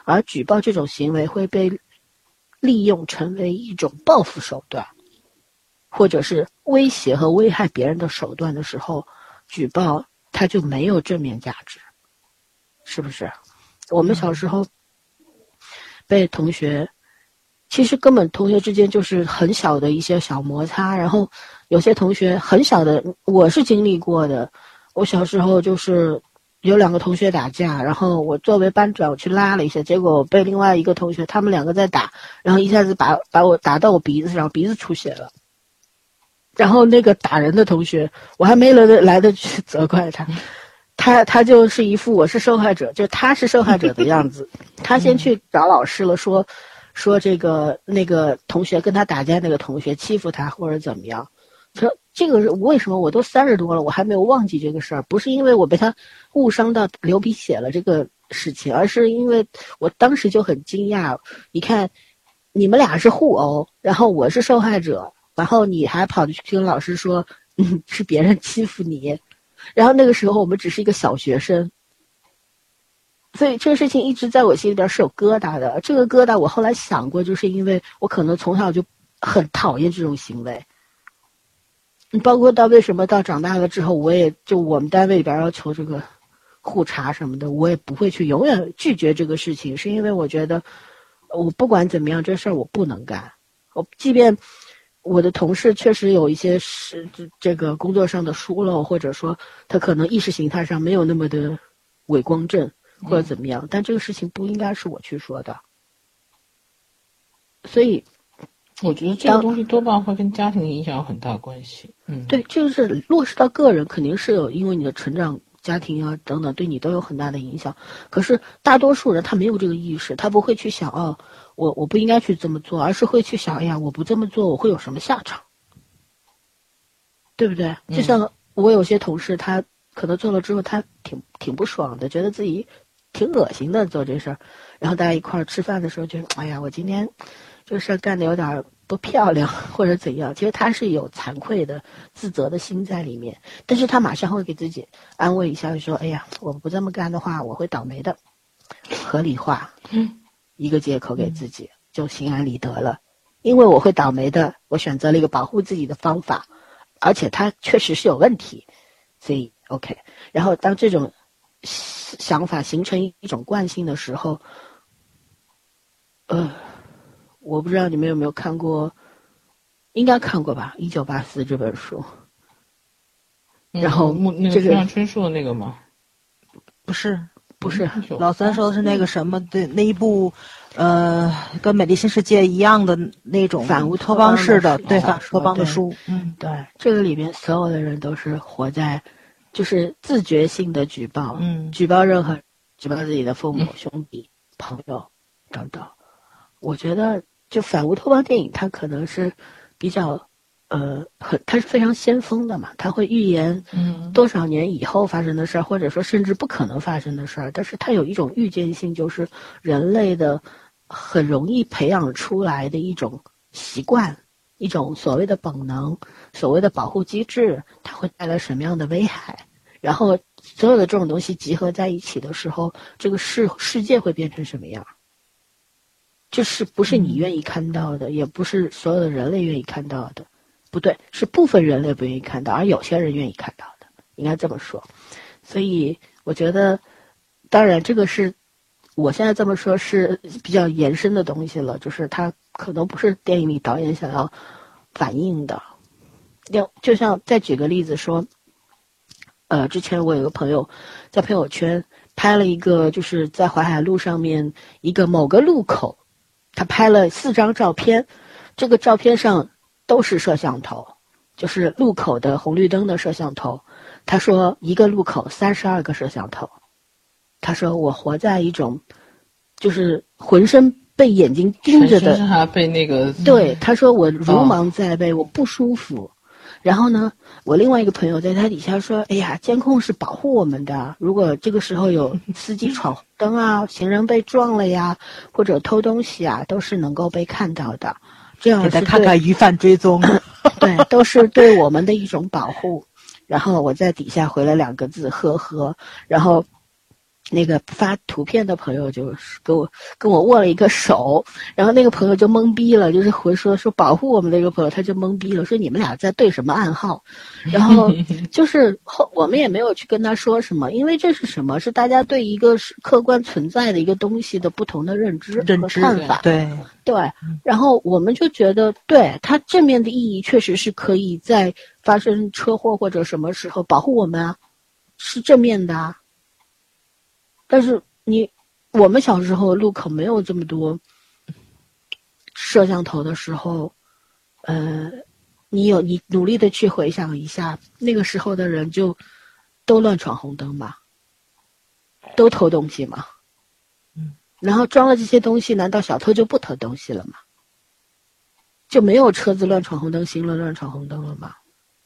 而举报这种行为会被利用成为一种报复手段，或者是威胁和危害别人的手段的时候，举报它就没有正面价值，是不是？我们小时候被同学，其实根本同学之间就是很小的一些小摩擦，然后有些同学很小的，我是经历过的。我小时候就是有2个同学打架，然后我作为班长我去拉了一下，结果我被另外一个同学，他们2个在打，然后一下子把我打到我鼻子上，鼻子出血了。然后那个打人的同学，我还没来得去责怪他就是一副我是受害者，就他是受害者的样子。他先去找老师了，说那个同学跟他打架，那个同学欺负他或者怎么样。说这个是为什么我都30多了，我还没有忘记这个事儿，不是因为我被他误伤到流鼻血了这个事情，而是因为我当时就很惊讶。你看，你们俩是互殴，然后我是受害者，然后你还跑去跟老师说，是别人欺负你。然后那个时候我们只是一个小学生，所以这个事情一直在我心里边是有疙瘩的。这个疙瘩我后来想过，就是因为我可能从小就很讨厌这种行为。包括到为什么到长大了之后，我们单位里边要求这个互查什么的，我也不会去永远拒绝这个事情，是因为我觉得我不管怎么样，这事儿我不能干。我即便我的同事确实有一些是这个工作上的疏漏，或者说他可能意识形态上没有那么的伟光正或者怎么样，但这个事情不应该是我去说的。所以我觉得这个东西多半会跟家庭影响有很大关系。 对，就是落实到个人肯定是有，因为你的成长家庭啊等等对你都有很大的影响。可是大多数人他没有这个意识，他不会去想我不应该去这么做，而是会去想，哎呀，我不这么做我会有什么下场，对不对？就像我有些同事，他可能做了之后他挺不爽的，觉得自己挺恶心的做这事儿，然后大家一块儿吃饭的时候就哎呀，我今天这个事儿干得有点不漂亮或者怎样，其实他是有惭愧的自责的心在里面，但是他马上会给自己安慰一下，说哎呀，我不这么干的话我会倒霉的，合理化一个借口给自己，就心安理得了。因为我会倒霉的，我选择了一个保护自己的方法，而且它确实是有问题，所以 OK。然后当这种想法形成一种惯性的时候，我不知道你们有没有看过，应该看过吧，《1984》这本书。然后那个村上春树的那个吗？ 不是， 老三说的是那个什么的那一部，跟《美丽新世界》一样的那种反乌托邦式的，对，反乌托邦的书。 对，这个里面所有的人都是活在，就是自觉性的举报，举报任何，举报自己的父母、兄弟、朋友等等。我觉得，就反乌托邦电影，它可能是比较。它是非常先锋的嘛，它会预言多少年以后发生的事儿，或者说甚至不可能发生的事儿。但是它有一种预见性，就是人类的很容易培养出来的一种习惯，一种所谓的本能，所谓的保护机制，它会带来什么样的危害？然后所有的这种东西集合在一起的时候，这个世界会变成什么样？就是不是你愿意看到的，也不是所有的人类愿意看到的。不对，是部分人类不愿意看到，而有些人愿意看到的，应该这么说。所以我觉得，当然这个是我现在这么说是比较延伸的东西了，就是它可能不是电影里导演想要反映的。就像再举个例子说，之前我有个朋友在朋友圈拍了一个，就是在淮海路上面一个某个路口，他拍了4张照片，这个照片上都是摄像头，就是路口的红绿灯的摄像头。他说一个路口32个摄像头。他说我活在一种就是浑身被眼睛盯着的， 还被那个对，他说我如芒在背，我不舒服。然后呢，我另外一个朋友在他底下说，哎呀，监控是保护我们的，如果这个时候有司机闯红灯啊，行人被撞了呀，或者偷东西啊，都是能够被看到的。这样给他看看疑犯追踪， 对，都是对我们的一种保护。然后我在底下回了2个字，呵呵。然后那个发图片的朋友就是跟我握了一个手，然后那个朋友就懵逼了，就是回说保护我们那个朋友，他就懵逼了，说你们俩在对什么暗号？然后就是我们也没有去跟他说什么，因为这是什么？是大家对一个客观存在的一个东西的不同的认知和看法。 对。 然后我们就觉得，对它正面的意义确实是可以在发生车祸或者什么时候保护我们啊，是正面的啊。但是我们小时候路口没有这么多摄像头的时候，你努力的去回想一下，那个时候的人就都乱闯红灯嘛，都偷东西嘛，然后装了这些东西，难道小偷就不偷东西了吗？就没有车子乱闯红灯，行人乱闯红灯了吗？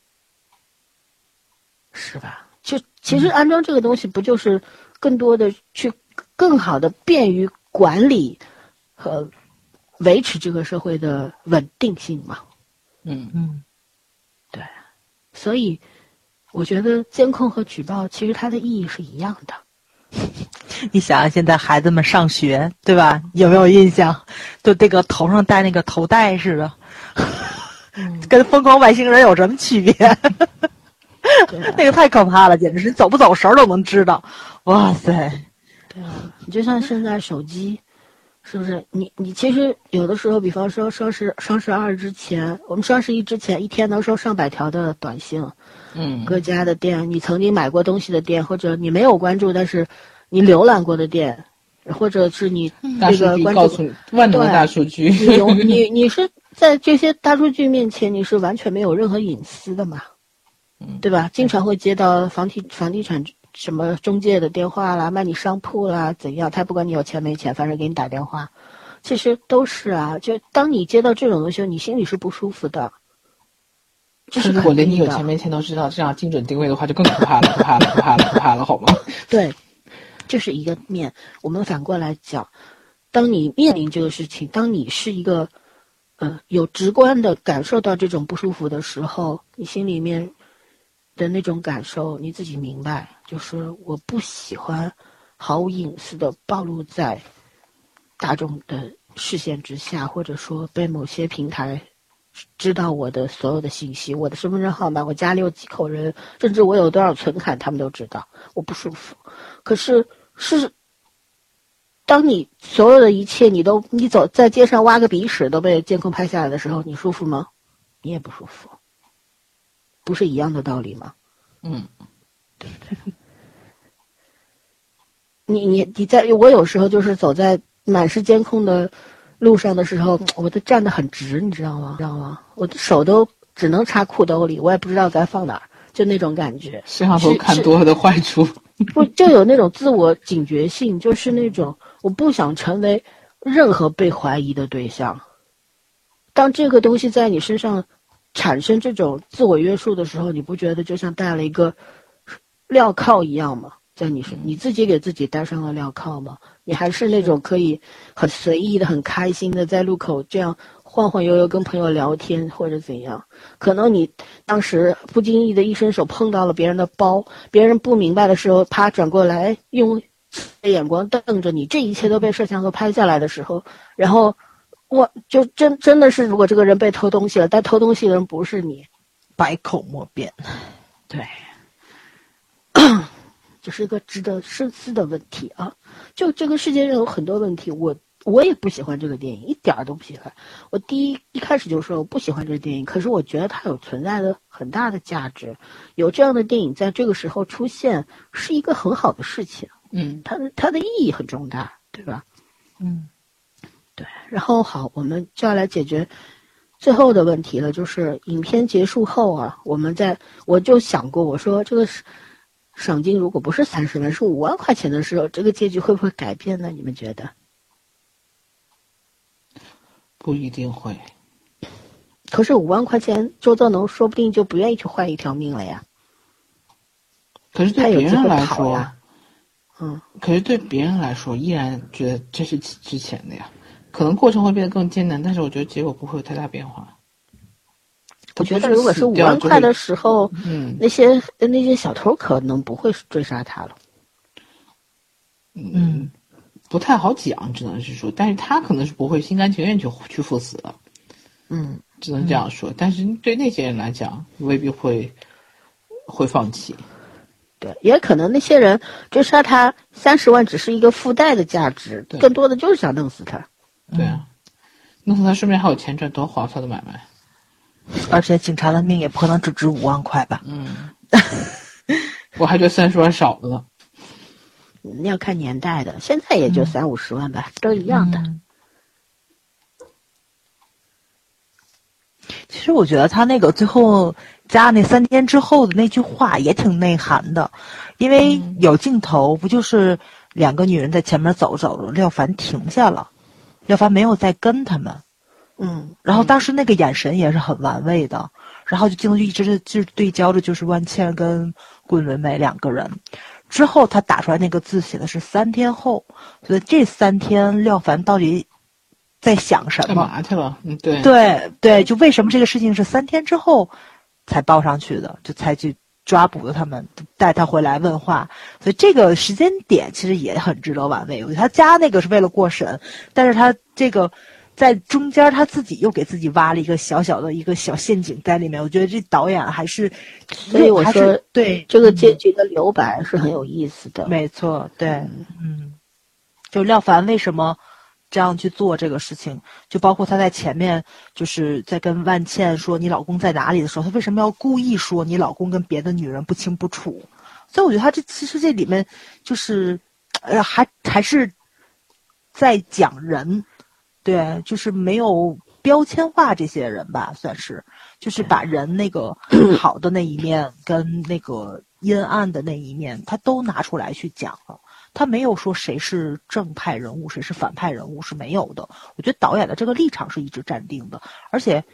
是吧？就其实安装这个东西，不就是更多的去更好的便于管理和维持这个社会的稳定性嘛？对。所以我觉得监控和举报其实它的意义是一样的。 你想想现在孩子们上学，对吧？有没有印象？就这个头上戴那个头带似的，跟疯狂外星人有什么区别？那个太可怕了，简直是你走不走神都能知道。哇塞！ 对啊，你就像现在手机，是不是？你其实有的时候，比方说双十二之前，我们双十一之前一天能收上百条的短信。各家的店，你曾经买过东西的店，或者你没有关注但是你浏览过的店，或者是你这个关注， 告诉你万能的大数据。 你是在这些大数据面前，你是完全没有任何隐私的嘛？对吧？经常会接到房地产什么中介的电话啦，卖你商铺啦，怎样？他不管你有钱没钱，反正给你打电话，其实都是啊。就当你接到这种东西，你心里是不舒服的。 如果连你有钱没钱都知道，这样精准定位的话，就更可怕了，可怕了，好吗？ 对，这是一个面。我们反过来讲，当你面临这个事情，当你是一个有直观的感受到这种不舒服的时候，你心里面的那种感受，你自己明白，就是我不喜欢毫无隐私的暴露在大众的视线之下，或者说被某些平台知道我的所有的信息，我的身份证号码，我家里有几口人，甚至我有多少存款，他们都知道，我不舒服。可是当你所有的一切你走在街上挖个鼻屎都被监控拍下来的时候，你舒服吗？你也不舒服，不是一样的道理吗？对不对？我有时候就是走在满是监控的路上的时候，我都站得很直，你知道吗？我的手都只能插裤兜里，我也不知道该放哪儿，就那种感觉。 摄像头看多了的坏处， 不就有那种自我警觉性，就是那种我不想成为任何被怀疑的对象。当这个东西在你身上产生这种自我约束的时候，你不觉得就像戴了一个镣铐一样吗？在你自己给自己戴上了镣铐吗？你还是那种可以很随意的、很开心的在路口这样晃晃悠悠跟朋友聊天或者怎样？可能你当时不经意的一伸手碰到了别人的包，别人不明白的时候，啪转过来用眼光瞪着你，这一切都被摄像头拍下来的时候，然后我就真的是，如果这个人被偷东西了，但偷东西的人不是你， 百口莫辩。 对。这是一个值得深思的问题啊！就这个世界上有很多问题，我也不喜欢这个电影，一点都不喜欢。我一开始就说我不喜欢这个电影，可是我觉得它有存在的很大的价值，有这样的电影在这个时候出现是一个很好的事情。它的意义很重大，对吧？对。然后好，我们就要来解决最后的问题了，就是影片结束后啊，我就想过，我说这个赏金如果不是30万，是5万块钱的时候，这个结局会不会改变呢？你们觉得？ 不一定会。 可是5万块钱，周遭农说不定就不愿意去换一条命了呀。 可是对别人来说， 可是对别人来说，依然觉得这是值钱的呀。可能过程会变得更艰难，但是我觉得结果不会有太大变化。 我觉得如果是5万块的时候，那些小偷可能不会追杀他了。 不太好讲，只能是说，但是他可能是不会心甘情愿去赴死的，只能这样说。但是对那些人来讲，未必会放弃。 对，也可能那些人追杀他30万只是一个附带的价值，更多的就是想弄死他。 对啊，弄死他顺便还有钱赚，多划算的买卖。 而且警察的命也不可能只值5万块吧？ 我还觉得30万少了呢。 要看年代的，现在也就30-50万吧，都一样的。 其实我觉得他那个最后加那3天之后的那句话也挺内涵的，因为有镜头不就是2个女人在前面走着，廖凡停下了，廖凡没有再跟他们，然后当时那个眼神也是很玩味的，然后就镜头就一直就对焦着就是万茜跟棍纶镁2个人，之后他打出来那个字写的是3天后，所以这3天廖凡到底在想什么？ 干嘛去了？ 对，就为什么这个事情是3天之后才报上去的，就才去抓捕了他们，带他回来问话。所以这个时间点其实也很值得玩味。我觉得他加那个是为了过审，但是他这个在中间他自己又给自己挖了一个小小的一个小陷阱在里面。我觉得这导演还是， 所以我说对这个结局的留白是很有意思的。 没错，对，就廖凡为什么这样去做这个事情，就包括他在前面就是在跟万茜说你老公在哪里的时候，他为什么要故意说你老公跟别的女人不清不楚？所以我觉得他其实这里面就是还是在讲人，对，就是没有标签化这些人吧，算是就是把人那个好的那一面跟那个阴暗的那一面他都拿出来去讲了。他没有说谁是正派人物谁是反派人物，是没有的。我觉得导演的这个立场是一直站定的，而且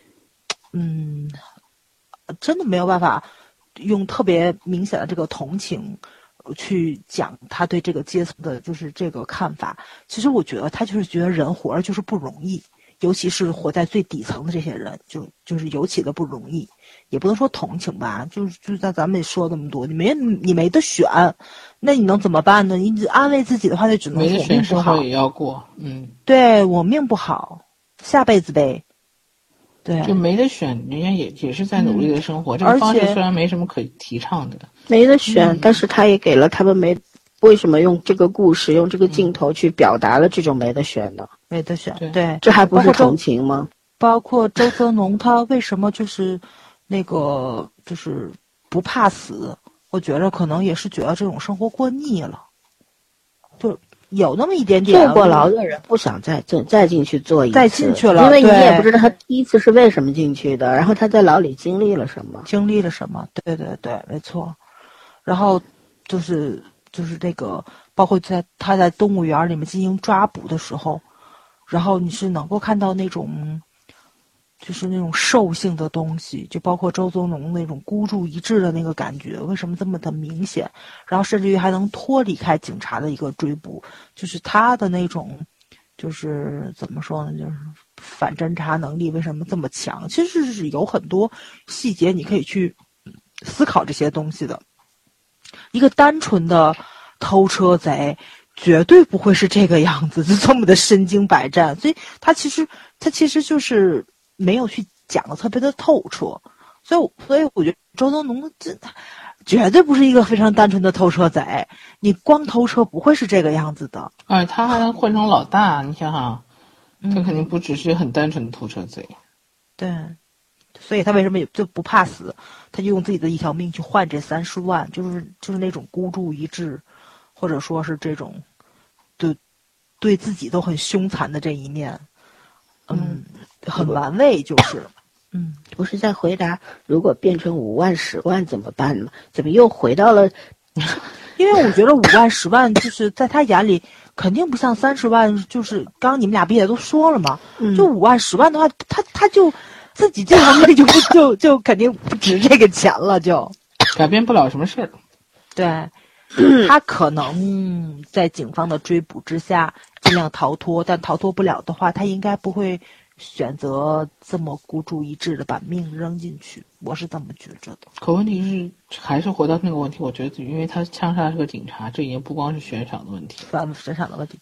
真的没有办法用特别明显的这个同情去讲他对这个阶层的就是这个看法。其实我觉得他就是觉得人活着就是不容易，尤其是活在最底层的这些人，就是尤其的不容易。也不能说同情吧，就是咱们也说那么多，你没得选，那你能怎么办呢？你安慰自己的话，就只能说我命不好， 生活也要过， 对，我命不好，下辈子呗。对， 就没得选，人家也是在努力的生活。这个方式虽然没什么可提倡的， 没得选，但是他也给了他们为什么用这个故事用这个镜头去表达了这种没得选呢？ 没得选，对， 这还不是同情吗？ 包括周泽农他为什么就是那个就是不怕死，我觉得可能也是觉得这种生活过腻了，就有那么一点点。 坐过牢的人不想再进去坐一次， 再进去了， 因为你也不知道他第一次是为什么进去的，然后他在牢里经历了什么， 对，没错。然后就是那个，包括他在动物园里面进行抓捕的时候，然后你是能够看到那种。就是那种兽性的东西，就包括周泽农那种孤注一掷的那个感觉，为什么这么的明显？然后甚至于还能脱离开警察的一个追捕，就是他的那种，就是怎么说呢，就是反侦查能力为什么这么强？其实是有很多细节你可以去思考这些东西的。一个单纯的偷车贼绝对不会是这个样子，就这么的身经百战，所以他其实就是没有去讲的特别的透彻，所以我觉得周泽农这绝对不是一个非常单纯的偷车贼，你光偷车不会是这个样子的。 他还能混成老大，你想想，他肯定不只是很单纯的偷车贼。 对，所以他为什么就不怕死？他就用自己的一条命去换这30万，就是那种孤注一掷，或者说是这种对自己都很凶残的这一面。很玩味，就是不是在回答如果变成5万10万怎么办吗？怎么又回到了因为我觉得5万10万就是在他眼里肯定不像30万，就是刚刚你们俩不也都说了吗？就5万10万的话，他就自己这条命就肯定不值这个钱了，就改变不了什么事儿。 对，他可能在警方的追捕之下尽量逃脱，但逃脱不了的话，他应该不会选择这么孤注一掷的把命扔进去，我是这么觉着的。 可问题是，还是回到那个问题，我觉得因为他枪杀是个警察，这已经不光是悬赏的问题， 悬赏的问题，对，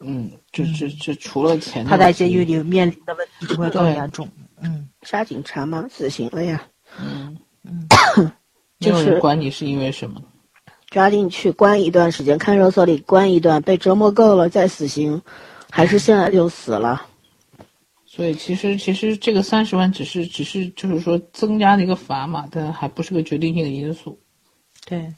这除了钱， 他在监狱里面临的问题就会更严重。 杀警察吗？死刑了呀。 没有人管你是因为什么。 抓进去关一段时间，看守所里关一段，被折磨够了再死刑，还是现在就死了。 所以其实这个30万只是就是说增加了一个砝码，但还不是个决定性的因素。 对，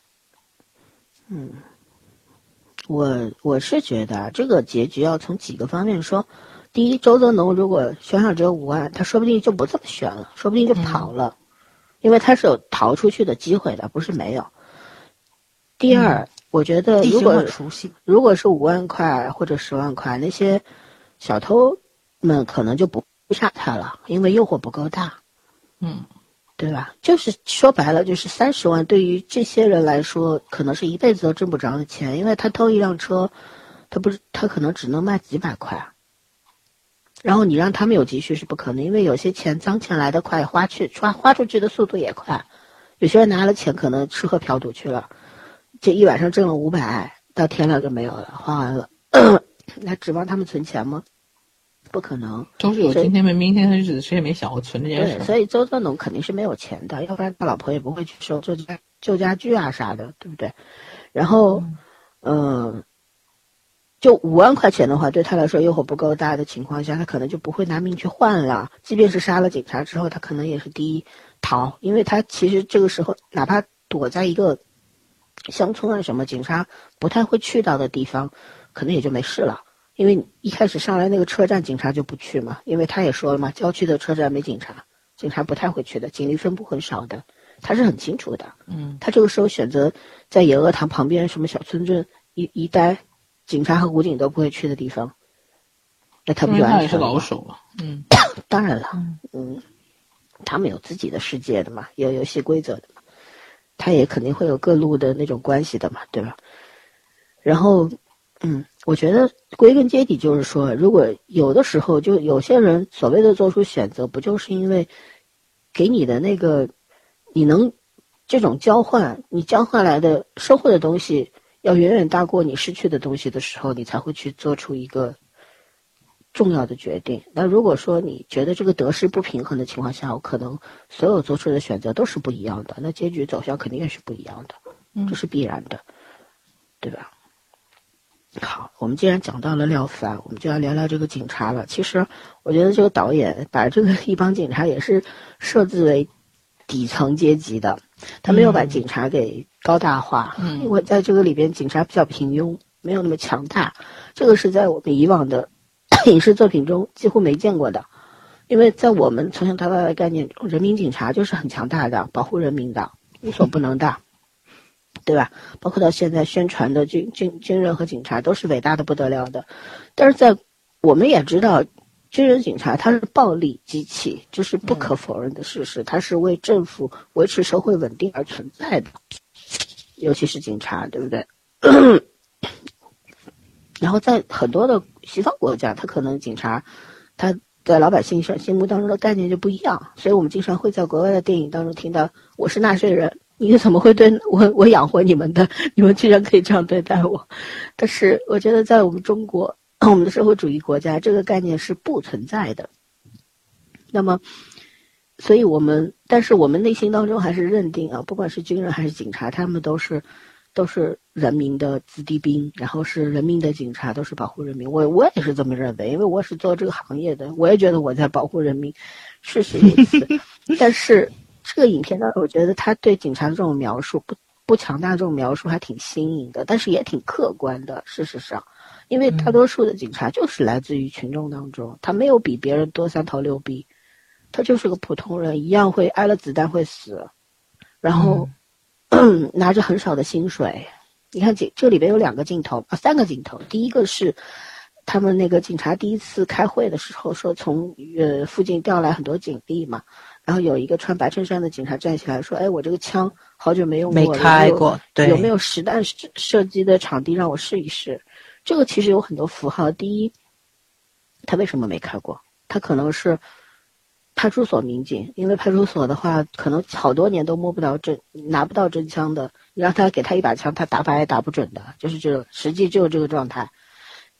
我是觉得这个结局要从几个方面说。第一，周泽农如果悬赏只有5万，他说不定就不这么悬了，说不定就跑了，因为他是有逃出去的机会的，不是没有。第二，我觉得如果是5万块或者10万块，那些小偷们可能就不杀他了，因为诱惑不够大。对吧？就是说白了，就是30万对于这些人来说，可能是一辈子都挣不着的钱，因为他偷一辆车，他可能只能卖几百块。然后你让他们有积蓄是不可能，因为有些钱脏钱来得快，花出去的速度也快。有些人拿了钱可能吃喝嫖赌去了，这一晚上挣了500，到天亮就没有了，花完了。那指望他们存钱吗？不可能。 都是有今天没明天的日子，谁也没想过存这件事。 对，所以周泽农肯定是没有钱的，要不然他老婆也不会去收旧家具啊啥的，对不对？然后，就5万块钱的话，对他来说诱惑不够大的情况下，他可能就不会拿命去换了。即便是杀了警察之后，他可能也是第一逃，因为他其实这个时候哪怕躲在一个乡村啊什么警察不太会去到的地方，可能也就没事了。因为一开始上来那个车站警察就不去嘛，因为他也说了嘛，郊区的车站没警察，警察不太会去的，警力分布很少的，他是很清楚的。他这个时候选择在野鹅塘旁边什么小村镇一待，警察和武警都不会去的地方，那他不就安全了吗？ 他也是老手了。 当然了，他们有自己的世界的嘛，也有游戏规则的嘛，他也肯定会有各路的那种关系的嘛，对吧？然后我觉得归根结底就是说，如果有的时候就有些人所谓的做出选择，不就是因为给你的那个你能这种交换，你交换来的收获的东西要远远大过你失去的东西的时候，你才会去做出一个重要的决定。那如果说你觉得这个得失不平衡的情况下，我可能所有做出的选择都是不一样的，那结局走向肯定也是不一样的，这是必然的，对吧？好，我们既然讲到了廖凡，我们就要聊聊这个警察了。其实我觉得这个导演把这个一帮警察也是设置为底层阶级的，他没有把警察给高大化，因为在这个里边警察比较平庸，没有那么强大，这个是在我们以往的影视作品中几乎没见过的。因为在我们从小到大的概念中，人民警察就是很强大的，保护人民的，无所不能的，对吧？包括到现在宣传的军人和警察都是伟大的不得了的，但是在我们也知道，军人警察他是暴力机器，这是不可否认的事实，他是为政府维持社会稳定而存在的，尤其是警察，对不对？然后在很多的西方国家，他可能警察他在老百姓心目当中的概念就不一样，所以我们经常会在国外的电影当中听到我是纳税人，你怎么会对我养活你们的，你们居然可以这样对待我。但是我觉得在我们中国，我们的社会主义国家，这个概念是不存在的。那么所以但是我们内心当中还是认定啊，不管是军人还是警察，他们都是人民的子弟兵，然后是人民的警察，都是保护人民。我也是这么认为，因为我是做这个行业的，我也觉得我在保护人民，事实如此。但是这个影片呢，我觉得他对警察的这种描述不强大，这种描述还挺新颖的，但是也挺客观的。事实上，因为大多数的警察就是来自于群众当中，他没有比别人多3头6臂，他就是个普通人，一样会挨了子弹会死，然后拿着很少的薪水。你看这里边有3个镜头。第一个是他们那个警察第一次开会的时候说从附近调来很多警力嘛，然后有一个穿白衬衫的警察站起来说，哎，我这个枪好久没用过了， 没开过，对， 有没有实弹射击的场地让我试一试。这个其实有很多符号。第一，他为什么没开过？他可能是派出所民警，因为派出所的话可能好多年都拿不到真枪的，你让他给他一把枪，他打法也打不准的，就是这个实际就是这个状态。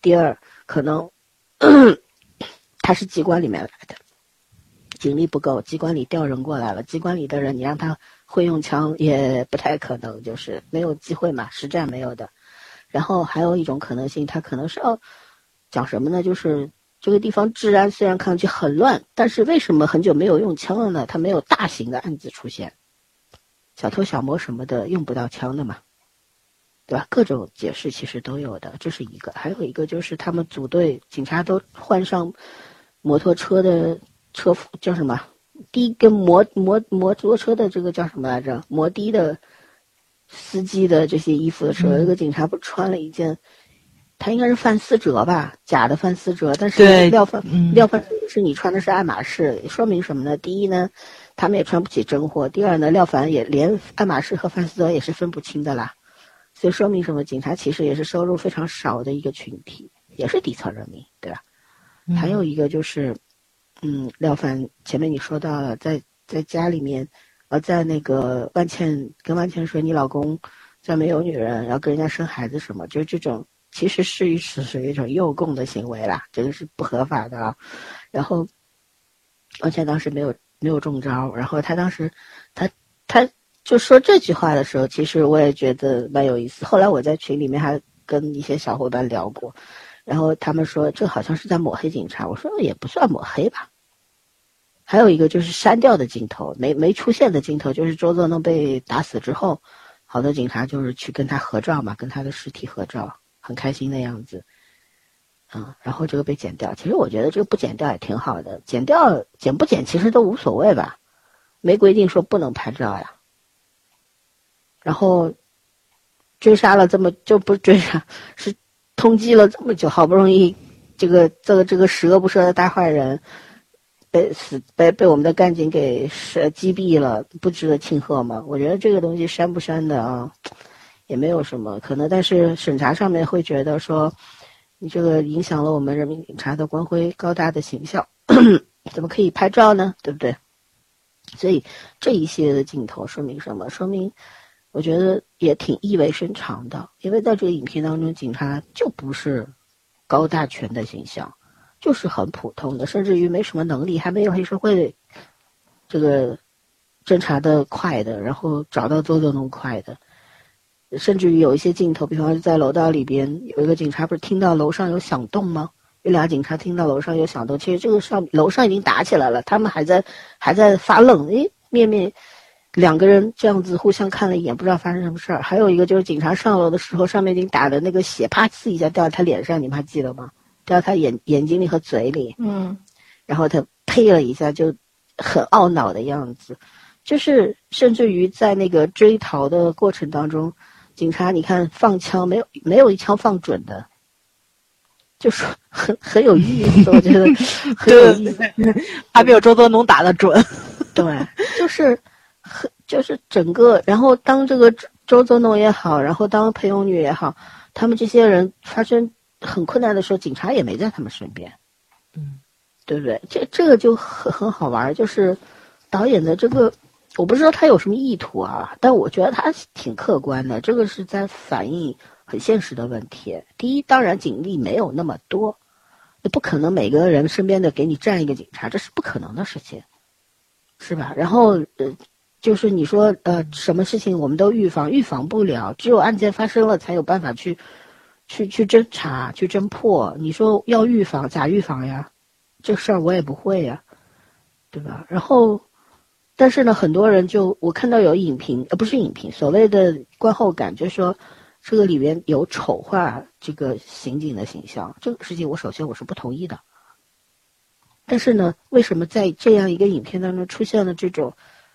第二可能他是机关里面来的，警力不够，机关里调人过来了，机关里的人你让他会用枪也不太可能，就是没有机会嘛，实战没有的。然后还有一种可能性，他可能是要讲什么呢？就是这个地方治安虽然看上去很乱，但是为什么很久没有用枪了呢？他没有大型的案子出现，小偷小摸什么的用不到枪的嘛，对吧？各种解释其实都有的，这是一个。还有一个就是他们组队警察都换上摩托车的车夫叫什么？第一个摩托车的这个叫什么来着？摩的的司机的这些衣服的时候，有一个警察不穿了一件，他应该是范思哲吧，假的范思哲，但是廖范是你穿的是爱马仕，说明什么呢？第一呢，他们也穿不起真货；第二呢，廖凡也连爱马仕和范思哲也是分不清的啦。所以说明什么？警察其实也是收入非常少的一个群体，也是底层人民，对吧？还有一个就是，廖凡前面你说到了，在家里面，在那个跟万茜说你老公在没有女人，然后跟人家生孩子什么，就是这种其实是属于一种诱供的行为啦，这个是不合法的啊。然后万茜当时没有中招，然后他当时他就说这句话的时候，其实我也觉得蛮有意思。后来我在群里面还跟一些小伙伴聊过，然后他们说这好像是在抹黑警察，我说也不算抹黑吧。还有一个就是删掉的镜头，没出现的镜头，就是周作弄被打死之后，好多警察就是去跟他合照嘛，跟他的尸体合照，很开心的样子。然后这个被剪掉，其实我觉得这个不剪掉也挺好的，剪不剪其实都无所谓吧，没规定说不能拍照呀。然后追杀了就不是追杀，是通缉了这么久，好不容易这个十恶不赦的大坏人被我们的干警给击毙了，不值得庆贺吗？我觉得这个东西删不删的啊，也没有什么可能，但是审查上面会觉得说你这个影响了我们人民警察的光辉高大的形象怎么可以拍照呢？对不对？所以这一系列的镜头说明什么？说明我觉得也挺意味深长的，因为在这个影片当中，警察就不是高大全的形象，就是很普通的，甚至于没什么能力，还没有黑社会这个侦查的快的，然后找到周作弄快的，甚至于有一些镜头，比方说在楼道里边，有一个警察不是听到楼上有响动吗？有俩警察听到楼上有响动，其实这个楼上已经打起来了，他们还在发愣，面两个人这样子互相看了一眼，不知道发生什么事儿。还有一个就是警察上楼的时候，上面已经打的那个血啪呲一下掉在他脸上，你们还记得吗？掉他眼睛里和嘴里，然后他呸了一下，就很懊恼的样子。就是甚至于在那个追逃的过程当中，警察你看放枪没有一枪放准的，就是很有意思，我觉得很有意思， 还没有周作农打得准。 对，就是整个，然后当这个周作弄也好，然后当裴勇女也好，他们这些人发生很困难的时候，警察也没在他们身边，对不对？这个就很好玩，就是导演的这个，我不知道他有什么意图啊，但我觉得他挺客观的，这个是在反映很现实的问题。第一，当然警力没有那么多，也不可能每个人身边的给你站一个警察，这是不可能的事情，是吧？然后就是你说什么事情我们都预防不了，只有案件发生了才有办法去侦查去侦破。你说要预防咋预防呀？这事儿我也不会呀，对吧？然后但是呢，很多人我看到有影评不是影评，所谓的观后感，就是说这个里边有丑化这个刑警的形象，这个事情首先我是不同意的。但是呢，为什么在这样一个影片当中出现了这种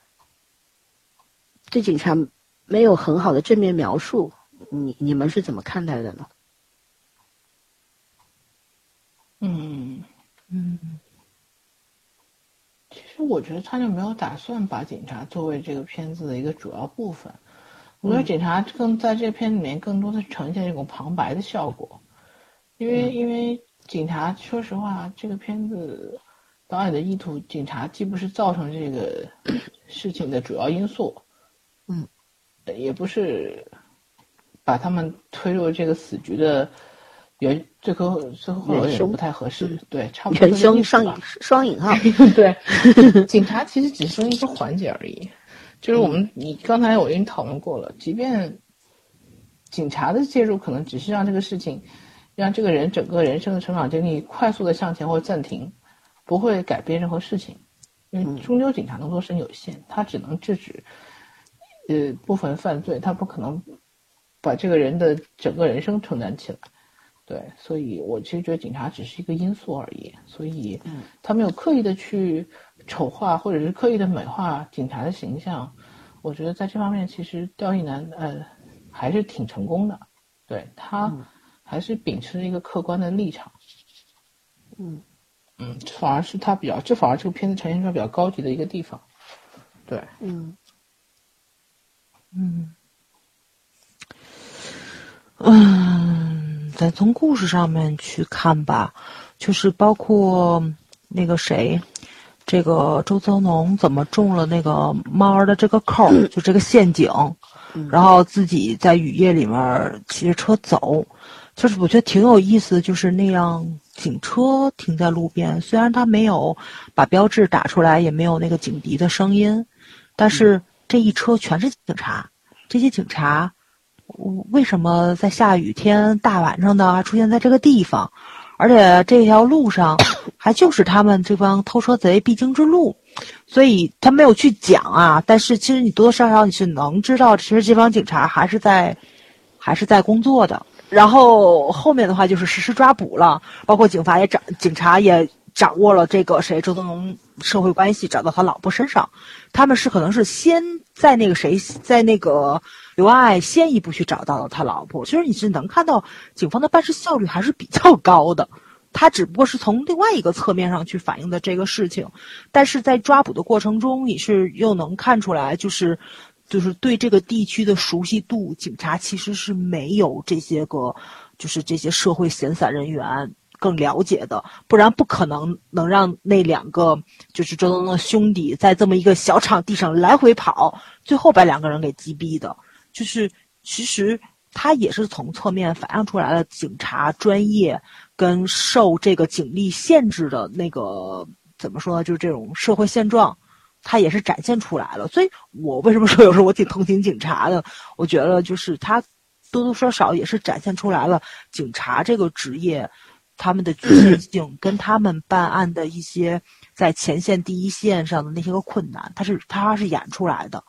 对警察没有很好的正面描述？你们是怎么看待的呢？ 其实我觉得他就没有打算把警察作为这个片子的一个主要部分。我觉得警察在这片里面更多的呈现一种旁白的效果，因为警察说实话，这个片子导演的意图，警察既不是造成这个事情的主要因素，也不是把他们推入这个死局的最后有点不太合适，对，差不多元凶双引号， 对，警察其实只是一个环节而已，就是你刚才我已经讨论过了，即便警察的介入可能只是让这个事情，让这个人整个人生的成长经历快速的向前或暂停，不会改变任何事情，因为终究警察能做事有限，他只能制止部分犯罪，他不可能把这个人的整个人生承担起来。对，所以我其实觉得警察只是一个因素而已，所以他没有刻意的去丑化或者是刻意的美化警察的形象，我觉得在这方面其实刁亦男还是挺成功的，对，他还是秉持一个客观的立场，这反而是这反而这个片子呈现出来比较高级的一个地方，对， 咱从故事上面去看吧，就是包括那个谁，这个周泽农怎么中了那个猫儿的这个扣，就这个陷阱，然后自己在雨夜里面骑着车走，就是我觉得挺有意思的，就是那样警车停在路边，虽然他没有把标志打出来，也没有那个警笛的声音，但是这一车全是警察，这些警察为什么在下雨天大晚上的出现在这个地方，而且这条路上还就是他们这帮偷车贼必经之路，所以他没有去讲啊，但是其实你多多少少你是能知道，其实这帮警察还是在工作的。然后后面的话就是实施抓捕了，包括警察也掌握了这个周泽农社会关系，找到他老婆身上，他们可能是先在那个刘爱先一步去找到了他老婆，其实你是能看到警方的办事效率还是比较高的，他只不过是从另外一个侧面上去反映的这个事情，但是在抓捕的过程中你是又能看出来，就是对这个地区的熟悉度，警察其实是没有这些社会闲散人员更了解的，不然不可能让那两个就是周泽农的兄弟在这么一个小场地上来回跑，最后把两个人给击毙的。就是其实他也是从侧面反映出来了警察专业跟受这个警力限制的那个怎么说呢，就是这种社会现状，他也是展现出来了。所以我为什么说有时候我挺同情警察的，我觉得就是他多多少少也是展现出来了警察这个职业他们的局限性跟他们办案的一些在前线第一线上的那些个困难，他是演出来的。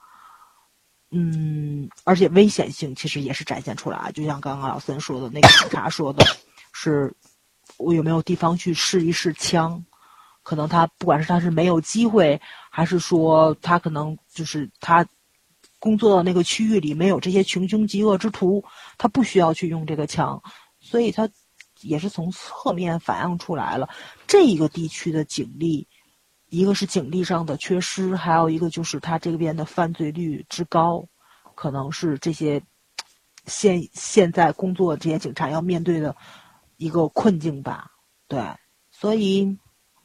而且危险性其实也是展现出来，就像刚刚老森说的，那个警察说的是我有没有地方去试一试枪，可能他不管是他是没有机会，还是说他可能就是他工作的那个区域里没有这些穷凶极恶之徒，他不需要去用这个枪，所以他也是从侧面反映出来了这一个地区的警力，一个是警力上的缺失，还有一个就是他这边的犯罪率之高，可能是这些现在工作这些警察要面对的一个困境吧。对，所以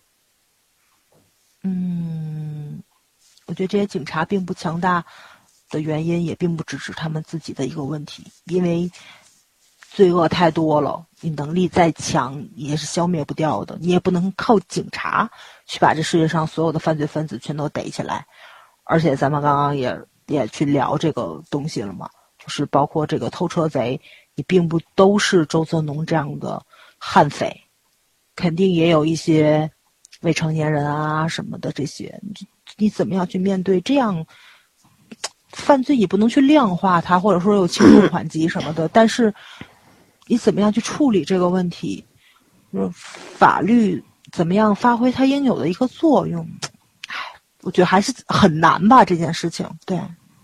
我觉得这些警察并不强大的原因也并不只是他们自己的一个问题，因为罪恶太多了，你能力再强也是消灭不掉的，你也不能靠警察去把这世界上所有的犯罪分子全都逮起来。而且咱们刚刚也去聊这个东西了嘛，就是包括这个偷车贼，你并不都是周泽农这样的悍匪，肯定也有一些未成年人啊什么的，这些你怎么样去面对这样犯罪，也不能去量化它，或者说有轻重缓急什么的，但是你怎么样去处理这个问题，法律怎么样发挥它应有的一个作用，我觉得还是很难吧这件事情。对，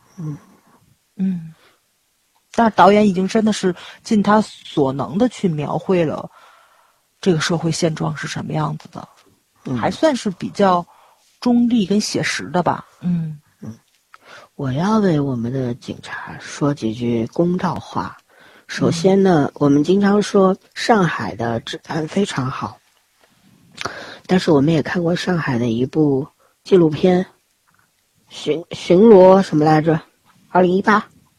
但是导演已经真的是尽他所能的去描绘了这个社会现状是什么样子的，还算是比较中立跟写实的吧。 我要为我们的警察说几句公道话。首先呢，我们经常说上海的治安非常好，但是我们也看过上海的一部纪录片，巡逻什么来着？2018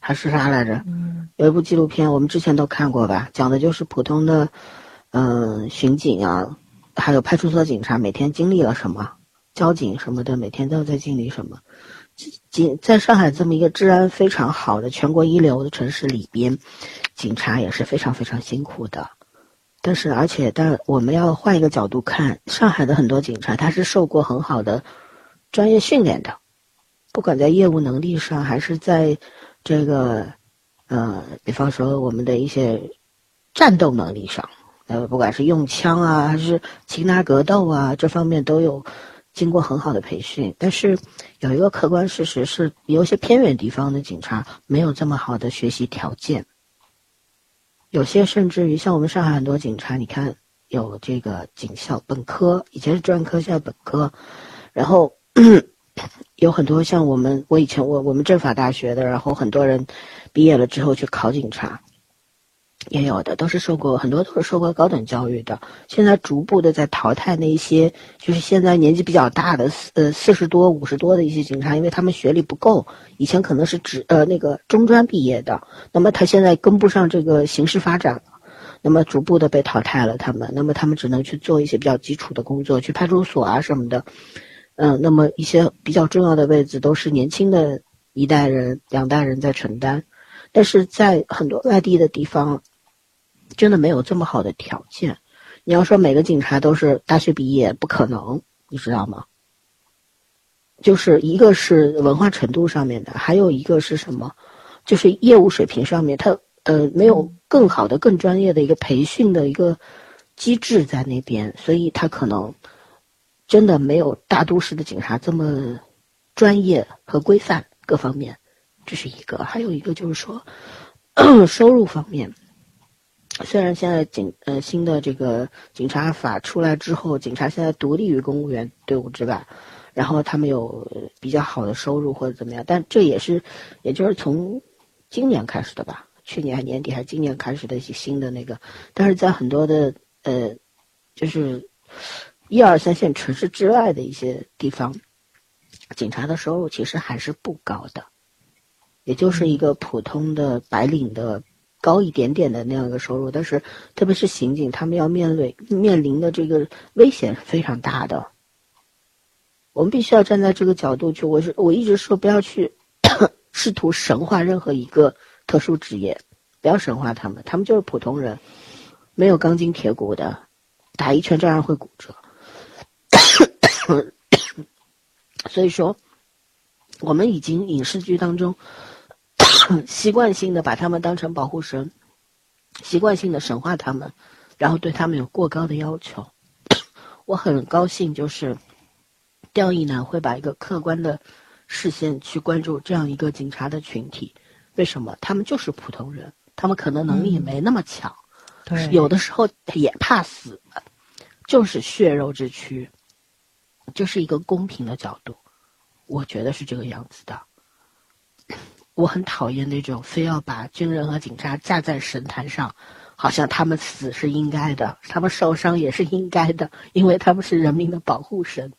还是啥来着？有一部纪录片，我们之前都看过吧，讲的就是普通的巡警啊，还有派出所警察每天经历了什么，交警什么的每天都在经历什么。在上海这么一个治安非常好的全国一流的城市里边，警察也是非常非常辛苦的。但我们要换一个角度看，上海的很多警察他是受过很好的专业训练的，不管在业务能力上，还是在这个比方说我们的一些战斗能力上，不管是用枪啊，还是擒拿格斗啊，这方面都有经过很好的培训。但是有一个客观事实是，有一些偏远地方的警察没有这么好的学习条件，有些甚至于像我们上海很多警察，你看有这个警校本科，以前是专科，现在本科，然后有很多像我们政法大学的，然后很多人毕业了之后去考警察，也有的很多都是受过高等教育的。现在逐步的在淘汰那些就是现在年纪比较大的40多50多的一些警察，因为他们学历不够，以前可能是那个中专毕业的，那么他现在跟不上这个形势发展了，那么逐步的被淘汰了那么他们只能去做一些比较基础的工作，去派出所啊什么的。那么一些比较重要的位置都是年轻的一代人2代人在承担，但是在很多外地的地方真的没有这么好的条件。你要说每个警察都是大学毕业，不可能，你知道吗？就是一个是文化程度上面的，还有一个是什么，就是业务水平上面，他没有更好的更专业的一个培训的一个机制在那边，所以他可能真的没有大都市的警察这么专业和规范各方面，这是一个。还有一个就是说收入方面，虽然现在新的这个警察法出来之后，警察现在独立于公务员队伍之外，然后他们有比较好的收入或者怎么样，但这也就是从今年开始的吧，去年年底还是今年开始的一些新的那个，但是在很多的就是1、2、3线城市之外的一些地方，警察的收入其实还是不高的，也就是一个普通的白领的高一点点的那样一个收入，但是特别是刑警，他们要面临的这个危险是非常大的。我们必须要站在这个角度去，我一直说不要去试图神化任何一个特殊职业，不要神化他们就是普通人，没有钢筋铁骨的，打一拳照样会骨折。所以说我们已经影视剧当中习惯性的把他们当成保护神，习惯性的神化他们，然后对他们有过高的要求。我很高兴就是刁亦男会把一个客观的视线去关注这样一个警察的群体。为什么？他们就是普通人，他们可能能力没那么强， 对， 有的时候也怕死，就是血肉之躯，就是一个公平的角度，我觉得是这个样子的。我很讨厌那种非要把军人和警察架在神坛上，好像他们死是应该的，他们受伤也是应该的，因为他们是人民的保护神。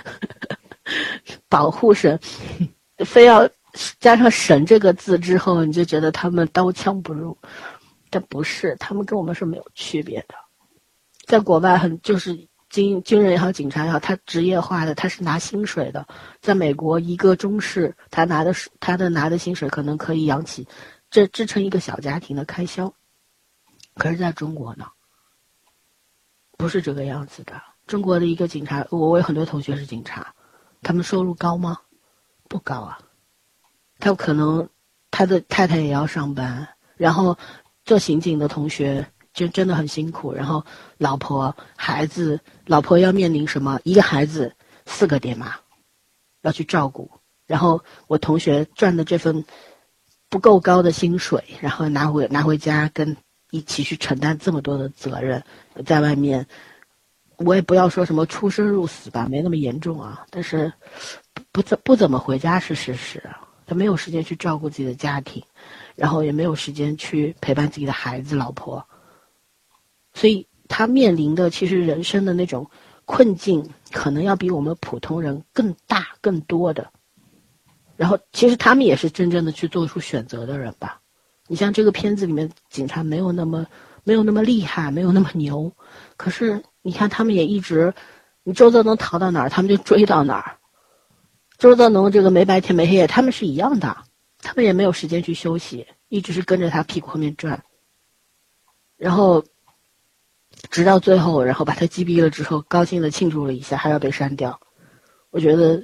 保护神非要加上神这个字之后，你就觉得他们刀枪不入，但不是，他们跟我们是没有区别的。在国外就是军人也好，警察也好，他职业化的，他是拿薪水的。在美国，一个中士他拿的薪水可能可以养起支撑一个小家庭的开销。可是在中国呢，不是这个样子的。中国的一个警察，我有很多同学是警察，他们收入高吗？不高啊。他可能他的太太也要上班，然后做刑警的同学真的很辛苦，然后老婆要面临什么？一个孩子4个爹妈要去照顾，然后我同学赚的这份不够高的薪水，然后拿回家跟一起去承担这么多的责任，在外面我也不要说什么出生入死吧，没那么严重啊，但是不怎么回家是事实啊。他没有时间去照顾自己的家庭，然后也没有时间去陪伴自己的孩子老婆，所以他面临的其实人生的那种困境可能要比我们普通人更大更多的。 然后其实他们也是真正的去做出选择的人吧。你像这个片子里面，警察没有那么厉害，没有那么牛，可是你看他们也一直，你周泽能逃到哪儿，他们就追到哪儿。周泽能这个没白天没黑夜，他们是一样的，他们也没有时间去休息，一直是跟着他屁股后面转，然后直到最后，然后把他击毙了之后，高兴的庆祝了一下，还要被删掉。我觉得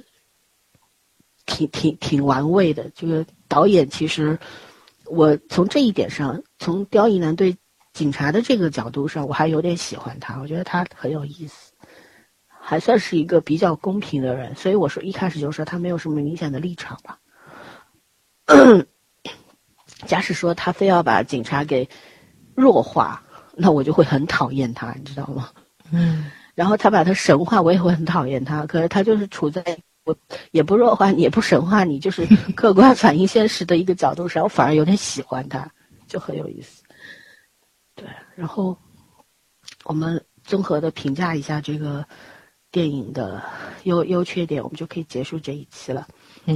挺玩味的。这个导演其实，我从这一点上，从刁亦男对警察的这个角度上，我还有点喜欢他，我觉得他很有意思。还算是一个比较公平的人，所以我说一开始就说他没有什么明显的立场吧。假使说他非要把警察给弱化，那我就会很讨厌他，你知道吗？然后他把他神化，我也会很讨厌他。可是他就是处在我也不弱化你，也不神化你，就是客观反映现实的一个角度上，我反而有点喜欢他，就很有意思。对，然后我们综合的评价一下这个电影的优缺点，我们就可以结束这一期了。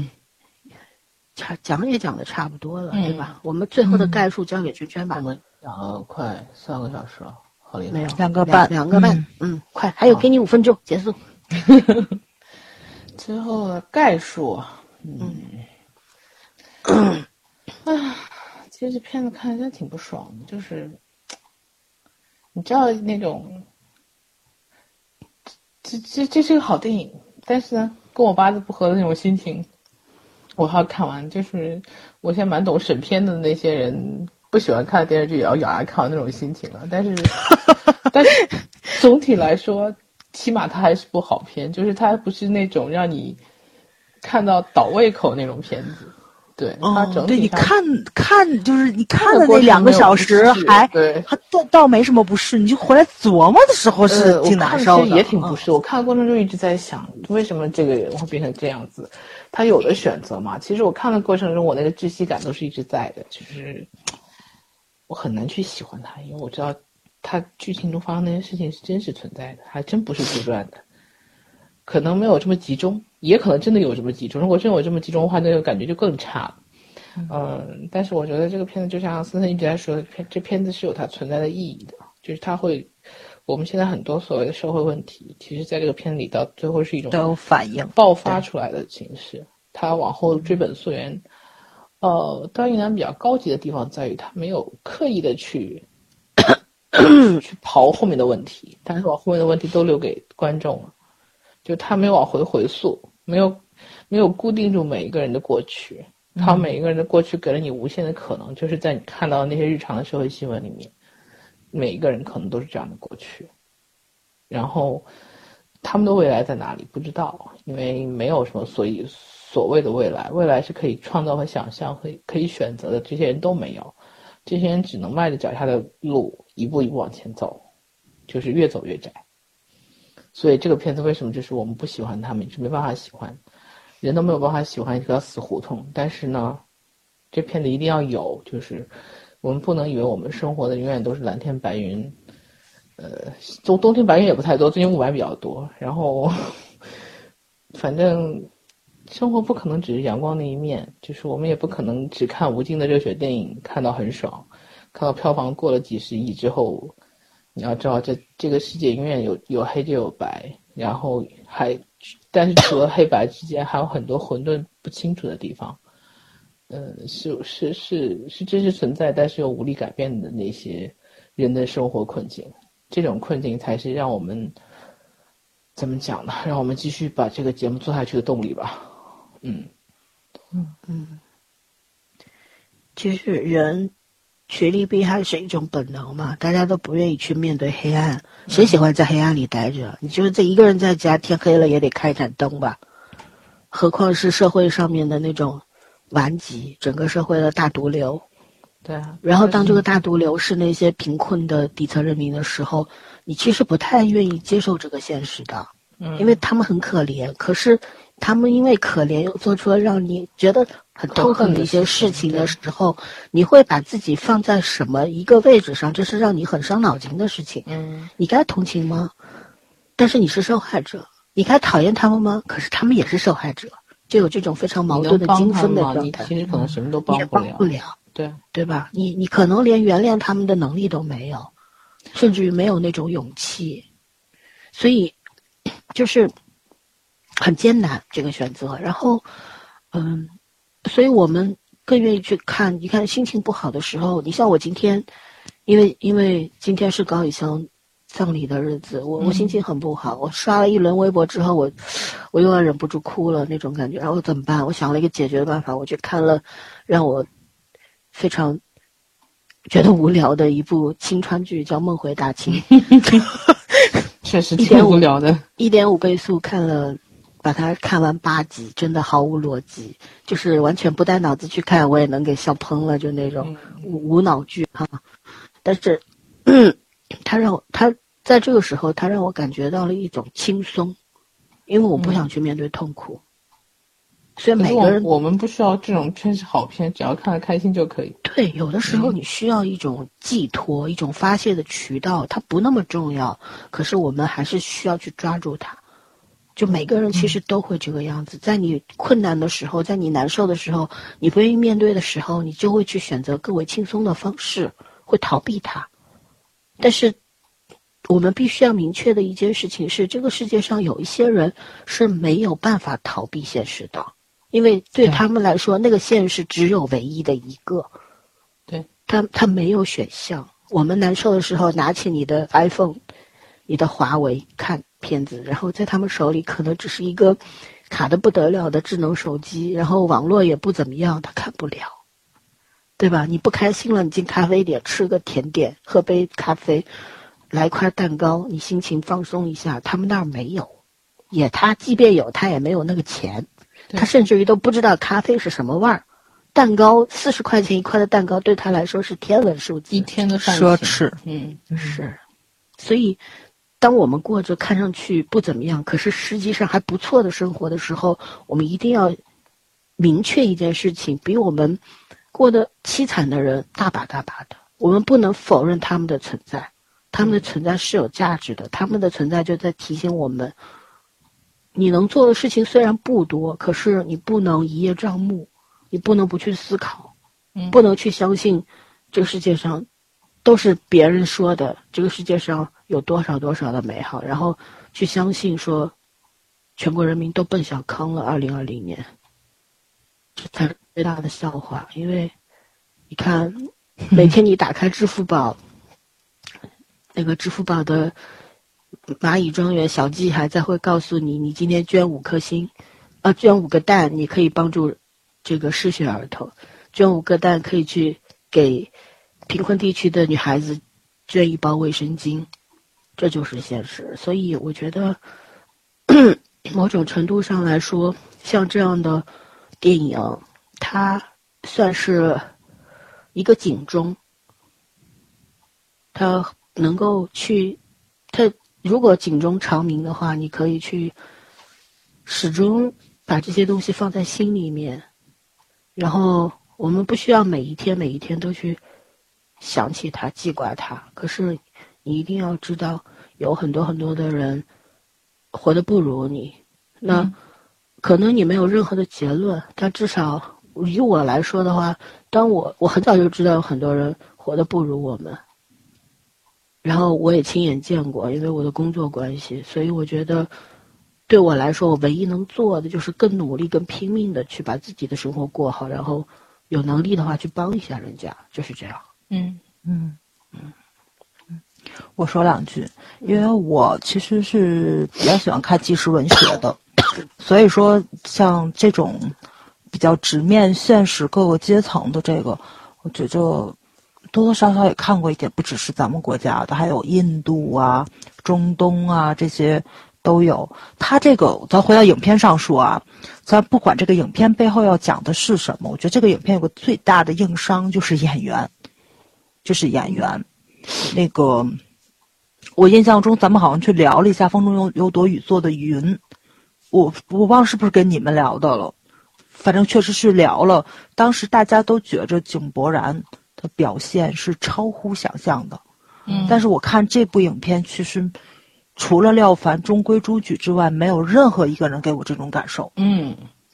讲也讲的差不多了，对吧？我们最后的概述交给圈圈吧。 我们讲了快3个小时了，好厉害！ 没有2个半 ，2个半，快，还有给你5分钟结束。 最后的概述，其实这片子看着真挺不爽的，就是你知道那种，这是个好电影，但是呢，跟我八字不合的那种心情。我还要看完，就是我现在蛮懂审片的那些人不喜欢看电视剧也要咬牙看完那种心情了。但是总体来说，起码它还是部好片，就是它不是那种让你看到倒胃口那种片子。对，它整体对，你看，就是你看的那2个小时还倒没什么不适，你就回来琢磨的时候是挺难受的， 也挺不适。我看的过程中一直在想，为什么这个人会变成这样子？他有的选择嘛？其实我看的过程中，我那个窒息感都是一直在的，就是我很难去喜欢他，因为我知道他剧情中发生那些事情是真实存在的，还真不是杜撰的。可能没有这么集中，也可能真的有这么集中。如果真有这么集中的话，那个感觉就更差了。但是我觉得这个片子就像森森一直在说的，这片子是有它存在的意义的，就是它会，我们现在很多所谓的社会问题，其实在这个片子里到最后是一种都有反应爆发出来的形式。它往后追本溯源，刁亦男比较高级的地方在于他没有刻意的去刨后面的问题，但是把后面的问题都留给观众了。就他没有往回溯，没有固定住每一个人的过去，他每一个人的过去给了你无限的可能，就是在你看到的那些日常的社会新闻里面，每一个人可能都是这样的过去，然后他们的未来在哪里不知道，因为没有什么所谓的未来，未来是可以创造和想象可以选择的，这些人都没有，这些人只能迈着脚下的路一步一步往前走，就是越走越窄。所以这个片子为什么就是我们不喜欢他们，是没办法喜欢，人都没有办法喜欢一条死胡同。但是呢，这片子一定要有，就是我们不能以为我们生活的永远都是蓝天白云，冬天白云也不太多，最近雾霾比较多。然后，反正生活不可能只是阳光那一面，就是我们也不可能只看无尽的热血电影看到很爽，看到票房过了几十亿之后。你要知道这个世界永远有黑就有白，然后但是除了黑白之间还有很多混沌不清楚的地方，是真实存在，但是又无力改变的那些人的生活困境，这种困境才是让我们怎么讲呢？让我们继续把这个节目做下去的动力吧。 其实人趋利避害是一种本能嘛，大家都不愿意去面对黑暗，谁喜欢在黑暗里待着？你就是这一个人在家，天黑了也得开一盏灯吧，何况是社会上面的那种顽疾，整个社会的大毒瘤。 对啊， 然后当这个大毒瘤是那些贫困的底层人民的时候，你其实不太愿意接受这个现实的，因为他们很可怜，可是他们因为可怜又做出了让你觉得很痛恨的一些事情的时候，你会把自己放在什么一个位置上？这是让你很伤脑筋的事情。你该同情吗？但是你是受害者。你该讨厌他们吗？可是他们也是受害者。 就有这种非常矛盾的精分的状态。 你其实可能什么都帮你也不了， 帮不了， 对吧？你可能连原谅他们的能力都没有，甚至于没有那种勇气，所以就是很艰难这个选择。然后，所以我们更愿意去看。你看，心情不好的时候，你像我今天，因为今天是高以翔葬礼的日子，我心情很不好。我刷了一轮微博之后，我又要忍不住哭了那种感觉。然后怎么办？我想了一个解决办法，我去看了让我非常觉得无聊的一部青川剧，叫《梦回大清》。 确实挺无聊的。 1.5倍速看了，把它看完8集，真的毫无逻辑，就是完全不带脑子去看，我也能给笑喷了，就那种无脑剧哈。但是，他在这个时候，他让我感觉到了一种轻松，因为我不想去面对痛苦。所以每个人， 我们不需要这种片是好片，只要看得开心就可以。 对，有的时候你需要一种寄托，一种发泄的渠道，它不那么重要，可是我们还是需要去抓住它。就每个人其实都会这个样子，在你困难的时候，在你难受的时候，你不愿意面对的时候，你就会去选择更为轻松的方式，会逃避它。但是我们必须要明确的一件事情是，这个世界上有一些人是没有办法逃避现实的，因为对他们来说，那个现实只有唯一的一个。 对， 他没有选项。我们难受的时候，拿起你的 iPhone， 你的华为看片子，然后在他们手里可能只是一个卡得不得了的智能手机，然后网络也不怎么样，他看不了，对吧？你不开心了，你进咖啡店吃个甜点，喝杯咖啡，来块蛋糕，你心情放松一下，他们那儿没有，他即便有，他也没有那个钱，他甚至于都不知道咖啡是什么味儿。蛋糕40块钱一块的蛋糕对他来说是天文数字， 一天的饭奢侈。 是。所以当我们过着看上去不怎么样，可是实际上还不错的生活的时候，我们一定要明确一件事情，比我们过得凄惨的人大把大把的，我们不能否认他们的存在，他们的存在是有价值的，他们的存在就在提醒我们，你能做的事情虽然不多，可是你不能一叶障目，你不能不去思考，不能去相信这个世界上都是别人说的，这个世界上有多少多少的美好，然后去相信说全国人民都奔小康了2020年，这才是最大的笑话。因为你看每天你打开支付宝，那个支付宝的蚂蚁庄园小季还在会告诉你，你今天捐5颗星，捐5个蛋，你可以帮助这个失学儿童，捐5个蛋可以去给贫困地区的女孩子捐1包卫生巾，这就是现实。所以我觉得某种程度上来说，像这样的电影，它算是一个警钟，它能够去，它如果警钟长鸣的话，你可以去始终把这些东西放在心里面，然后我们不需要每一天都去想起它记挂它，可是你一定要知道有很多很多的人活得不如你，那可能你没有任何的结论，但至少于我来说的话，当我很早就知道有很多人活得不如我们，然后我也亲眼见过，因为我的工作关系，所以我觉得对我来说，我唯一能做的就是更努力、更拼命的去把自己的生活过好，然后有能力的话去帮一下人家，就是这样。 我说2句，因为我其实是比较喜欢看纪实文学的，所以说像这种比较直面现实各个阶层的这个，我觉着多多少少也看过一点，不只是咱们国家的，还有印度啊、中东啊这些都有。他这个咱回到影片上说啊，咱不管这个影片背后要讲的是什么，我觉得这个影片有个最大的硬伤就是演员，那个我印象中咱们好像去聊了一下《风中有朵雨做的云》，我忘了是不是跟你们聊的了，反正确实是聊了。当时大家都觉着井柏然的表现是超乎想象的，但是我看这部影片，其实除了廖凡中规中矩之外，没有任何一个人给我这种感受。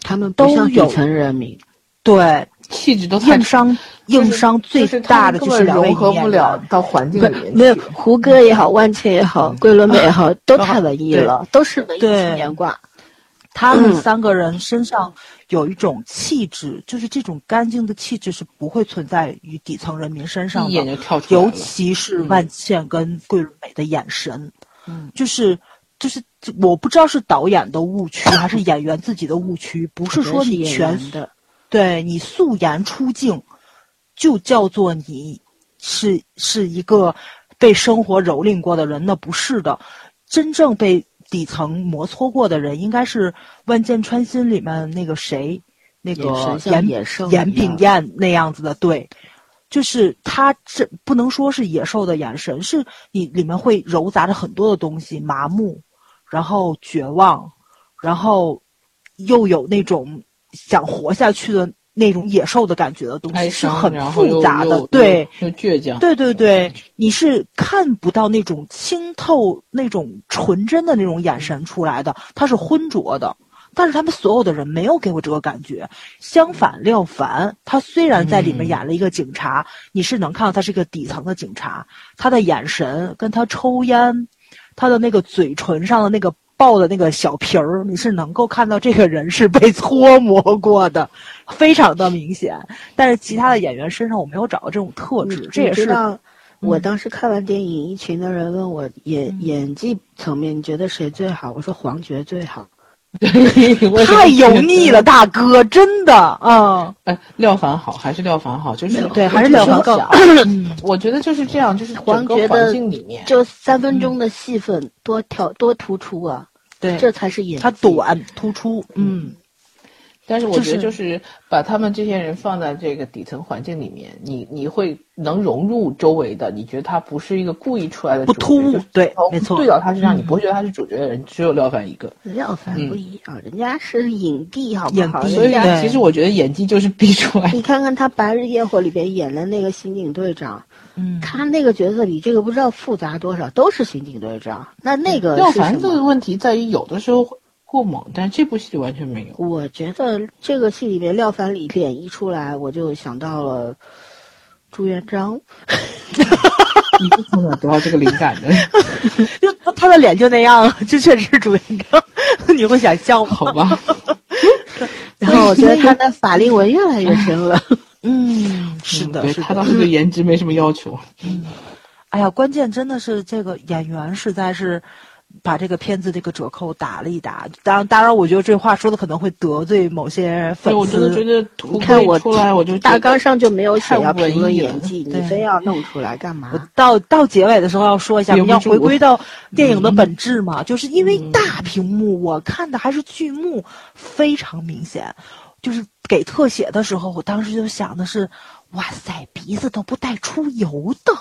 他们不像底层人民， 对， 气质都太硬伤最大的就是两位融合不了到环境里面。 没有胡歌也好，万茜也好，桂纶镁也好，都太文艺了，都是文艺青年挂。 他们三个人身上有一种气质，就是这种干净的气质是不会存在于底层人民身上的， 一眼就跳出来了。 尤其是万茜跟桂纶镁的眼神，就是我不知道是导演的误区还是演员自己的误区，不是说你对你素颜出镜，就叫做你是一个被生活蹂躏过的人，那不是的，真正被底层磨搓过的人，应该是《万箭穿心》里面那个谁，那个严炳彦那样子的，对，就是他这不能说是野兽的眼神，是你里面会糅杂着很多的东西，麻木，然后绝望，然后又有那种想活下去的那种野兽的感觉的东西，是很复杂的，对， 又倔强， 对，你是看不到那种清透、那种纯真的那种眼神出来的，它是浑浊的。但是他们所有的人没有给我这个感觉，相反，廖凡他虽然在里面演了一个警察，你是能看到他是一个底层的警察，他的眼神跟他抽烟，他的那个嘴唇上的那个爆的那个小皮儿，你是能够看到这个人是被搓磨过的，非常的明显。但是其他的演员身上我没有找到这种特质，这也是我当时看完电影，一群的人问我演技层面你觉得谁最好，我说黄觉最好。 太油腻了，大哥，真的， 廖凡好还是廖凡好，就是对，还是廖凡更好。 我觉得就是这样，就是整个环境里面， 就3分钟的戏份多突出啊， 对， 这才是演技。 他短突出， 但是我觉得就是把他们这些人放在这个底层环境里面，你会能融入周围的，你觉得他不是一个故意出来的主角， 不突兀，对，没错， 对到他身上，你不会觉得他是主角的人，只有廖凡一个。 廖凡不一样，人家是影帝，好不好？ 所以其实我觉得演技就是逼出来。 你看看他《白日焰火》里边演的那个刑警队长，他那个角色比这个不知道复杂多少，都是刑警队长。那个廖凡的问题在于有的时候过猛，但是这部戏完全没有。 我觉得这个戏里面廖凡脸一出来，我就想到了朱元璋。 你是从哪得到这个灵感的？ 就他的脸就那样，就确实是朱元璋。你会想笑吗？ 好吧。 然后我觉得他的法令纹越来越深了。 是的， 对，他倒是对颜值没什么要求。 哎呀，关键真的是这个演员实在是把这个片子这个折扣打了一打。当然，我觉得这话说的可能会得罪某些粉丝。 我真的觉得， 你看我出来，我就大纲上就没有写要评论演技，你非要弄出来干嘛？ 到结尾的时候要说一下，我们要回归到电影的本质嘛，就是因为大屏幕，我看的还是剧目，非常明显。就是给特写的时候，我当时就想的是，哇塞，鼻子都不带出油的。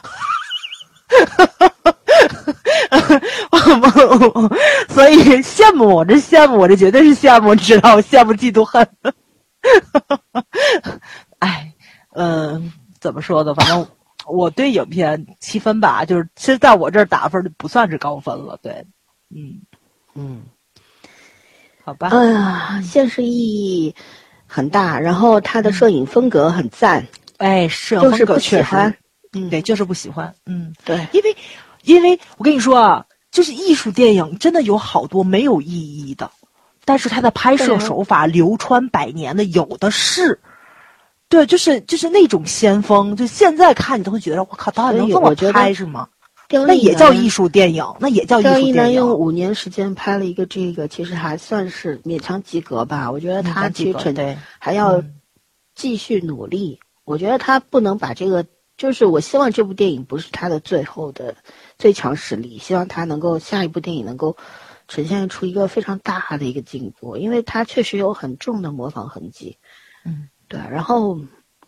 所以羡慕我这绝对是羡慕，知道羡慕嫉妒恨。哎，怎么说呢？反正我对影片7分吧，就是其实在我这儿打分就不算是高分了。对，好吧。 哎呀，现实意义很大，然后他的摄影风格很赞。 哎，摄影风格确实，对，就是不喜欢。 对， 因为我跟你说啊，就是艺术电影真的有好多没有意义的，但是它的拍摄手法流传百年的有的是。对，就是那种先锋，就现在看你都会觉得，我靠，导演能这么拍是吗？那也叫艺术电影，刁亦男用5年时间拍了一个这个，其实还算是勉强及格吧。我觉得他其实还要继续努力。我觉得他不能把这个，就是我希望这部电影不是他的最后的最强实力，希望他能够下一部电影能够呈现出一个非常大的一个进步，因为他确实有很重的模仿痕迹。对，然后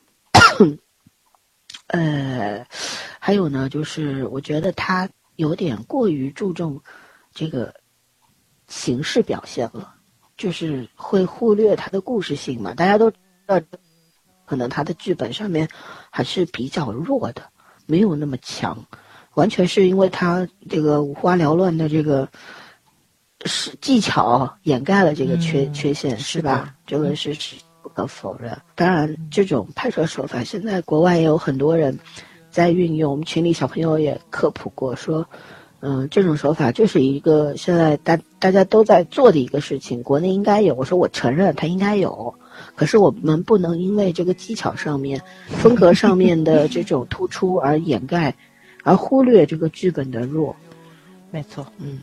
还有呢，就是我觉得他有点过于注重这个形式表现了，就是会忽略他的故事性嘛。大家都知道，可能他的剧本上面还是比较弱的，没有那么强，完全是因为他这个五花缭乱的这个是技巧掩盖了这个缺陷，是吧？这个是不可否认。当然，这种拍摄手法现在国外也有很多人在运用，我们群里小朋友也科普过，说，这种手法就是一个现在大家都在做的一个事情，国内应该有。我说我承认它应该有，可是我们不能因为这个技巧上面、风格上面的这种突出而掩盖，而忽略这个剧本的弱。 没错，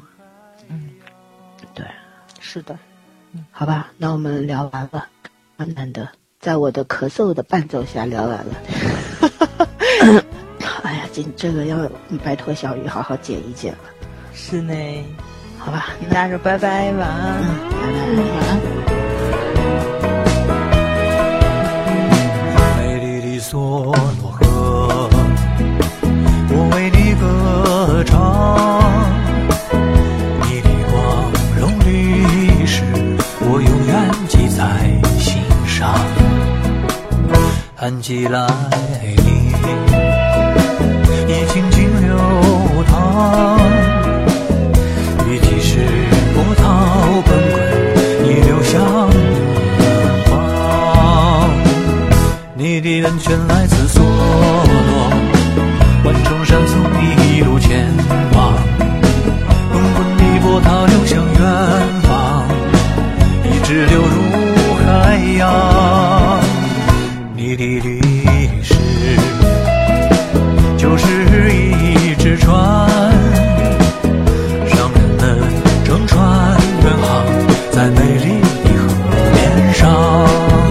对， 是的， 好吧，那我们聊完了，蛮难得，在我的咳嗽的伴奏下聊完了。哎呀，这个要拜托小雨好好剪一剪了。 是呢， 好吧， 那就拜拜，晚安， 拜拜，晚安。 美丽的梭罗河，我为你歌唱，你的光荣历史，我永远记在心上。安吉来临，已静静流淌，雨季时波涛滚滚，你流向远方。你的恩眷来自梭罗，万重山送你一路前往，滚滚的波涛流向远方，一直流入海洋。你的历史就是一只船，商人们乘船远航，在美丽的河面上。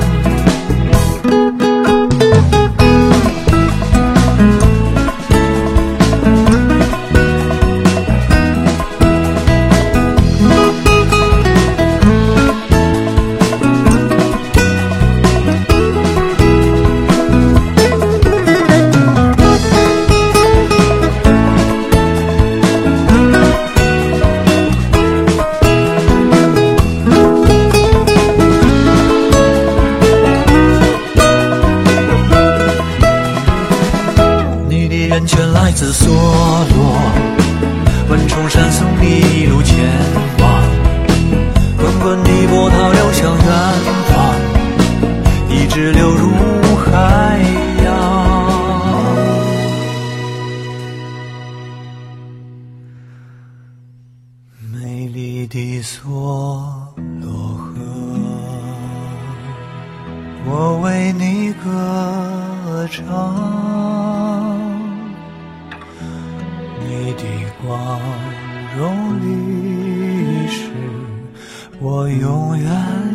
人全来自梭罗，万重山送你一路前往，滚滚的波涛流向远方，一直流入海洋。美丽的梭罗河，我为你歌唱，你的光荣历史，我永远